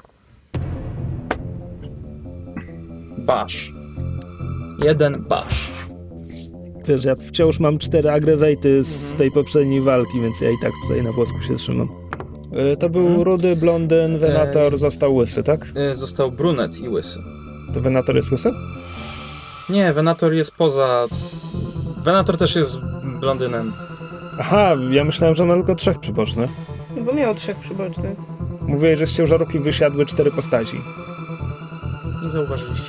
Bash. Jeden bash. Wiesz, ja wciąż mam cztery aggravaty z tej poprzedniej walki, więc ja i tak tutaj na włosku się trzymam. Yy, to był Mhm. rudy, blondyn, Venator, Eee. został łysy, tak? Y, został brunet i łysy. To Venator jest łysy? Nie, Venator jest poza... Venator też jest blondynem. Aha, ja myślałem, że ma tylko trzech przybocznych. Bo miał trzech przybocznych. Mówiłeś, że z ciężarówki wysiadły cztery postaci. Nie zauważyliście.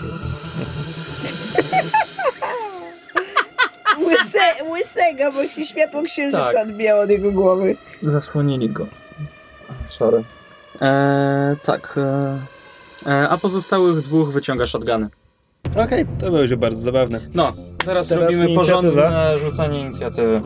Łyse, łysego, bo się światło księżyca Tak. odbijało od jego głowy. Zasłonili go. Sorry. Eee, tak. Eee, a pozostałych dwóch wyciąga shotguny. Okej, okay, to będzie bardzo zabawne. No, teraz, Teraz robimy inicjatywa. porządne rzucanie inicjatywy.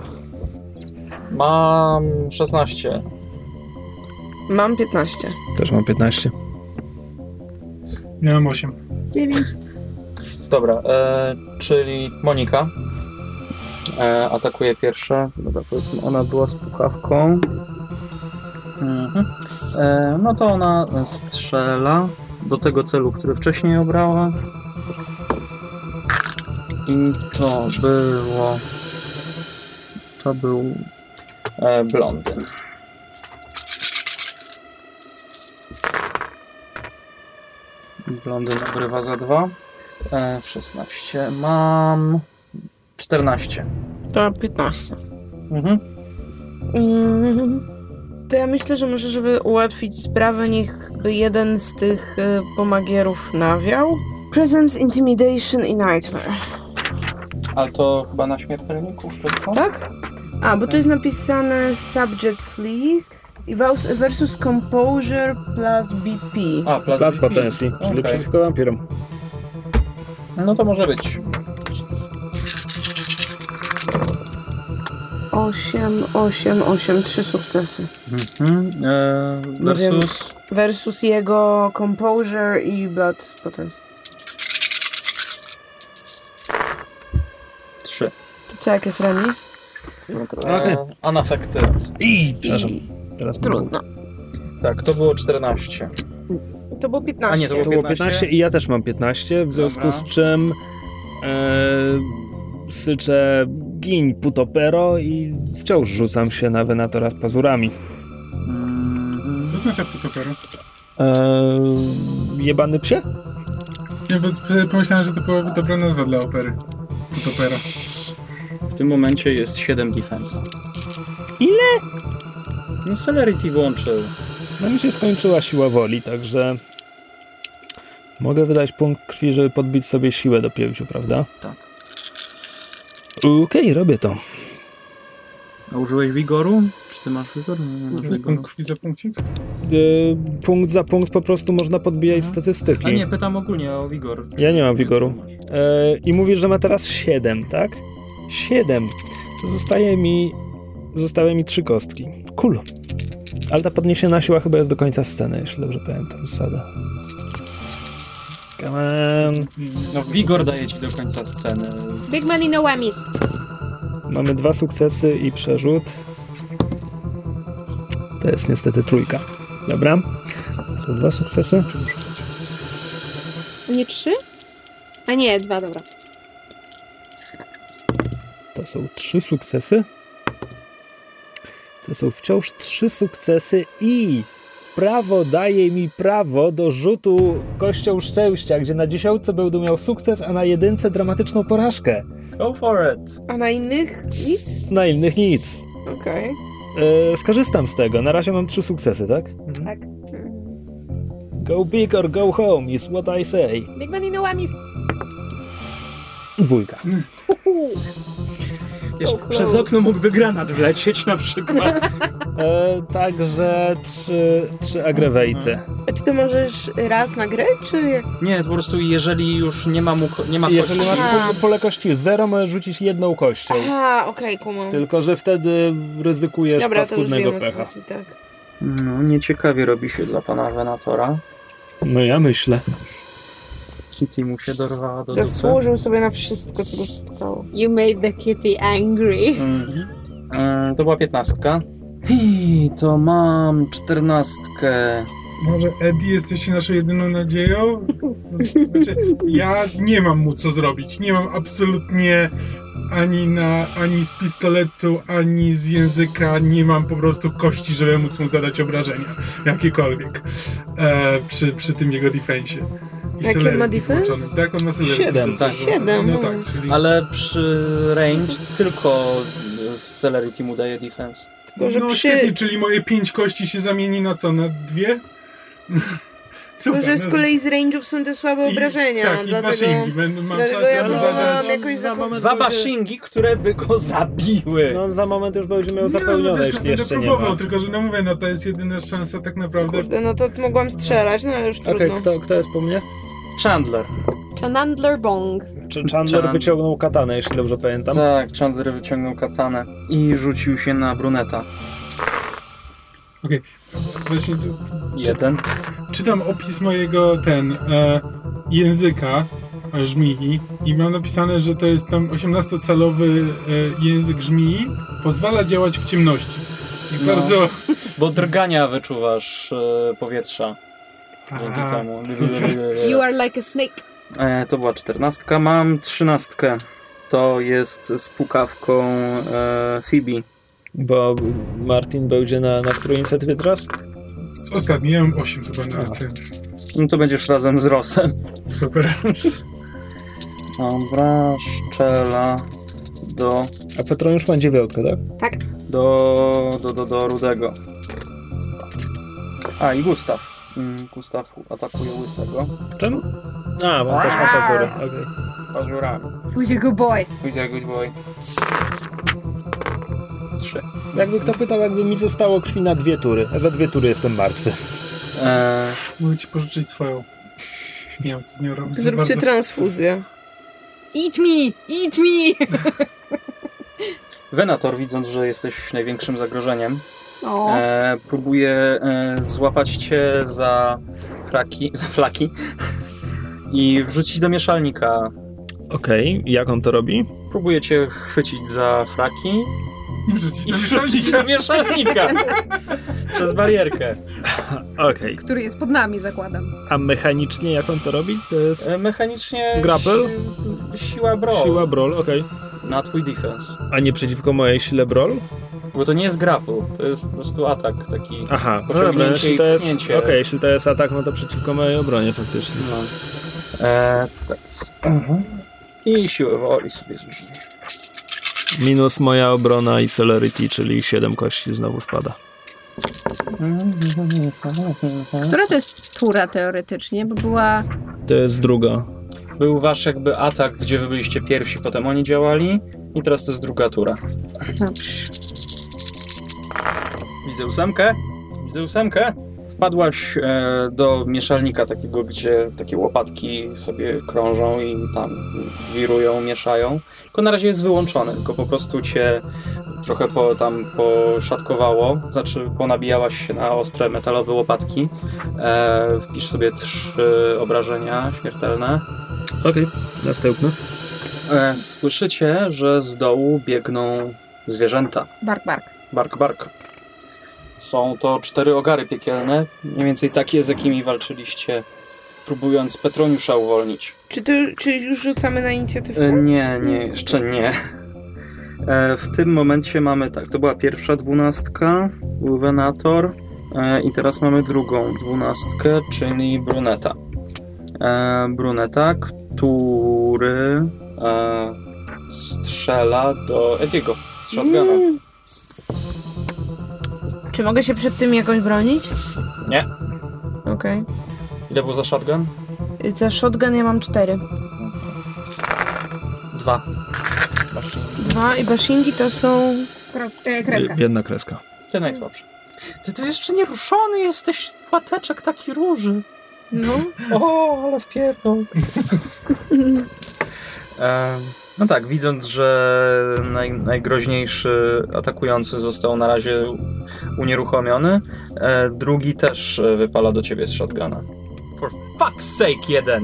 Mam szesnaście. Mam piętnaście. Też mam piętnaście. Miałem osiem. Dobra, e, czyli Monika e, atakuje pierwsza. Dobra, powiedzmy, ona była z puchawką. Mhm. E, no to ona strzela do tego celu, który wcześniej obrała. I to było... To był e, blondyn. Blondyn obrywa za dwa. E, szesnaście. Mam czternaście. To piętnaście. Mhm. Mm, to ja myślę, że może, żeby ułatwić sprawę, niech by jeden z tych y, pomagierów nawiał. Presence, Intimidation i Nightmare. Ale to chyba na śmiertelników tylko? Tak? A, bo tu jest napisane Subject Please i was- versus Composure plus B P. A, plus Blood V P. Potency, czyli Okej. przeciwko wampirom. No to może być. osiem, osiem, osiem, trzy sukcesy. Mhm. E, versus... Versus jego Composure i Blood Potency. trzy. To co, jak jest remis? Okej. E, unaffected. I, przepraszam, I... teraz Trudno. Tak, to było czternaście. To było piętnaście. A nie, to było To było piętnaście i ja też mam piętnaście, w związku Dobra. z czym e, syczę gin putopero i wciąż rzucam się na Venatora z pazurami. Mm, Co znaczy putopero? E, jebany psie? Nie, bo pomyślałem, że to byłaby dobra nazwa dla opery. Putopera. w tym momencie jest siedem defensa. Ile? No Celerity włączył. No mi się skończyła siła woli, także mogę wydać punkt krwi, żeby podbić sobie siłę do pięciu, prawda? Tak. Okej, okay, robię to. A użyłeś wigoru? Czy ty masz wigor? Nie, nie masz Jest wigoru. punkt krwi za punkcik? E, punkt za punkt po prostu można podbijać statystyki. A nie, pytam ogólnie o wigor. Ja nie mam wigoru. E, I mówisz, że ma teraz siedem, tak? siedem. To zostaje mi... Zostały mi trzy kostki. Cool. Ale ta podniesiona siła chyba jest do końca sceny, jeśli dobrze pamiętam zasadę. Come on. No wigor daje ci do końca sceny. Big money, no whammies. Mamy dwa sukcesy i przerzut. To jest niestety trójka. Dobra. Są dwa sukcesy. Nie trzy? A nie, dwa, dobra. To są trzy sukcesy. To są wciąż trzy sukcesy i prawo daje mi prawo do rzutu kością szczęścia, gdzie na dziesiątce będę miał sukces, a na jedynce dramatyczną porażkę. Go for it. A na innych nic? Na innych nic. Okej. E, skorzystam z tego. Na razie mam trzy sukcesy, tak? Tak. Go big or go home is what I say. Big money, no whammies. Dwójka. Wiesz, przez okno mógłby granat wlecieć na przykład. E, także trzy, trzy agrewaty. A ty to możesz raz na grę, czy jak? Nie, po prostu jeżeli już nie ma, mu, nie ma Jeżeli kości. masz Aha. po, pole kości zero, możesz rzucić jedną kością. Aha, okej, kumam. Tylko, że wtedy ryzykujesz Dobra, to już paskudnego wiem, o co pecha. chodzi, tak. No, nieciekawie robi się dla pana Venatora. No ja myślę. Kitty mu się dorwała do dupy. Zasłużył sobie na wszystko, co go spotkało. You made the kitty angry. Mhm. Mm, to była piętnastka. I to mam czternastkę. Może Eddie jesteście naszą jedyną nadzieją? Znaczy, ja nie mam mu co zrobić. Nie mam absolutnie ani na, ani z pistoletu, ani z języka. Nie mam po prostu kości, żeby móc mu zadać obrażenia. Jakiekolwiek. E, przy, przy tym jego defensie. I Jaki on celerity ma defense? włączony. Tak, on ma celerity. Siedem, tak. Siedem, No no. tak, czyli... Ale przy range tylko Celerity mu daje defense. Tylko, że no przy- świetnie, czyli moje pięć kości się zamieni na co? Na dwie? Super. Tylko, że z no- kolei z range'ów są te słabe I- obrażenia, Tak, i dlatego... bashingi. Będę, mam dlatego szansę ja zadać- próbowałam No, jakoś za zakończyć. moment Dwa będzie- bashingi, które by go zabiły. No za moment już będzie miał Nie, zapełnione, no, wiesz, jeśli będę jeszcze nie próbował, ma. tylko że no mówię, no to jest jedyna szansa tak naprawdę. Kurde, no to mogłam strzelać, no ale już Okej, trudno. kto, kto jest po mnie? Chandler. Chandler Bong. Czy Chandler Chan- wyciągnął katanę, jeśli dobrze pamiętam? Tak, Chandler wyciągnął katanę i rzucił się na bruneta. Okej, właśnie to, Jeden. czytam opis mojego ten e, języka e, żmii i mam napisane, że to jest tam osiemnastocalowy e, język żmii, pozwala działać w ciemności. I No. bardzo... Bo drgania wyczuwasz e, powietrza dzięki Aha, temu. super. You are like a snake. E, to była czternastka, mam trzynastkę. to jest z pukawką e, Phoebe. Bo Martin będzie na, na której inicjatywie teraz? Z ostatniej, ja mam osiem chyba na ocenie. No to będziesz razem z Rossem. Super. Dobra, szczela do... A Petroniusz ma dziewiątkę, tak? Tak. do, do, do, do Rudego. A, i Gustaw. Mm, Gustaw atakuje Łysego. Czemu? A, bo on też ma pazury. Okay. Pazurami. Who's a good boy? Widzę, good boy. Trzy. Jakby kto pytał, jakby mi zostało krwi na dwie tury. A za dwie tury jestem martwy. Eee, Mogę ci pożyczyć swoją. Nie wiem, co z nią robić. Zróbcie Bardzo... transfuzję. Eat me! Eat me! Venator, widząc, że jesteś największym zagrożeniem, O. e, próbuje e, złapać cię za flaki, za flaki i wrzucić do mieszalnika. Okej, okay. Jak on to robi? Próbuje cię chwycić za flaki I wrzucić i do wrzucić do mieszalnika przez barierkę. Okej. Okay. Który jest pod nami, zakładam. A mechanicznie jak on to robi? To jest E, mechanicznie grapple? Si- siła brawl. Siła brawl, okej. Okay. Na twój defense. A nie przeciwko mojej sile brawl? Bo to nie jest grapple, to jest po prostu atak taki. Aha, no dobra, jeśli to jest, okej, okay, jeśli to jest atak, no to przeciwko mojej obronie faktycznie. No. E, tak. Uh-huh. I siłę woli sobie zużyję. Minus moja obrona i celerity, czyli siedem kości znowu spada. Która to jest tura teoretycznie, bo była... To jest druga. Był wasz jakby atak, gdzie wy byliście pierwsi, potem oni działali i teraz to jest druga tura. Dobrze. Widzę ósemkę, widzę ósemkę. Wpadłaś e, do mieszalnika takiego, gdzie takie łopatki sobie krążą i tam wirują, mieszają. Tylko na razie jest wyłączony, tylko po prostu cię trochę po, tam poszatkowało, znaczy ponabijałaś się na ostre metalowe łopatki. E, wpisz sobie trzy obrażenia śmiertelne. Okej, okay. Następny. E, słyszycie, że z dołu biegną zwierzęta. Bark, bark. Bark, bark. Są to cztery ogary piekielne, mniej więcej takie, z jakimi walczyliście, próbując Petroniusza uwolnić. Czy, to, czy już rzucamy na inicjatywę? E, nie, nie, jeszcze nie. E, w tym momencie mamy tak, to była pierwsza dwunastka, był Venator e, i teraz mamy drugą dwunastkę, czyli Bruneta. E, Bruneta, który e, strzela do Ediego z shotguna. Mm. Czy mogę się przed tym jakoś bronić? Nie. Okej. Okay. Ile było za shotgun? Za shotgun ja mam cztery. Dwa. Dwa i bashingi to są... Kres, e, kreska. Jedna kreska. Ty najsłabszy. Ty tu jeszcze nie ruszony jesteś, płateczek taki róży. No. O, ale wpierdol. um, no tak, widząc, że naj, najgroźniejszy atakujący został na razie unieruchomiony, e, drugi też wypala do ciebie z shotguna. For fuck's sake, jeden!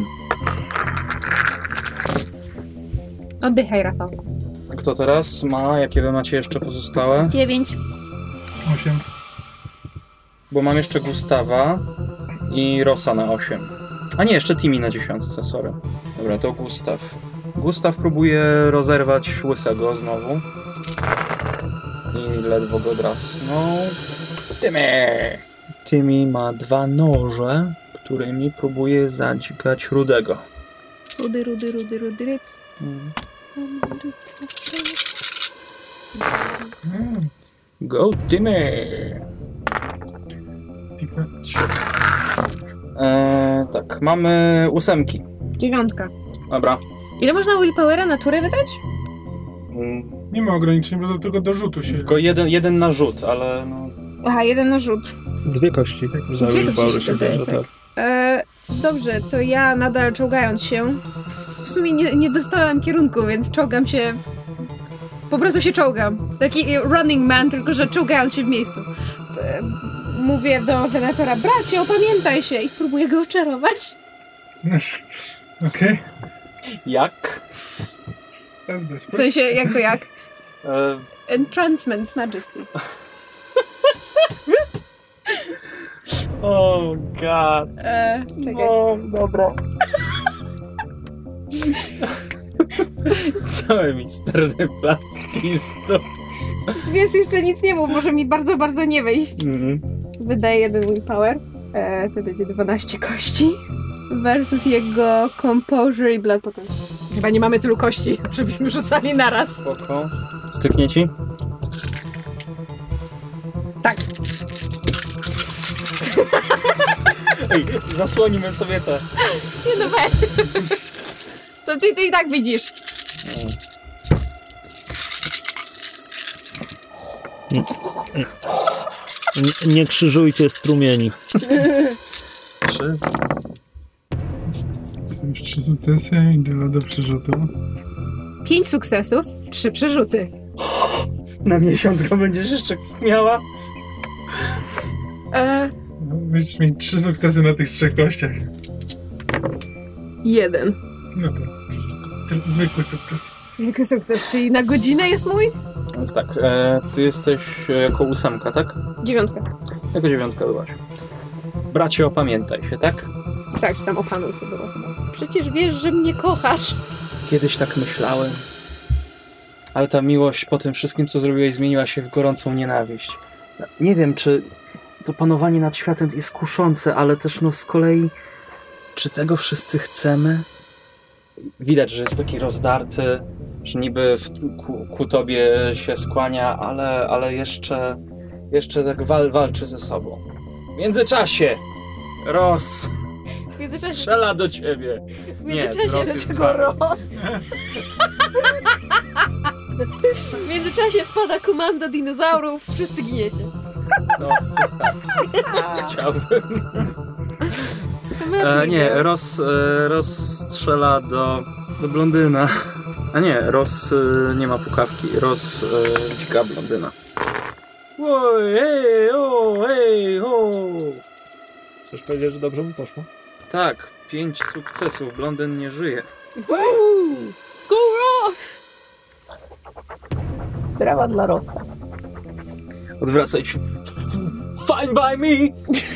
Oddychaj, Rafał. Kto teraz ma? Jakie wy macie jeszcze pozostałe? Dziewięć. Osiem. Bo mam jeszcze Gustawa i Rossa na osiem. A nie, jeszcze Timmy na dziesiątce, sorry. Dobra, to Gustaw. Gustaw próbuje rozerwać Łysego znowu. I ledwo go drasnął. Timmy! Timmy ma dwa noże, którymi próbuje zadźgać Rudego. Rudy, rudy, rudy, rudy, ryc. Mm. Go Timmy! Trzy. Eee, tak, mamy ósemki. Dziewiątka. Dobra. Ile można willpowera na turę wydać? Mm, Nie ma ograniczeń, bo to tylko do rzutu się... tylko jeden, jeden na rzut, ale no... Aha, jeden na rzut. Dwie kości. Za Dwie willpower kości się dodaje, bierze, tak. tak. E, dobrze, to ja nadal czołgając się, w sumie nie, nie dostałam kierunku, więc czołgam się, po prostu się czołgam. Taki running man, tylko że czołgając się w miejscu. E, mówię do Venatora, bracie, opamiętaj się i próbuję go oczarować. Okej. Okay. Jak? W sensie, jak to jak? E... Entrancement Majesty. Oh god. E, czekaj. No, dobra. Cały misterny plan pistu. Wiesz, jeszcze nic nie mów, może mi bardzo, bardzo nie wejść. Mhm. Wydaje jeden willpower. E, to będzie dwanaście kości. Versus jego composure i blood potem. Chyba nie mamy tylu kości, żebyśmy rzucali naraz. Spoko. Styknie ci? Tak. Ej, zasłonimy sobie te. Nie no weź. Co ty, ty i tak widzisz? Nie, nie krzyżujcie strumieni. Trzy. Są już trzy sukcesy i dwa do przerzutu. Pięć sukcesów, trzy przerzuty. Na miesiąc go będziesz jeszcze miała? E, No, będziesz mieć trzy sukcesy na tych trzech kościach. jeden. No to ten zwykły sukces. Wielki sukces, czyli na godzinę jest mój? Więc tak, e, ty jesteś e, jako ósemka, tak? Dziewiątka. Jako dziewiątka byłaś. Bracie, opamiętaj się, tak? Tak, tam opanuj się było. Przecież wiesz, że mnie kochasz. Kiedyś tak myślałem. Ale ta miłość po tym wszystkim, co zrobiłeś, zmieniła się w gorącą nienawiść. Nie wiem, czy to panowanie nad światem jest kuszące, ale też no z kolei, czy tego wszyscy chcemy? Widać, że jest taki rozdarty, że niby w, ku, ku tobie się skłania, ale, ale jeszcze, jeszcze tak wal, walczy ze sobą. W międzyczasie Ross W międzyczasie, strzela do ciebie. w Nie, międzyczasie Ross jest dlaczego zwarty. Ross? W międzyczasie wpada komanda dinozaurów, wszyscy giniecie. No, tak. Chciałbym. E, nie, Ross, e, Ross strzela do, do blondyna. A nie, Ross e, nie ma pukawki. Ross e, dźga blondyna. Oj, hej, o, hej, ho. Chcesz powiedzieć, że dobrze mu poszło? Tak, pięć sukcesów. Blondyn nie żyje. Go Ross! Brawa dla Rossa. Odwracaj się. Fine by me!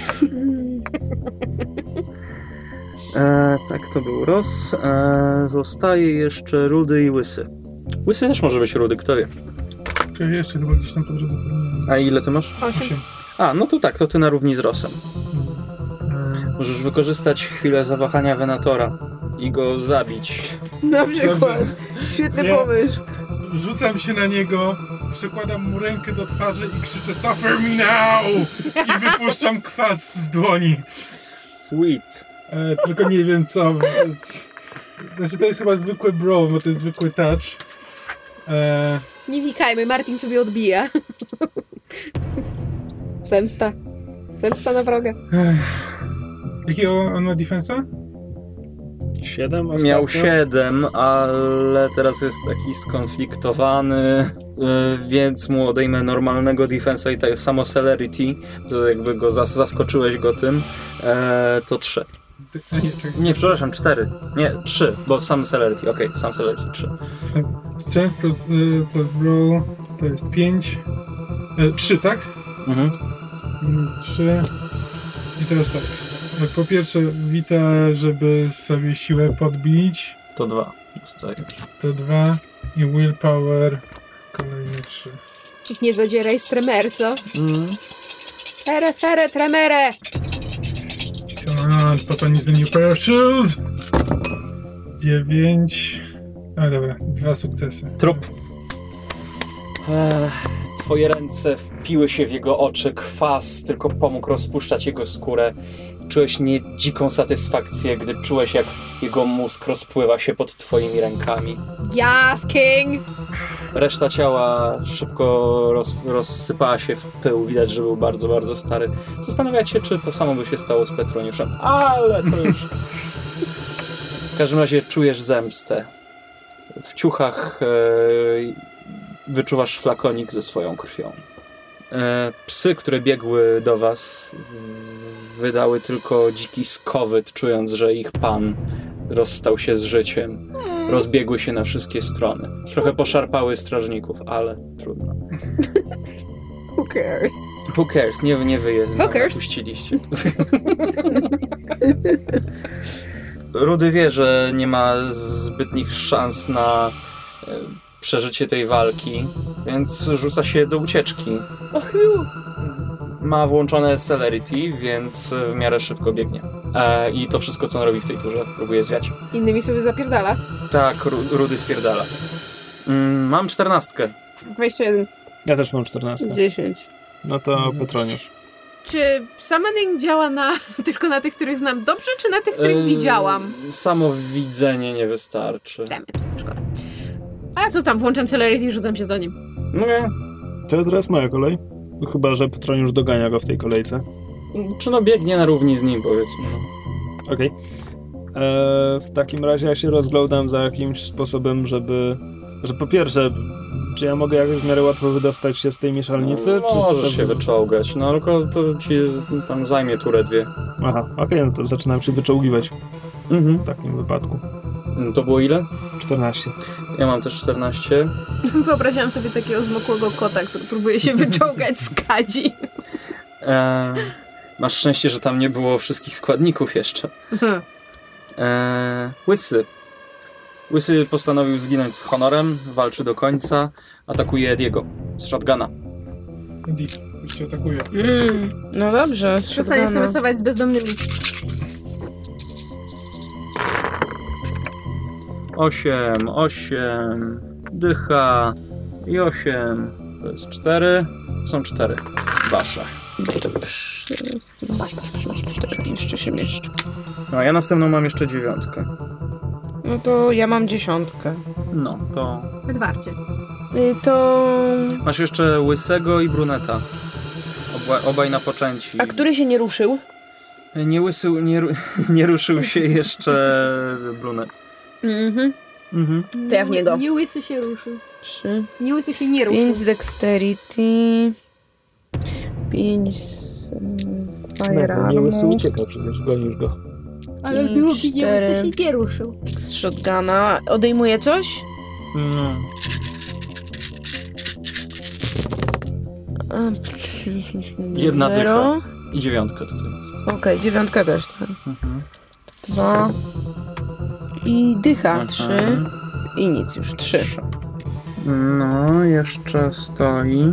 E, tak, to był Ross. E, zostaje jeszcze Rudy i Łysy. Łysy też może być Rudy, kto wie. Czy jeszcze chyba gdzieś tam po drodze. A ile ty masz? Osiem. A, no to tak, to ty na równi z Rossem. Eee, Możesz wykorzystać chwilę zawahania Venatora i go zabić. Na przykład. Dobrze. Świetny Nie. pomysł. Rzucam się na niego, przykładam mu rękę do twarzy i krzyczę Suffer me now! I wypuszczam kwas z dłoni. Sweet. E, tylko nie wiem co. Znaczy to jest chyba zwykły brawl, bo to jest zwykły touch. E, Nie wnikajmy, Martin sobie odbija. Zemsta. Zemsta na wroga. jakiego on ma defensa? Siedem ostatnio? Miał siedem, ale teraz jest taki skonfliktowany, yy, więc mu odejmę normalnego defensa i tak samo celerity, to jakby go zas- zaskoczyłeś go tym, e, to trzy. A nie, czekaj. Nie, przepraszam, cztery. Nie, trzy, bo sam celerity, okej, okay, sam celerity, trzy. Strength plus, y, plus brawl to jest pięć. E, trzy, tak? Mhm. Minus trzy. I teraz tak. Po pierwsze, wita, żeby sobie siłę podbić. To dwa. Dostajesz. To dwa. I willpower. Kolejne trzy. Nie zadzieraj z tremer, co? Mm. Fere, fere, tremere! Come on, Papa needs a new pair of shoes. Dziewięć. A dobra, dwa sukcesy. Trup. Ech, twoje ręce wpiły się w jego oczy, kwas tylko pomógł rozpuszczać jego skórę. Czułeś nie dziką satysfakcję, gdy czułeś, jak jego mózg rozpływa się pod twoimi rękami. Yes, King! Reszta ciała szybko roz, rozsypała się w pył. Widać, że był bardzo, bardzo stary. Zastanawiać się, czy to samo by się stało z Petroniuszem, ale to już... W każdym razie czujesz zemstę. W ciuchach e, wyczuwasz flakonik ze swoją krwią. E, psy, które biegły do was, wydały tylko dziki skowyt, czując, że ich pan rozstał się z życiem. Rozbiegły się na wszystkie strony. Trochę poszarpały strażników, ale trudno. Who cares? Who cares? Nie, nie wy je Who cares? puściliście. Rudy wie, że nie ma zbytnich szans na e, przeżycie tej walki, więc rzuca się do ucieczki. Ma włączone celerity, więc w miarę szybko biegnie. E, I to wszystko, co on robi w tej turze, próbuje zwiać. Innymi słowy zapierdala. Tak, Ru- Rudy spierdala. Mm, mam czternastkę. dwadzieścia jeden. Ja też mam czternaście. dziesięć. No to Petroniusz. Czy summoning działa na, tylko na tych, których znam dobrze, czy na tych, których E, widziałam? Samo widzenie nie wystarczy. Dammit, szkoda. A co tam, włączam celerity i rzucam się za nim. No nie. To teraz moja kolej. Chyba że Petroniusz dogania go w tej kolejce. Czy no biegnie na równi z nim, powiedzmy. No. Okej. Okay. W takim razie ja się rozglądam za jakimś sposobem, żeby... Że po pierwsze, czy ja mogę jakoś w miarę łatwo wydostać się z tej mieszalnicy? No, czy możesz to... się wyczołgać, no tylko to ci tam zajmie turę dwie. Aha, okej, okay, no to zaczynam się wyczołgiwać Mhm. w takim wypadku. To było ile? czternaście. Ja mam też czternaście. Wyobraziłam sobie takiego zmokłego kota, który próbuje się wyczołgać z kadzi. Eee, masz szczęście, że tam nie było wszystkich składników jeszcze. Eee, Łysy. Łysy postanowił zginąć z honorem, walczy do końca, atakuje Ediego z shotguna. Edi, już cię atakuje. Mm, no dobrze, Przestanie sobie rysować z bezdomnymi. osiem, osiem, dycha i osiem. To jest cztery. Są cztery. Wasze. Jeszcze się mieszczę. No, ja następną mam jeszcze dziewiątkę. No to ja mam dziesiątkę. No, to... Edwardzie. Y, to... Masz jeszcze łysego i bruneta. Oba, obaj napoczęci. A który się nie ruszył? Nie łysy, nie, ru- nie ruszył się jeszcze brunet. Mhm. Mhm. To ja w niego. Nie łysy się ruszył. Trzy. Nie łysy się nie ruszył. Pięć dexterity. Pięć z fire Nie łysy armor. uciekał przecież, gonisz go. Ale I drugi nie łysy cztery. się nie ruszył. Z shotguna. Odejmuje coś? No. Jedna Zero. dycha. I dziewiątka tutaj jest. Okej, okay, dziewiątka też. Tak. Mhm. Dwa. I dycha. Mhm. Trzy. I nic już. Trzy. No, jeszcze stoi.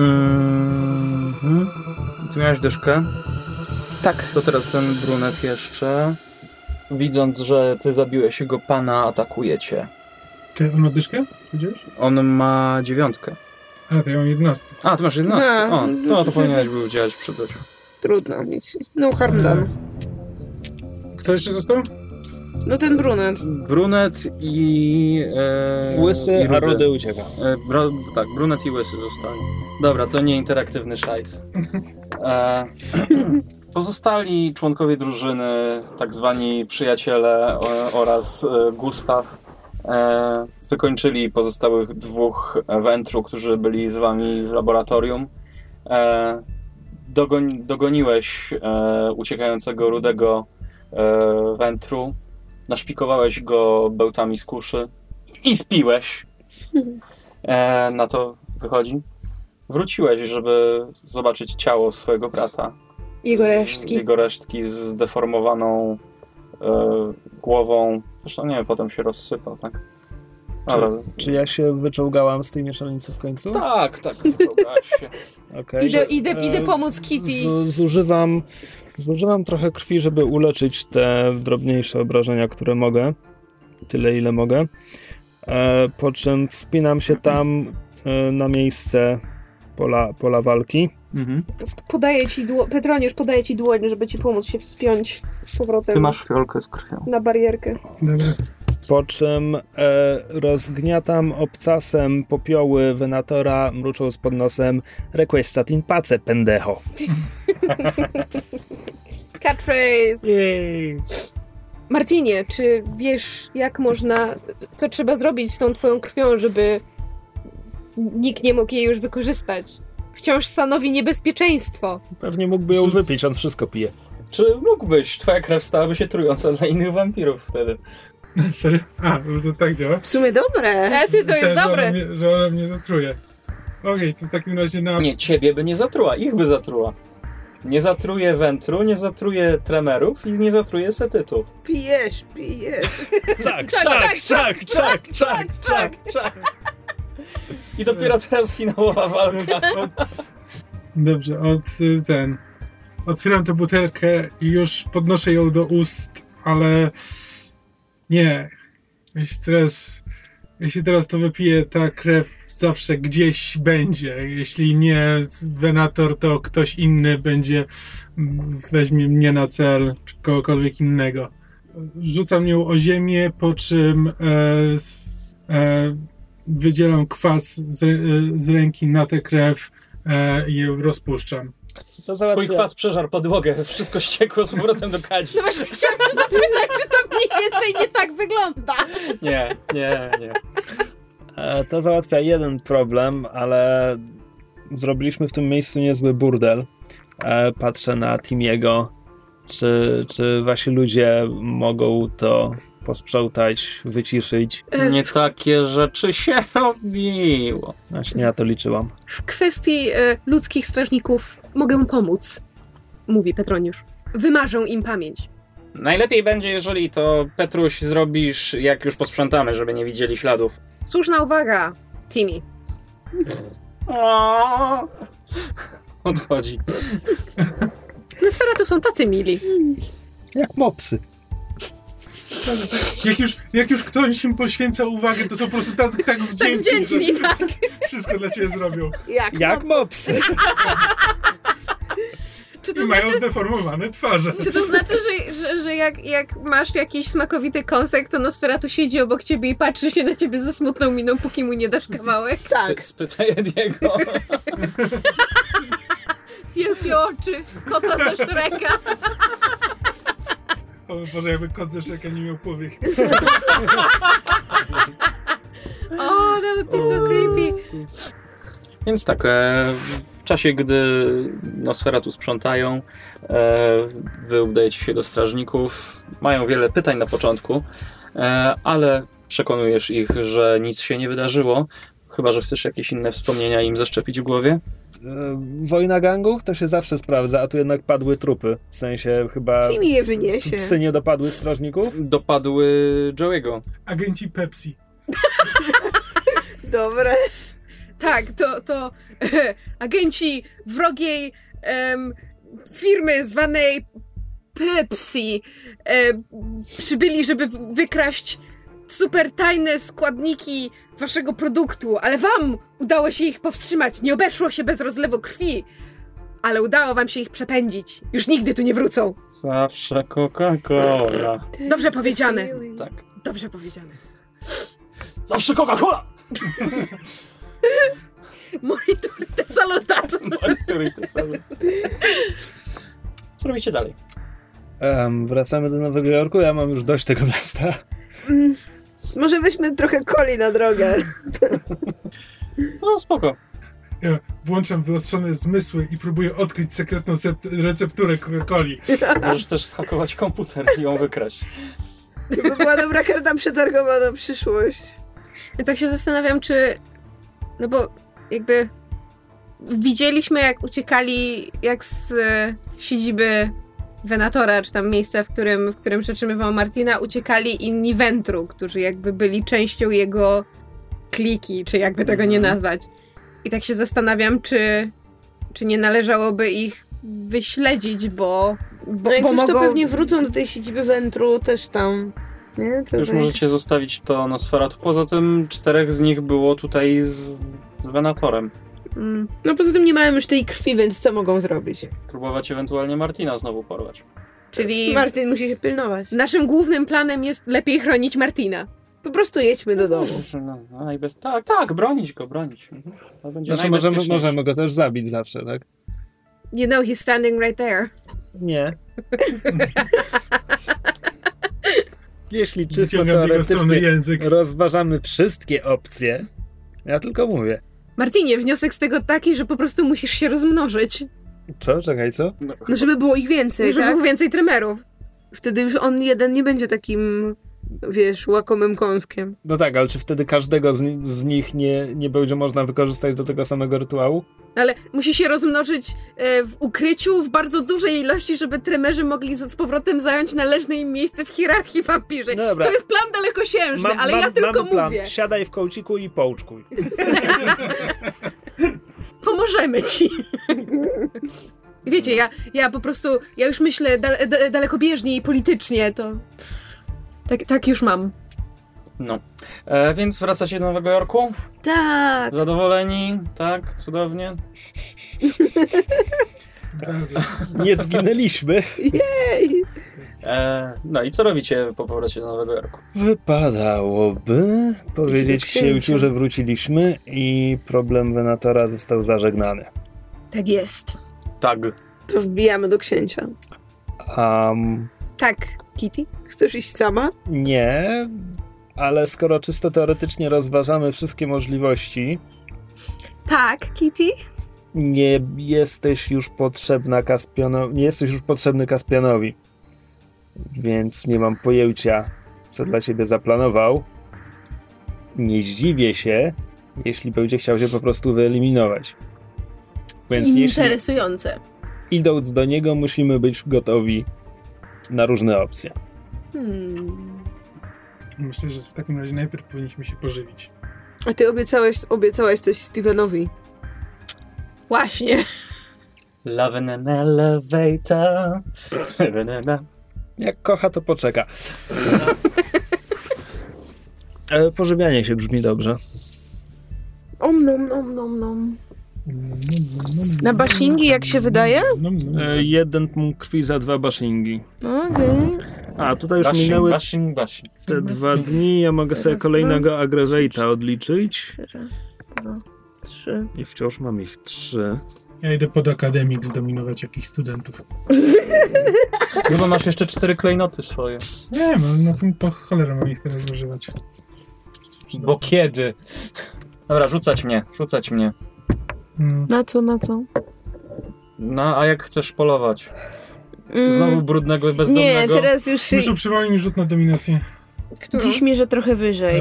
Mhm. Ty miałeś dyszkę? Tak. To teraz ten brunet jeszcze. Widząc, że ty zabiłeś jego pana, atakuje cię. Czy on ma dyszkę? Widziałeś? On ma dziewiątkę. A, to ja mam jedenastkę. A, ty masz jedenastkę. No. O, no to powinieneś był działać przy byciu. Trudno. Nic. No harm done. Kto jeszcze został? No ten brunet. Brunet i... E, Łysy, i a Rudy ucieka. E, bro, tak, brunet i łysy zostali. Dobra, to nie interaktywny szajs. E, pozostali członkowie drużyny, tak zwani przyjaciele o, oraz e, Gustaw, e, wykończyli pozostałych dwóch Wentru, którzy byli z wami w laboratorium. E, dogoń, dogoniłeś e, uciekającego Rudego e, Wentru, naszpikowałeś go bełtami z kuszy i spiłeś. E, na to wychodzi. Wróciłeś, żeby zobaczyć ciało swojego brata. Jego resztki. Jego resztki z zdeformowaną e, głową. Zresztą nie wiem, potem się rozsypał, tak? Dobra. Czy ja się wyczołgałam z tej mieszalnicy w końcu? Tak, tak, wyciągałaś się. Okay. Idę, idę, E, idę pomóc Kitty. Z, zużywam, zużywam trochę krwi, żeby uleczyć te drobniejsze obrażenia, które mogę. Tyle, ile mogę. E, po czym wspinam się tam e, na miejsce pola, pola walki. Mhm. Podaję ci dłoń, Petroniusz, podaję ci dłoń, żeby ci pomóc się wspiąć z powrotem Ty masz fiolkę z krwią. na barierkę. Dobra. Po czym e, rozgniatam obcasem popioły Venatora, mrucząc pod nosem Requestat in pace, pendejo. Catchphrase! Jej. Martinie, czy wiesz, jak można, co trzeba zrobić z tą twoją krwią, żeby nikt nie mógł jej już wykorzystać? Wciąż stanowi niebezpieczeństwo. Pewnie mógłby ją wypić, on wszystko pije. Czy mógłbyś? Twoja krew stałaby się trująca dla innych wampirów wtedy. Serio? A, no to tak działa? W sumie dobre. E, ty, to jest Myślałem, że ona dobre. mnie, że ona mnie zatruje. Okej, to w takim razie na... Nie, ciebie by nie zatruła, ich by zatruła. Nie zatruje wętru, nie zatruje tremerów i nie zatruje setytów. Pijesz, pijesz. Czak, czak, czak, czak, czak, czak, czak. I dopiero teraz finałowa walka. Dobrze, od ten... Otwieram tę butelkę i już podnoszę ją do ust, ale nie. Jeśli teraz, jeśli teraz to wypiję, ta krew zawsze gdzieś będzie. Jeśli nie Venator, to ktoś inny będzie, weźmie mnie na cel, czy kogokolwiek innego. Rzucam ją o ziemię, po czym e, s, e, wydzielam kwas z, z ręki na tę krew e, i ją rozpuszczam. To załatwia. Twój kwas przeżarł podłogę, wszystko ściekło z powrotem do kadzi. No właśnie chciałam się zapytać, czy to mniej więcej nie tak wygląda. Nie, nie, nie. E, To załatwia jeden problem, ale zrobiliśmy w tym miejscu niezły burdel. E, Patrzę na Timiego, czy, czy wasi ludzie mogą to posprzątać, wyciszyć. E, Nie takie rzeczy się robiło. Właśnie na to liczyłam. W kwestii e, ludzkich strażników mogę pomóc, mówi Petroniusz. Wymarzę im pamięć. Najlepiej będzie, jeżeli to, Petruś, zrobisz, jak już posprzątamy, żeby nie widzieli śladów. Słuszna uwaga, Timmy. O! Odchodzi. Nosfera to są tacy mili. Jak mopsy. Jak już, jak już ktoś im poświęca uwagę, to są po prostu tak, tak Tak wdzięczni, wdzięczni, że tak. wszystko dla ciebie zrobią. Jak, Jak mopsy. Czy I to mają znaczy, zdeformowane twarze. czy to znaczy że, że, że jak, jak masz jakiś smakowity kąsek, to Nosferatu siedzi obok ciebie i patrzy się na ciebie ze smutną miną, póki mu nie dasz kawałek? Tak. Spytaj Ediego. Wielkie oczy, kota ze Shreka. O Boże, jakby kot ze Shreka nie miał powiek. O, that would be so creepy. Więc tak, e, w czasie, gdy Nosferatu sprzątają, e, wy udajecie się do strażników. Mają wiele pytań na początku, e, ale przekonujesz ich, że nic się nie wydarzyło. Chyba że chcesz jakieś inne wspomnienia im zaszczepić w głowie. E, Wojna gangów to się zawsze sprawdza, a tu jednak padły trupy. W sensie chyba Timmy je wyniesie. psy nie dopadły strażników. Dopadły Joey'ego. Agenci Pepsi. Dobre. Tak, to, to e, agenci wrogiej em, firmy zwanej Pepsi e, przybyli, żeby w- wykraść super tajne składniki waszego produktu, ale wam udało się ich powstrzymać. Nie obeszło się bez rozlewu krwi, ale udało wam się ich przepędzić. Już nigdy tu nie wrócą. Zawsze Coca-Cola. Dobrze powiedziane. Tak. Dobrze powiedziane. Zawsze Coca-Cola! Monitor de salutato. Który ty sobie... Co robicie dalej? Um, wracamy do Nowego Jorku, ja mam już dość tego miasta. Mm, może weźmy trochę coli na drogę. No spoko. Ja włączam wyostrzone zmysły i próbuję odkryć sekretną sep- recepturę Coca-Coli. Możesz też zhakować komputer i ją wykraść. To by była dobra karta przetargowa na przyszłość. Ja tak się zastanawiam, czy... No bo jakby widzieliśmy, jak uciekali, jak z e, siedziby Venatora, czy tam miejsca, w którym, w którym przetrzymywał Martina, uciekali inni Ventru, którzy jakby byli częścią jego kliki, czy jakby tego nie nazwać. I tak się zastanawiam, czy, czy nie należałoby ich wyśledzić, bo, bo, No jak bo już mogą... to pewnie wrócą do tej siedziby Wentru też tam. Nie? To Już tak. możecie zostawić to Nosferatu. Poza tym czterech z nich było tutaj z, z Venatorem. Mm. No poza tym nie mają już tej krwi, więc co mogą zrobić? Próbować ewentualnie Martina znowu porwać. Czyli Martin musi się pilnować. naszym głównym planem jest lepiej chronić Martina. Po prostu jedźmy do domu. No, no i bez... Tak, tak, bronić go, bronić. Mhm. To będzie Znaczy możemy, najbezpieczniejsze. możemy go też zabić zawsze, tak? You know he's standing right there. Nie. Jeśli czysto Wyciągam w jego stronę teoretycznie język. rozważamy wszystkie opcje, ja tylko mówię. Martinie, wniosek z tego taki, że po prostu musisz się rozmnożyć. Co? Czekaj, co? No, No żeby było ich więcej, Żeby tak? było więcej tremerów. Wtedy już on jeden nie będzie takim wiesz, łakomym kąskiem. No tak, ale czy wtedy każdego z, ni- z nich nie, nie będzie można wykorzystać do tego samego rytuału? Ale musi się rozmnożyć e, w ukryciu w bardzo dużej ilości, żeby tremerzy mogli z, z powrotem zająć należne im miejsce w hierarchii wampirzej. No dobra. To jest plan dalekosiężny, ale ja tylko mamy plan. mówię. Siadaj w kołciku i połczkuj. Pomożemy ci. Wiecie, ja, ja po prostu, ja już myślę da, da, dalekobieżnie i politycznie, to tak, tak już mam. No. E, więc wracacie do Nowego Jorku? Tak. Zadowoleni? Tak? Cudownie? Nie zginęliśmy. Jej. E, no i co robicie po powrocie do Nowego Jorku? Wypadałoby powiedzieć Iść do księcia. księciu, że wróciliśmy i problem Venatora został zażegnany. Tak jest. Tak. To wbijamy do księcia. Um, Tak, Kitty? Chcesz iść sama? nie, ale skoro czysto teoretycznie rozważamy wszystkie możliwości, Tak, Kitty? nie jesteś już potrzebna Kaspianowi, nie jesteś już potrzebny Kaspianowi. Więc nie mam pojęcia, co dla ciebie zaplanował. Nie zdziwię się, jeśli będzie chciał się po prostu wyeliminować. Więc jeśli Interesujące. idąc do niego, musimy być gotowi na różne opcje. Hmm. Myślę, że w takim razie najpierw powinniśmy się pożywić. A ty obiecałeś, obiecałeś coś Stevenowi. Właśnie. Love in an elevator. Love in an... Jak kocha, to poczeka. Ale pożywianie się brzmi dobrze. Om nom nom nom nom. Na bashingi, jak się wydaje? E, jeden punkt krwi za dwa bashingi. Okej. A, tutaj już Bashing, minęły bashing, bashing. te dwa dni. Ja mogę sobie kolejnego aggravate'a odliczyć. Raz, dwa, trzy. I wciąż mam ich trzy. Ja idę pod akademik zdominować jakichś studentów. Chyba masz jeszcze cztery klejnoty swoje. Nie wiem, ale na tym po cholerę mam ich teraz używać. Bo kiedy? Dobra, rzucać mnie, rzucać mnie. Mm. Na co, na co? No, a jak chcesz polować? Mm. Znowu brudnego i Nie, bezdomnego? teraz już się... Myszu, przypomnij mi rzut na dominację. Którą? Dziś mierzę trochę wyżej. Eee,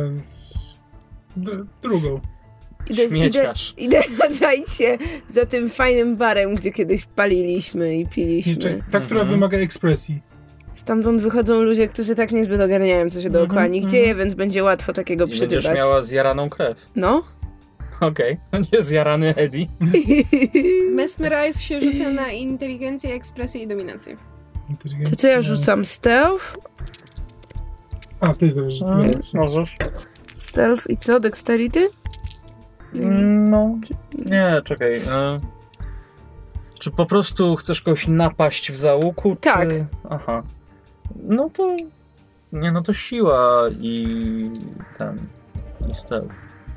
d- drugą. Idę, idę, Śmieciarz. idę zaczaić się za tym fajnym barem, gdzie kiedyś paliliśmy i Nie, piliśmy. czekaj, ta, która Mhm. wymaga ekspresji. Stamtąd wychodzą ludzie, którzy tak niezbyt ogarniają, co się dookoła Mhm, nich mhm. dzieje, więc będzie łatwo takiego I będziesz przydybać. miała zjaraną krew. No. Okej, będzie zjarany Eddie. Mesmerize się rzuca na inteligencję, ekspresję i dominację. To co ja rzucam? Stealth? A, to jest dobrze, że ty masz. Możesz. Stealth i co? Dexterity? No, nie, czekaj. E, czy po prostu chcesz kogoś napaść w załuku? Tak. Czy... Aha. No to... Nie, no to siła i ten... I stealth.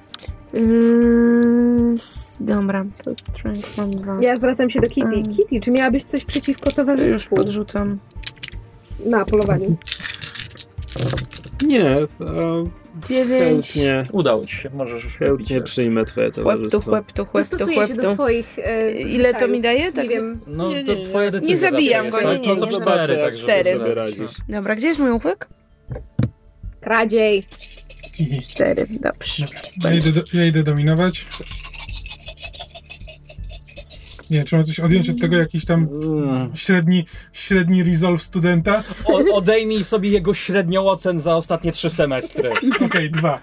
Yy, s- dobra, to strength mam dwa. Ja zwracam się do Kitty. Mm. Kitty, czy miałabyś coś przeciwko Już towarzystwu podrzucam. na polowaniu? Nie, e, Dziewięć. chętnie, Udało ci się, możesz już robić. chętnie przyjmę twoje Łeb to towarzystwo. chłep, to chłep, to Dostosuję chłep, się do to... twoich e, Ile to mi zwyczajów. daje? Tak Nie z- wiem. No Nie, to nie, nie. twoja decyzja. Nie zabijam zawsze go, jest, nie, tak? nie, To nie. zobaczę, Zobaczę, tak, jak żeby cztery. sobie radzisz. Dobra, gdzie jest mój łupek? Kradziej. Cztery, dobrze. Ja idę, do, ja idę dominować. Nie, trzeba coś odjąć od tego, jakiś tam Mm. średni, średni resolve studenta. O, odejmij sobie jego średnią ocen za ostatnie trzy semestry. Okej, dwa.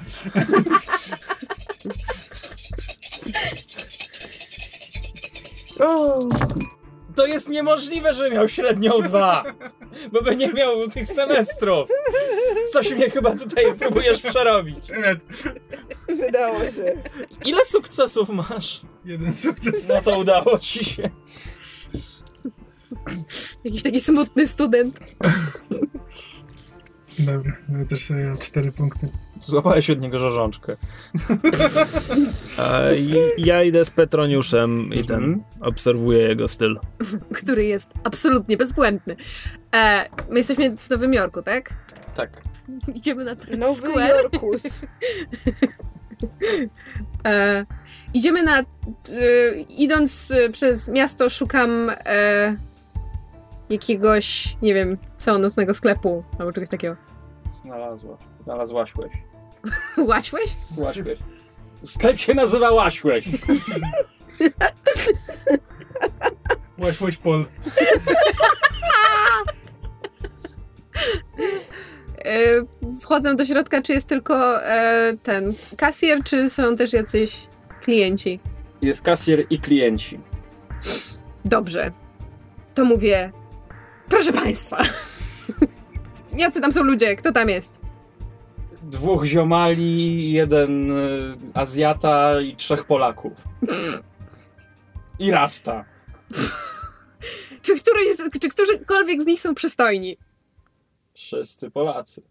O, To jest niemożliwe, że miał średnią dwa, bo by nie miał tych semestrów. Coś mnie chyba tutaj próbujesz przerobić. wydało się. Ile sukcesów masz? Jeden sukces. No to udało ci się. Jakiś taki smutny student. Dobra, ja też sobie mam cztery punkty. Złapałeś od niego rzeżączkę. A, i, ja idę z Petroniuszem i ten, obserwuję jego styl. Który jest absolutnie bezbłędny. E, my jesteśmy w Nowym Jorku, tak? Tak. Idziemy na Times Nowy Square. Jorkus. E, idziemy na... E, idąc e, przez miasto szukam e, jakiegoś, nie wiem, całonocnego sklepu albo czegoś takiego. Znalazła. Znalazłaśłeś. Łaśłeś? Łaśłeś. Sklep się nazywa Łaśłeś. Łaś, pol. E, wchodzę do środka, czy jest tylko e, ten kasjer, czy są też jacyś klienci? Jest kasjer i klienci. Dobrze. To mówię, proszę państwa. Jacy tam są ludzie? Kto tam jest? Dwóch ziomali, jeden y, Azjata i trzech Polaków. I Rasta. Czy, któryś, czy którykolwiek z nich są przystojni? Wszyscy Polacy.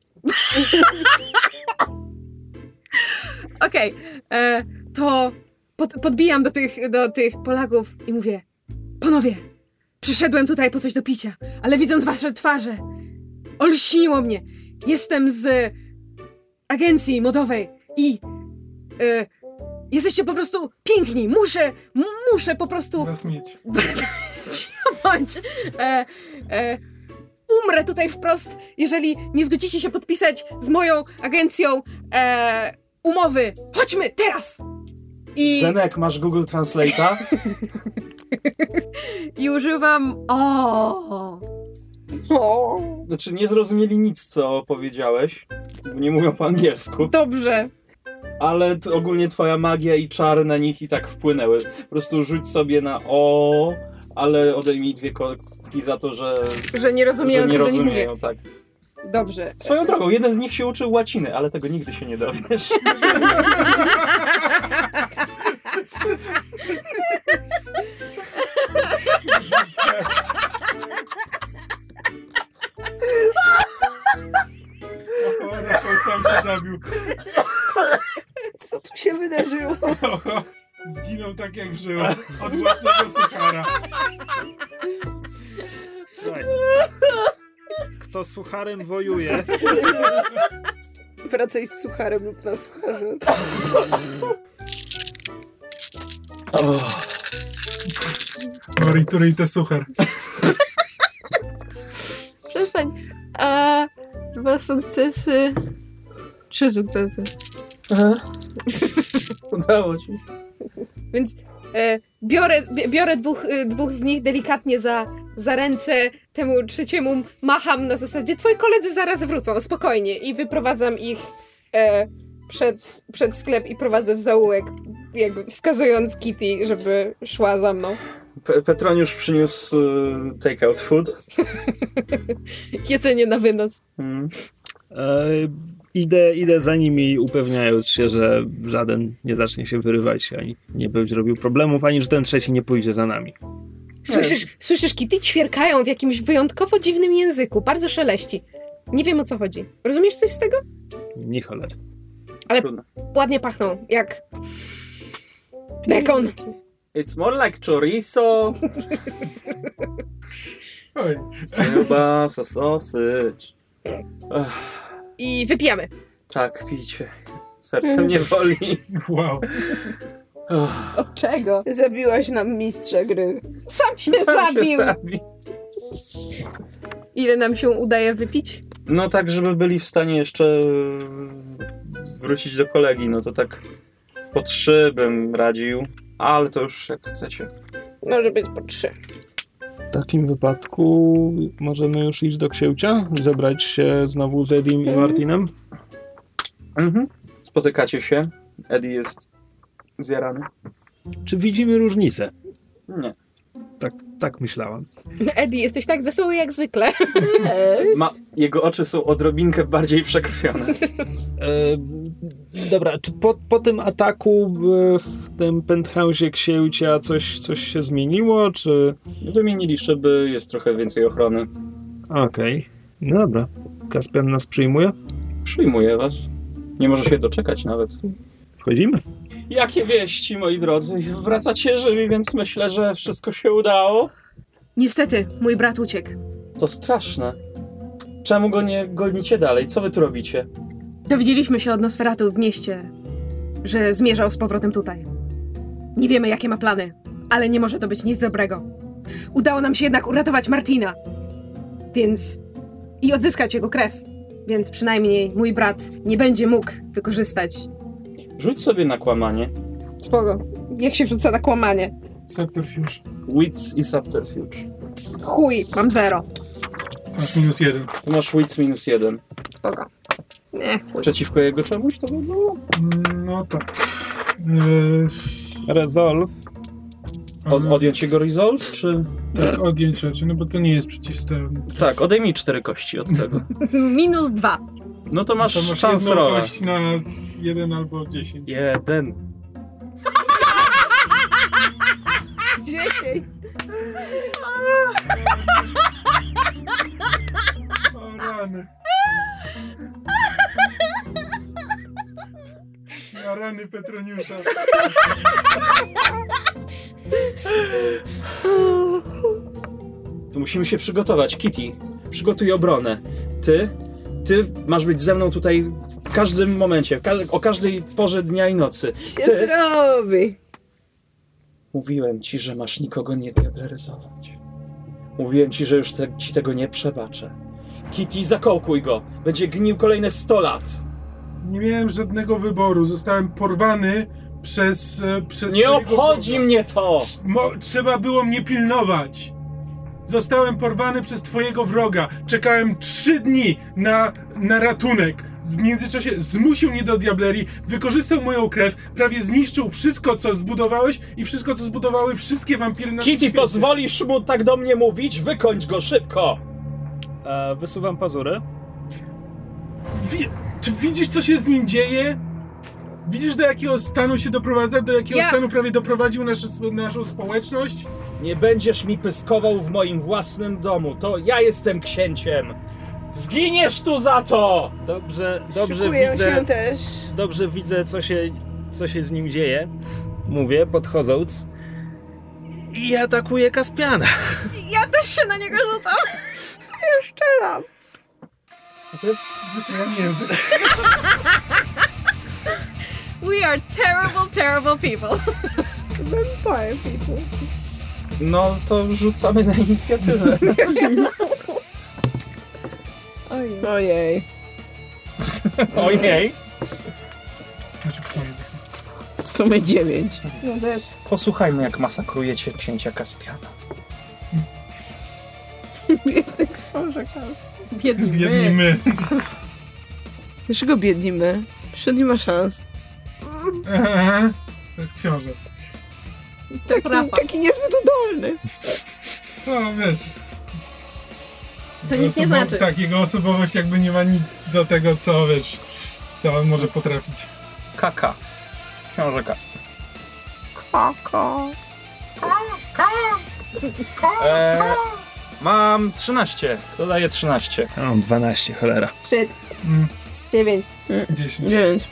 Okej, okay. To pod, podbijam do tych, do tych Polaków i mówię, panowie, przyszedłem tutaj po coś do picia, ale widząc wasze twarze, olśniło mnie. Jestem z agencji modowej i e, jesteście po prostu piękni. Muszę, muszę po prostu... Was mieć. Bądź, e, e, umrę tutaj wprost, jeżeli nie zgodzicie się podpisać z moją agencją e, umowy. Chodźmy teraz! I, Zenek, masz Google Translate'a? I używam o. o. Znaczy nie zrozumieli nic, co powiedziałeś, bo nie mówią po angielsku. Dobrze. Ale to ogólnie twoja magia i czary na nich i tak wpłynęły. Po prostu rzuć sobie na o, ale odejmij dwie kostki za to, że, że nie rozumieją, że nie co do nich rozumieją, mówię. tak. Dobrze. Swoją drogą, jeden z nich się uczył łaciny, ale tego nigdy się nie dowiesz. O, Rafał sam się zabił. Co tu się wydarzyło? Zginął tak jak żył. Od własnego suchara. Słuchaj. Kto sucharem wojuje, Wracaj z sucharem lub na sucharze. Moritury te suchar. Przestań. A dwa sukcesy. Trzy sukcesy. Udało ci. Więc e, biorę, bi- biorę dwóch, e, dwóch z nich delikatnie za, za ręce, temu trzeciemu macham na zasadzie twoi koledzy zaraz wrócą, spokojnie. I wyprowadzam ich e, przed, przed sklep i prowadzę w zaułek, jakby wskazując Kitty, żeby szła za mną. Pe- Petroniusz przyniósł y, take-out food. Jedzenie na wynos. Mm. e, idę, idę za nimi, upewniając się, że żaden nie zacznie się wyrywać, ani nie będzie robił problemów, ani że ten trzeci nie pójdzie za nami. Słyszysz, słyszysz Kitty? Ćwierkają w jakimś wyjątkowo dziwnym języku, bardzo szeleści. Nie wiem, o co chodzi. Rozumiesz coś z tego? Nie cholery. Ale Trudno. ładnie pachną, jak bekon. It's more like chorizo. Oj. Kiełbasa, sausage. Ach, I wypijamy. tak, pijcie. Serce mnie boli. Wow. Ach, Od czego? Zabiłaś nam mistrza gry. Sam się sam zabił. się zabił. Ile nam się udaje wypić? No tak, żeby byli w stanie jeszcze wrócić do kolegi, no to tak po trzy bym radził, ale to już jak chcecie. Może być po trzy. W takim wypadku możemy już iść do księcia, zebrać się znowu z Edim i Martinem. Mhm. Spotykacie się, Eddie jest zjarany. Czy widzimy różnicę? Nie. Tak, tak myślałem. Eddie, jesteś tak wesoły jak zwykle. Ma, jego oczy są odrobinkę bardziej przekrwione. E, dobra, czy po, po tym ataku e, w tym penthouse'ie księcia coś, coś się zmieniło, czy... Wymienili szyby, jest trochę więcej ochrony. Okej, okay. No dobra. Kaspian nas przyjmuje? Przyjmuję was. Nie może się doczekać nawet. Wchodzimy. Jakie wieści, moi drodzy? Wracacie żywi, więc myślę, że wszystko się udało. Niestety, mój brat uciekł. To straszne. Czemu go nie gonicie dalej? Co wy tu robicie? Dowiedzieliśmy się od Nosferatu w mieście, że zmierzał z powrotem tutaj. Nie wiemy, jakie ma plany, ale nie może to być nic dobrego. Udało nam się jednak uratować Martina. Więc... i odzyskać jego krew. więc przynajmniej mój brat nie będzie mógł wykorzystać. Rzuć sobie na kłamanie. Spoko. Jak się wrzuca na kłamanie? Subterfuge. Wits i subterfuge. Chuj, mam zero. To jest minus jeden. Tu masz wits minus jeden. Spoko. Nie, chuj. Przeciwko jego czemuś to by było? Mm, No tak. Yy, Resolve. Od, odjąć jego resolve, czy... tak, odjąć raczej, no bo to nie jest przeciwstawne. Tak, odejmij cztery kości od tego. Minus dwa. No to masz, To masz szans jedną rolę. kość na jeden albo dziesięć. Jeden. Dziesięć. O rany. Na rany Petroniusza. Tu musimy się przygotować. Kitty, przygotuj obronę. Ty, ty masz być ze mną tutaj w każdym momencie, w ka- o każdej porze dnia i nocy. Się Ty, zrobi. mówiłem ci, że masz nikogo nie diableryzować. Mówiłem ci, że już te, ci tego nie przebaczę. Kitty, zakołkuj go. Będzie gnił kolejne sto lat. Nie miałem żadnego wyboru. Zostałem porwany przez... e, przez Nie twojego obchodzi wroga. mnie to! Mo- trzeba było mnie pilnować. Zostałem porwany przez twojego wroga. Czekałem trzy dni na, na ratunek. W międzyczasie zmusił mnie do diablerii, wykorzystał moją krew, prawie zniszczył wszystko, co zbudowałeś i wszystko, co zbudowały wszystkie wampiry na tym Kitty, świecie. pozwolisz mu tak do mnie mówić? Wykończ go szybko! E, wysuwam pazury. Wi- czy widzisz, co się z nim dzieje? Widzisz, do jakiego stanu się doprowadza? Do jakiego Ja- stanu prawie doprowadził nasz, naszą społeczność? Nie będziesz mi pyskował w moim własnym domu. To ja jestem księciem. Zginiesz tu za to! Dobrze, dobrze Szykuję widzę. się też. Dobrze widzę, co się, co się z nim dzieje. Mówię, podchodząc. I atakuję Kaspiana. Ja też się na niego rzucam. Jeszcze mam. Wysyłam język. We are terrible, terrible people. Vampire people. No to rzucamy na inicjatywę. Ojej. Ojej. Ojej. Znaczy, kto mnie- W sumie dziewięć. No też. Posłuchajmy, jak masakrujecie księcia Kaspiana. Biedny książę. Biedni, Biedni my. my. Dlaczego biedni my? Przecież nie ma szans. Aha, to jest książę. To jest Taki, Rafał. taki niezbyt udolny. No wiesz... To nic nie osobo- znaczy. Tak, jego osobowość jakby nie ma nic do tego, co wiesz, co on może potrafić. Kaka. Książę Kasper. Koko. Eee, mam trzynaście. Kto daje trzynaście? Ja mam dwanaście, cholera. Shit. Mm, Dziewięć. dziesięć. Dziewięć.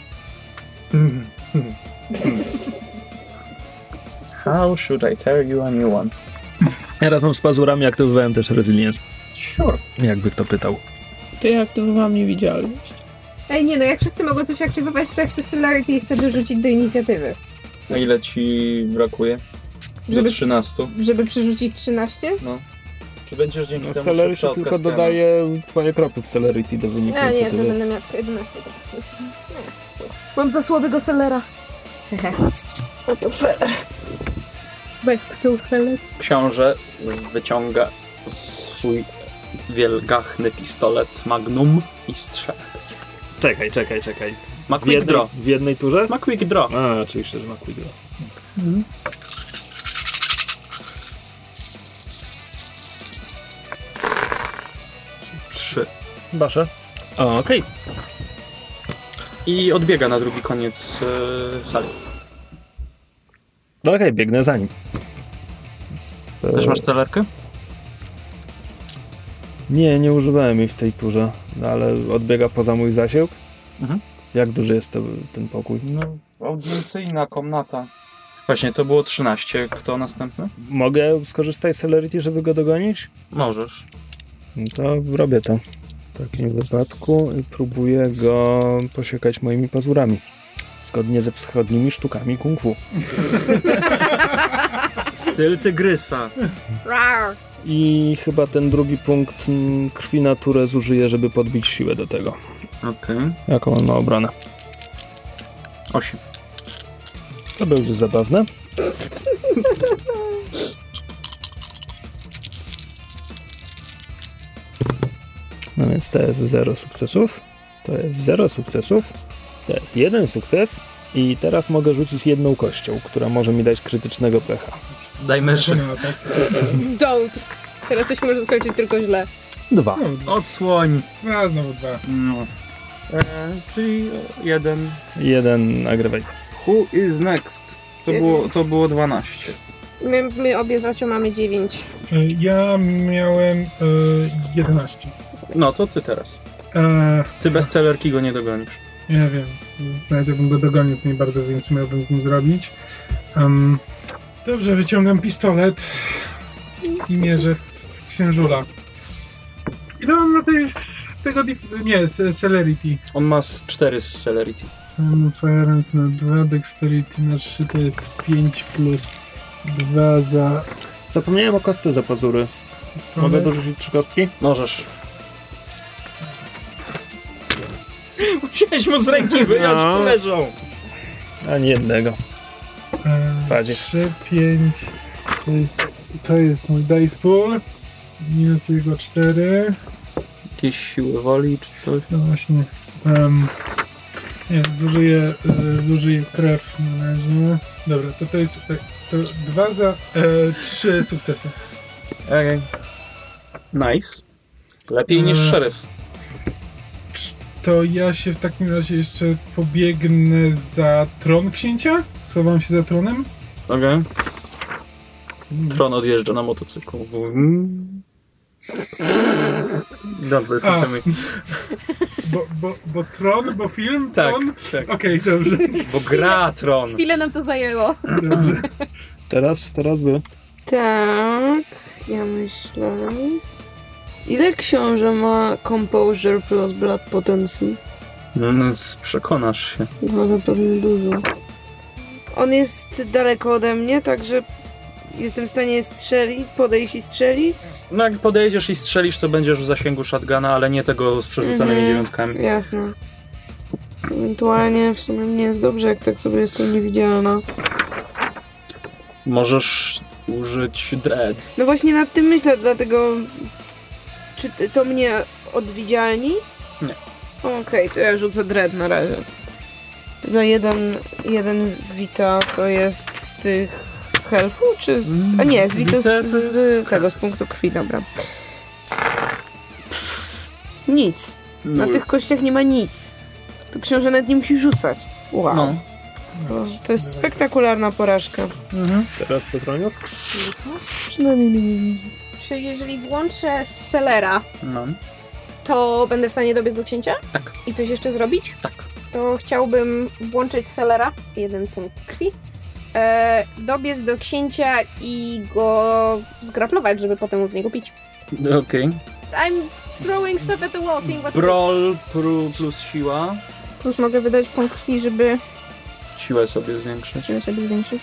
How should I tell you a new one? Ja razem z pazurami aktywowałem też Resilience. Sure. Jakby kto pytał. To ja aktywowałam niewidzialność. Ej, nie no, jak wszyscy mogą coś aktywować, to ja chcę Celerity i chcę dorzucić do inicjatywy. A ile ci brakuje? Do Żeby- trzynastu. Żeby przerzucić trzynaście? No. Czy będziesz dzięki No, temu Celerity szybsza od tylko Kaspiana? dodaje twoje kropy w Celerity do wyniku A nie, to inicjatywy. będę miała tylko jedenaście, to bez sensu. Nie. Mam za słabego Celera. A to fair. Bez takiego Celer. Książę wyciąga swój wielgachny pistolet Magnum i strzela. Czekaj, czekaj, czekaj. Ma W quick jednej, draw. w jednej turze? Ma quick draw. A, oczywiście, że ma quick draw. Trzy. Wasze? O, okej. I odbiega na drugi koniec yy, sali. No okej, biegnę za nim. Z... Też masz celerkę? Nie, nie używałem jej w tej turze, no, ale odbiega poza mój zasięg. Mhm. Jak duży jest to, ten pokój? No, audiencyjna komnata. Właśnie, to było trzynaście. Kto następny? Mogę skorzystać z Celerity, żeby go dogonić? Możesz. No to robię to. W takim wypadku i próbuję go posiekać moimi pazurami. Zgodnie ze wschodnimi sztukami kung fu. Z styl tygrysa. Rar. I chyba ten drugi punkt mm, krwi naturę zużyję, żeby podbić siłę do tego. Okej. Okay. Jaką on ma obronę? Osiem. To będzie zabawne. No więc to jest zero sukcesów. To jest zero sukcesów. To jest jeden sukces. I teraz mogę rzucić jedną kością, która może mi dać krytycznego pecha. Daj myszy. No, tak. Don't. Teraz coś może skończyć tylko źle. Dwa. No, Odsłoń. dwa, znowu dwa. No. E, czyli jeden. Jeden aggravate. Who is next? To było, to było dwanaście. My, my obie z Ocią mamy dziewięć. E, Ja miałem e, jedenaście. No to ty teraz. E, Ty bez celerki go nie dogonisz. Ja wiem. Nawet jakbym go dogonił, to nie bardzo wiem, co miałbym z nim zrobić. Um, dobrze, wyciągam pistolet i mierzę w księżula. Ile mam na tej, z tego, dif- nie, z celerity. On ma z cztery z celerity. Firearms na dwa, dexterity na trzy, to jest pięć plus dwa za Zapomniałem o kostce za pazury. pistolet. Mogę dorzucić trzy kostki? Możesz. Musiałeś mu z ręki wyjąć, No. no. leżą. Ani jednego. Padzie. trzy, pięć, to jest, to jest mój dice pool. Minus jego cztery. Jakieś siły woli czy coś? No właśnie. Um, nie, zużyję, e, zużyję krew na razie. Dobra, to to jest tak, to dwa za e, trzy sukcesy. Okej. Okay. Nice. Lepiej niż Eee. szeryf. To ja się w takim razie jeszcze pobiegnę za tron księcia. Schowam się za tronem. Okej. Okay. Tron odjeżdża na motocyklu. Dobry A, system. bo, bo, bo tron, bo film, Tak, tron. tak. Okej, okay, dobrze. Bo gra Tron. Chwilę nam to zajęło. dobrze. Teraz, teraz by. Tak, ja myślę... Ile książę ma Composure plus Blood Potency? No, no, przekonasz się. No na pewno dużo. On jest daleko ode mnie, także jestem w stanie strzelić, podejść i strzelić. No jak podejdziesz i strzelisz, to będziesz w zasięgu shotguna, ale nie tego z przerzucanymi Mhm. dziewiątkami. Jasne. Ewentualnie w sumie nie jest dobrze, jak tak sobie jestem niewidzialna. Możesz użyć dread. No właśnie nad tym myślę, dlatego... Czy t- to mnie odwidzialni? Nie. Okej, to ja rzucę dread na razie. Za jeden, jeden Vita to jest z tych... z healthu, czy z... A nie, z Vita z, Vita to z, z tego, z punktu krwi, dobra. Pff, nic. Na tych kościach nie ma nic. To książę nawet nie musi rzucać. Wow. No. To, to jest spektakularna porażka. Mhm. Teraz Petroniusz? Przynajmniej nie wiem. Czy jeżeli włączę Sellera, No. to będę w stanie dobiec do księcia? Tak. I coś jeszcze zrobić? Tak. To chciałbym włączyć Sellera, jeden punkt krwi, e, dobiec do księcia i go zgraplować, żeby potem móc z niego pić. Okej. Okay. I'm throwing stuff at the wall, seeing what's Brawl pru- plus siła. Plus mogę wydać punkt krwi, żeby Siłę sobie zwiększyć. żeby sobie zwiększyć.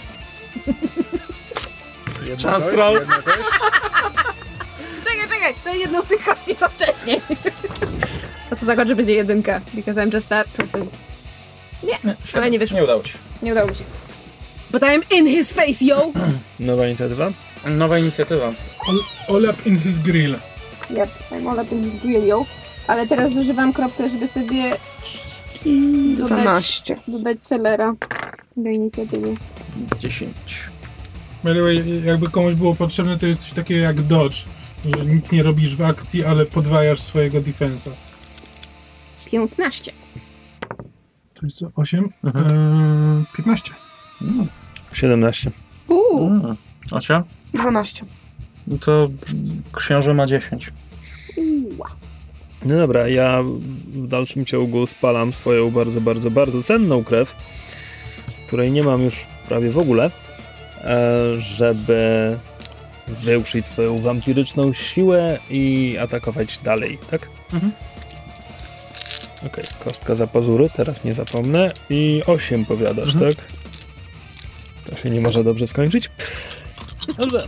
Czas roll. Czekaj, czekaj, to jedno z tych kości, co wcześniej. A co zakład, że będzie jedynka, because I'm just that person. Nie, ale nie wyszło. Nie udało ci. Nie udało mi się. But I'm in his face, yo! Nowa inicjatywa? Nowa inicjatywa. All, all up in his grill. Yep, I'm all up in his grill, yo. Ale teraz zużywam kropkę, żeby sobie dodać, dwanaście. dodać Sellera do inicjatywy. dziesięć. By the way, jakby komuś było potrzebne, to jest coś takiego jak dodge. Że nic nie robisz w akcji, ale podwajasz swojego defensa. piętnaście. To jest co? osiem? Mhm. Eee, piętnaście. Mm. siedemnaście. Uuu, Mm. Ocia? dwanaście. No to książę ma dziesięć. Ua. No dobra, ja w dalszym ciągu spalam swoją bardzo, bardzo, bardzo cenną krew, której nie mam już prawie w ogóle, e, żeby zwiększyć swoją wampiryczną siłę i atakować dalej, tak? Mhm. Okej, okay, kostka za pazury, teraz nie zapomnę. I osiem powiadasz, Mhm. tak? To się nie może dobrze skończyć. Dobrze.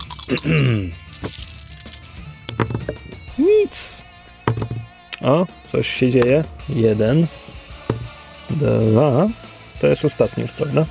Nic. O, coś się dzieje. Jeden. Dwa. To jest ostatni już, prawda?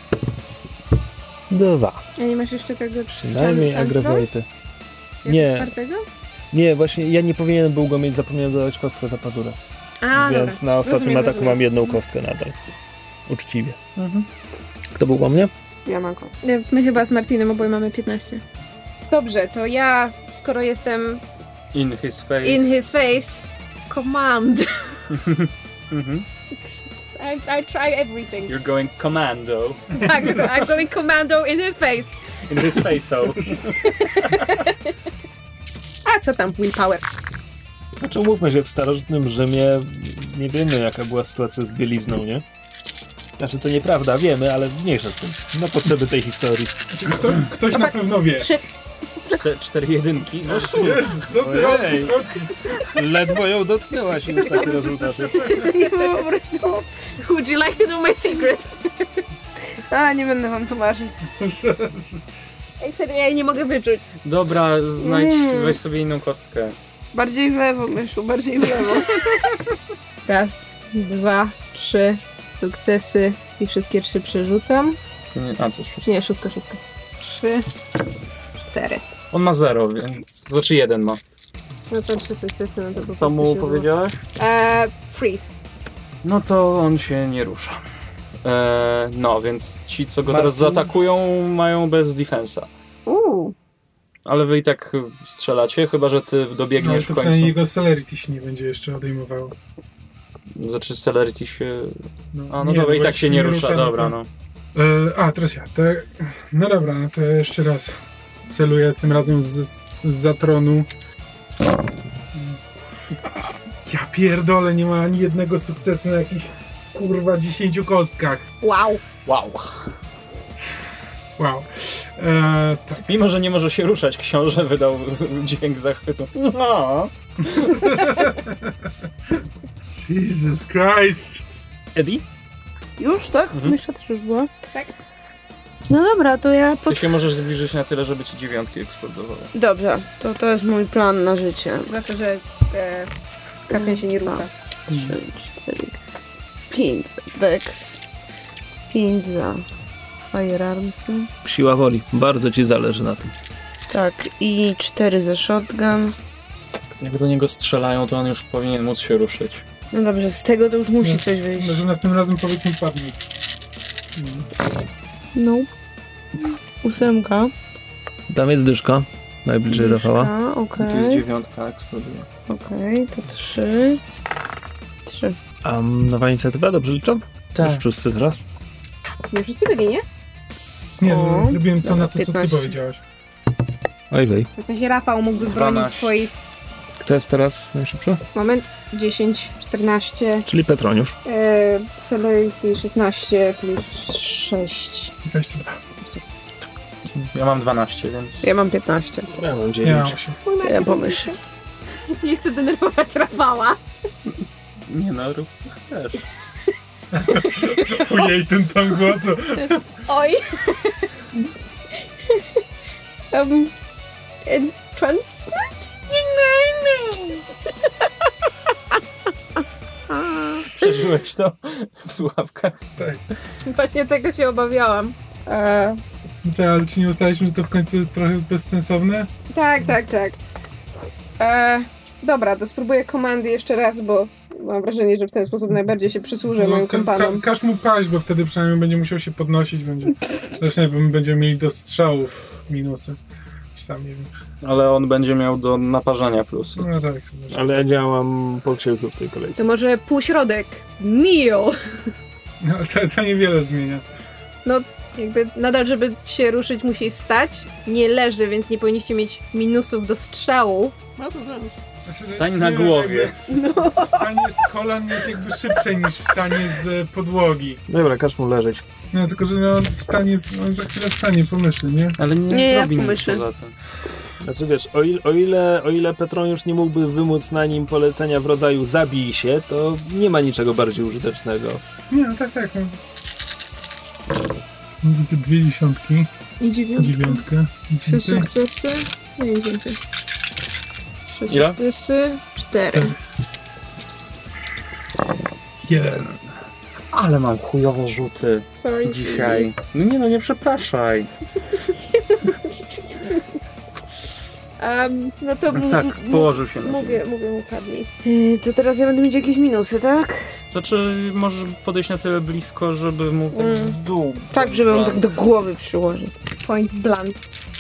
Dwa. A nie masz jeszcze tego... Przynajmniej agrawajty. Nie. Czwartego? Nie, właśnie ja nie powinienem był go mieć, zapomniałem dodać kostkę za pazurę. A, Więc dobra. na ostatnim Rozumiem, ataku rozumiem. mam jedną kostkę nadal. Uczciwie. Mhm. Kto był po mnie? Ja mam go. My chyba z Martinem oboje mamy piętnaście. Dobrze, to ja, skoro jestem In his face. in his face, command. Mhm. I, I try everything. You're going commando. Tak, I'm going commando in his face. In his face, oh. A co tam, willpower? Znaczy mówmy się, w starożytnym Rzymie nie wiemy jaka była sytuacja z bielizną, nie? Znaczy to nieprawda, wiemy, ale mniejsza z tym. Na potrzeby tej historii. Kto, ktoś na pewno wie. Shit. Czte, cztery jedynki. No Jezu, co ty Ojej. robisz? Ledwo ją dotknęłaś i już takie rezultaty. Nie, bo po prostu... Would you like to know my secret? A, nie będę wam tłumaczyć. Ej, serio, ja jej nie mogę wyczuć. Dobra, znajdź, Mm. weź sobie inną kostkę. Bardziej w lewo, myszu, bardziej w lewo. Raz, dwa, trzy sukcesy i wszystkie trzy przerzucam. To nie, a, to już szósty. Nie, szóstka, szóstka. Trzy, cztery. On ma zero, więc... Znaczy jeden ma. No to trzy sukcesy, no to po Co prostu mu się powiedziałeś? udało. Eee, freeze. No to on się nie rusza. Eee, no, więc ci, co go Marcin? teraz zaatakują, mają bez defensa. Uuu. Ale wy i tak strzelacie, chyba że ty No, dobiegniesz to w końcu. przynajmniej jego celerity się nie będzie jeszcze odejmowało. Znaczy celerity się... No, A, no nie, dobra, i bo tak jak się nie rusza, no dobra, to- no. E, a, teraz ja. To, no dobra, no to jeszcze raz celuję, tym razem z, z zatronu. Ja pierdolę, nie ma ani jednego sukcesu na jakichś kurwa dziesięciu kostkach. Wow. Wow. Wow. E, tak. Mimo, że nie może się ruszać, książę wydał dźwięk zachwytu. No. Jesus Christ. Eddie? Już, tak? Mhm. Mysza też już była? Tak. No dobra, to ja... Ty Pod... się możesz zbliżyć na tyle, żeby ci dziewiątki eksplodowały. Dobrze, to to jest mój plan na życie. Zwłaszcza, że e, kartę się nie rusza. Trzy, cztery, pięć za Dex, pięć za Firearmsy. Siła woli. Bardzo ci zależy na tym. Tak, i cztery za Shotgun. Jak do niego strzelają, to on już powinien móc się ruszyć. No dobrze, z tego to już musi No, coś wyjść. Może następnym razem powiedzmy padnie. No. Ósemka. Tam jest dyszka. Najbliżej Rafała. A, okej. Tu jest dziewiątka, eksploduje. Okej, to trzy. Trzy. A nowa inicjatywa, dobrze liczę? Tak. Już wszyscy teraz? Nie wszyscy byli, nie? Nie, O, no, zrobiłem co dobra, na to, co ty piętnaście. powiedziałaś. Ojej. W sensie Rafał mógłby bronić dwanaście. swoich... Kto jest teraz najszybszy? Moment. dziesięć, czternaście, Czyli Petroniusz. e, celerity szesnaście plus sześć. dwadzieścia dwa. Ja mam dwanaście, więc... Ja mam piętnaście. Ja mam Ja dziewięć. mam osiem. To ja pomyślę. Nie chcę denerwować Rafała. Nie no, rób co chcesz. Ojej, ten ton głosu. Oj. um, entrancement? Przeżyłeś to w słuchawkach. Tak. Właśnie tego się obawiałam. E, No tak, ale czy nie ustaliliśmy, że to w końcu jest trochę bezsensowne? tak, tak, tak. E, dobra, to spróbuję komandy jeszcze raz, bo mam wrażenie, że w ten sposób najbardziej się przysłużę moim No, ka- ka- kompanom. każ mu paść, bo wtedy przynajmniej będzie musiał się podnosić. Będzie... Zresztą nie, bo my będziemy mieli do strzałów minusy. Sam nie wiem. Ale on będzie miał do naparzania plusy. No tak. sobie. Ale ja działam po księciu w tej kolejce. To może półśrodek. Neo! No, ale to, to niewiele zmienia. No, jakby nadal, żeby się ruszyć, musi wstać. Nie leży, więc nie powinniście mieć minusów do strzałów. No to zaraz. Znaczy, Stań na nie, głowie. jakby Wstanie z kolan jest jakby szybciej niż wstanie z podłogi. Dobra, każ mu leżeć. No tylko, że no, wstanie, z, no, za chwilę wstanie, pomyśl, nie? Ale nie, Nie, zrobi ja nic pomyślę. poza tym. Znaczy wiesz, o ile, o ile, o ile Petroniusz nie mógłby wymóc na nim polecenia w rodzaju zabij się, to nie ma niczego bardziej użytecznego. Nie, no tak, tak. No. Widzę dwie dziesiątki. I dziewiątka. Dziewiątka. Trzy sukcesy. Nie wiem więcej. Trzy Ile? sukcesy. Cztery. Jeden. Ale mam chujowe rzuty Sorry. dzisiaj. No nie no, nie przepraszaj. Um, no to No m- tak, m- położył się na mówię, mówię mu padnij. Yy, to teraz ja będę mieć jakieś minusy, tak? Znaczy, możesz podejść na tyle blisko, żeby mu tak Mm. w dół. Tak, żeby on tak do głowy przyłożył. Point blank.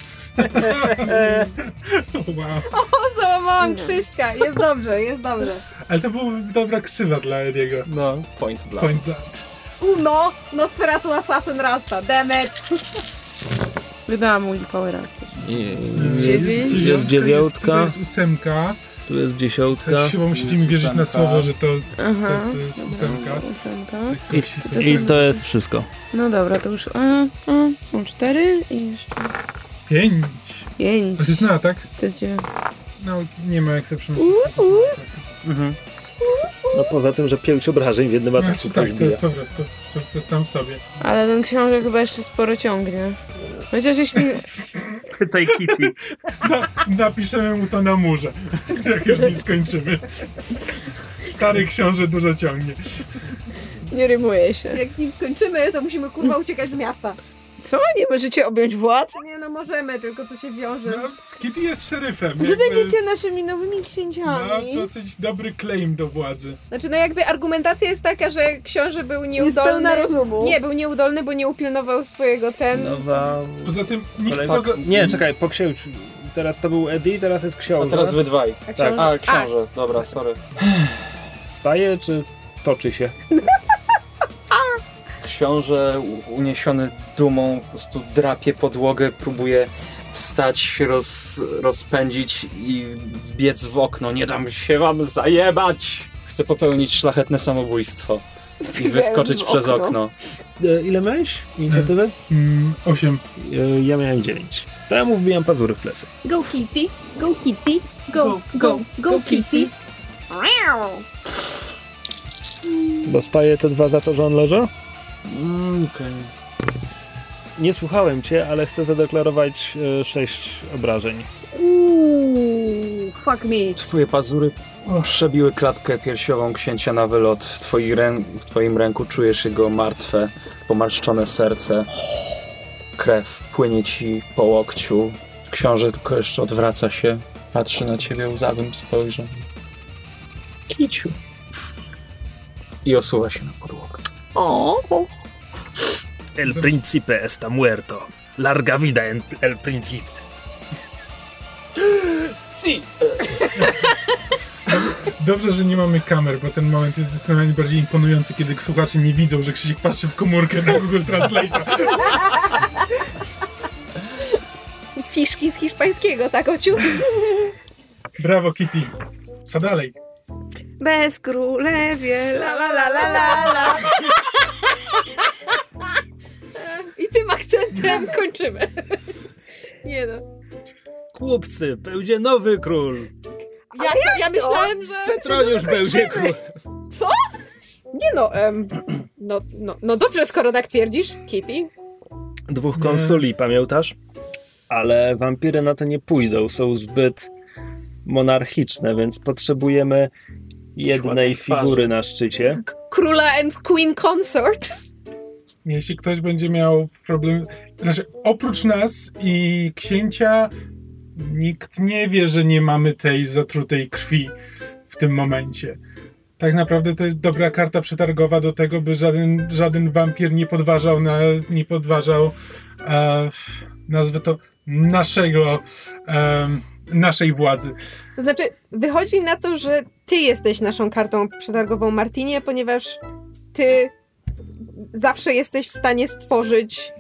Wow. O, załamałam No. Krzyśka. Jest dobrze, jest dobrze. Ale to była dobra ksywa dla Ediego. No, point blank. Point blank. Uno, Nosferatu Assassin Rasta. Dammit. Wydałam mój power actor. Jest, Dziewięć. jest dziewiątka, Jest, tu jest ósemka. tu jest dziesiątka. Też chyba musicie mi wierzyć na ósemka. słowo, że to, Aha. to, to jest Dobra, ósemka. ósemka. To jest kości są. To I są- to jest wszystko. No dobra, to już... A, a, są cztery i jeszcze Pięć. pięć. A to jest na atak? To jest dziewięć. No, nie ma exception. Mhm. No poza tym, że pięć obrażeń w jednym ataku Znaczy, ktoś tak, to bije. jest po prostu sukces sam w sobie. Ale ten książę chyba jeszcze sporo ciągnie. Chociaż jeśli... Pytaj Kitty. Na, napiszemy mu to na murze, jak już z nim skończymy. Stary książę dużo ciągnie. Nie rymuje się. Jak z nim skończymy, to musimy kurwa uciekać z miasta. Co? Nie możecie objąć władz? Nie no, możemy, tylko to się wiąże. No, Kitty jest szeryfem. Wy jakby będziecie naszymi nowymi Ma księciami. dosyć dobry claim do władzy. Znaczy, no jakby argumentacja jest taka, że książę był Nie jest pełna nieudolny. rozumu. Nie, był nieudolny, bo nie upilnował swojego ten... Nowa... Poza tym nikt Kolej... poza... Nie, czekaj, po księciu. Teraz to był Eddie, teraz jest A książę. teraz wy dwaj. A Tak. książę... A, książę. Dobra, sorry. Wstaje czy toczy się? Książę u- uniesiony dumą po prostu drapie podłogę, próbuje wstać, roz, rozpędzić i wbiec w okno. Nie dam się wam zajebać! Chcę popełnić szlachetne samobójstwo i wyskoczyć w przez okno. okno. E, ile miałeś inicjatywy? Mm, osiem. E, ja miałem dziewięć. To ja mu wbijam pazury w plecy. Go Kitty, go Kitty, go, go, go Kitty. Dostaję te dwa za to, że on leży? Mm, okej. Nie słuchałem cię, ale chcę zadeklarować e, sześć obrażeń. Uuu, fuck me. Twoje pazury przebiły klatkę piersiową księcia na wylot. W, twoi rę... w twoim ręku czujesz jego martwe, pomarszczone serce. Krew płynie ci po łokciu. Książę tylko jeszcze odwraca się, patrzy na ciebie łzawym spojrzeniem. Kiciu. I osuwa się na podłogę. O. El príncipe está muerto. Larga vida en el príncipe. Si. Dobrze, że nie mamy kamer, bo ten moment jest zdecydowanie bardziej imponujący, kiedy słuchacze nie widzą, że Krzysiek patrzy w komórkę na Google Translate. Fiszki z hiszpańskiego, tak, ociu? Brawo, Kitty. Co dalej? Bez królewie, la la la la la la. I tym akcentem kończymy. Nie no. Chłopcy, będzie nowy król. Ja, ja, ja myślałem, że... Petroniusz będzie król. Nie no, em, no, no, no dobrze, skoro tak twierdzisz, Kitty. Dwóch konsuli, pamiętasz? Ale wampiry na to nie pójdą, są zbyt monarchiczne, więc potrzebujemy jednej ładnej twarzy. figury na szczycie. Króla and Queen Consort. Jeśli ktoś będzie miał problem... Znaczy, oprócz nas i księcia, nikt nie wie, że nie mamy tej zatrutej krwi w tym momencie. Tak naprawdę to jest dobra karta przetargowa do tego, by żaden, żaden wampir nie podważał, na, nie podważał e, nazwę to naszego, e, naszej władzy. To znaczy, wychodzi na to, że ty jesteś naszą kartą przetargową, Martinie, ponieważ ty zawsze jesteś w stanie stworzyć,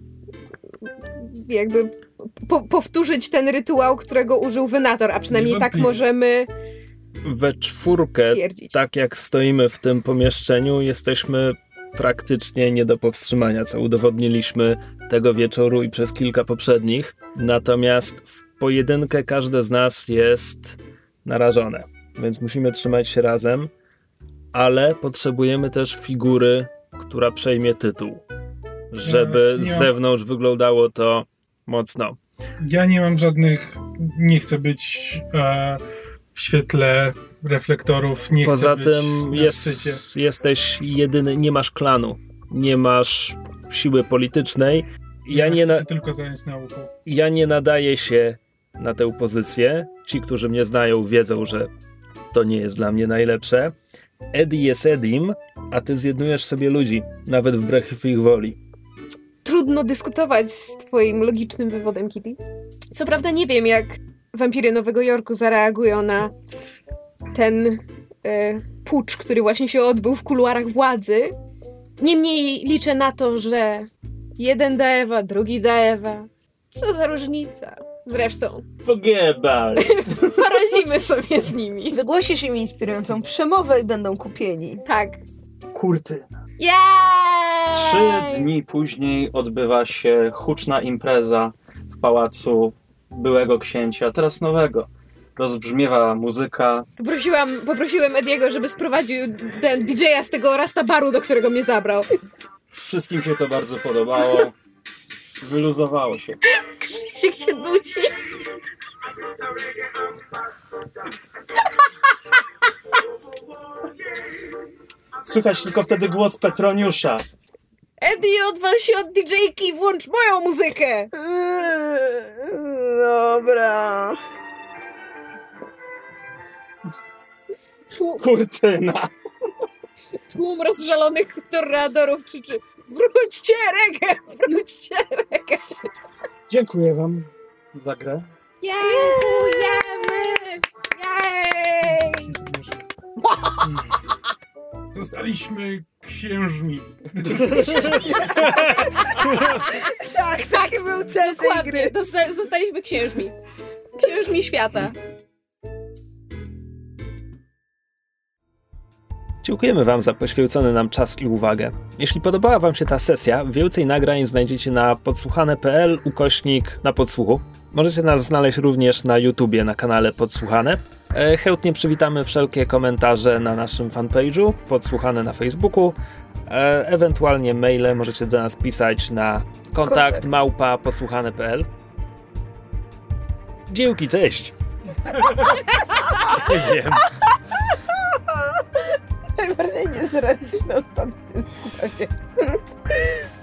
jakby po, powtórzyć ten rytuał, którego użył Venator, a przynajmniej tak Niewątpliwie. możemy We czwórkę, twierdzić. tak jak stoimy w tym pomieszczeniu, jesteśmy praktycznie nie do powstrzymania, co udowodniliśmy tego wieczoru i przez kilka poprzednich. Natomiast w pojedynkę każde z nas jest narażone, więc musimy trzymać się razem, ale potrzebujemy też figury, która przejmie tytuł. żeby Ja nie z mam- zewnątrz wyglądało to mocno. Ja nie mam żadnych... Nie chcę być e, w świetle reflektorów. Nie Poza chcę tym być na szczycie. jest, jesteś jedyny, nie masz klanu, nie masz siły politycznej. Ja Ja nie, chcę na, się tylko zająć nauką. ja nie nadaję się na tę pozycję. Ci, którzy mnie znają, wiedzą, że to nie jest dla mnie najlepsze. Eddie jest Edim, a ty zjednujesz sobie ludzi, nawet wbrew ich woli. Trudno dyskutować z twoim logicznym wywodem, Kitty. Co prawda nie wiem, jak wampiry Nowego Jorku zareagują na ten e, pucz, który właśnie się odbył w kuluarach władzy. Niemniej liczę na to, że jeden da Ewa, drugi da Ewa. Co za różnica. Zresztą Forget about it. poradzimy sobie z nimi. Wygłosisz im inspirującą przemowę i będą kupieni. Tak. Kurty. Jej! Trzy dni później odbywa się huczna impreza w pałacu byłego księcia, teraz nowego. Rozbrzmiewa muzyka. Poprosiłam, poprosiłem Ediego, żeby sprowadził ten D J a z tego Rasta baru, do którego mnie zabrał. Wszystkim się to bardzo podobało. Wyluzowało się. Krzysiek się dusi. Słychać tylko wtedy głos Petroniusza. Eddie, odwal się od D J-ki, włącz moją muzykę! Dobra. Tłum, Kurtyna. tłum rozżalonych tornadorów krzyczy: wróćcie reggae, wróćcie reggae! Dziękuję wam za grę. Dziękujemy! Jej! Zostaliśmy księżmi. Tak, tak był cel tej Dokładnie, gry. Dosta- zostaliśmy księżmi. Księżmi świata. Dziękujemy Wam za poświęcony nam czas i uwagę. Jeśli podobała Wam się ta sesja, więcej nagrań znajdziecie na podsłuchane kropka p l ukośnik na podsłuchu. Możecie nas znaleźć również na YouTubie na kanale Podsłuchane. E, chętnie przywitamy wszelkie komentarze na naszym fanpage'u, Podsłuchane na Facebooku. E, ewentualnie maile możecie do nas pisać na kontakt małpa podsłuchane kropka p l. Dzięki, cześć! Nie wiem. Najbardziej niezręczne ostatnie zdanie.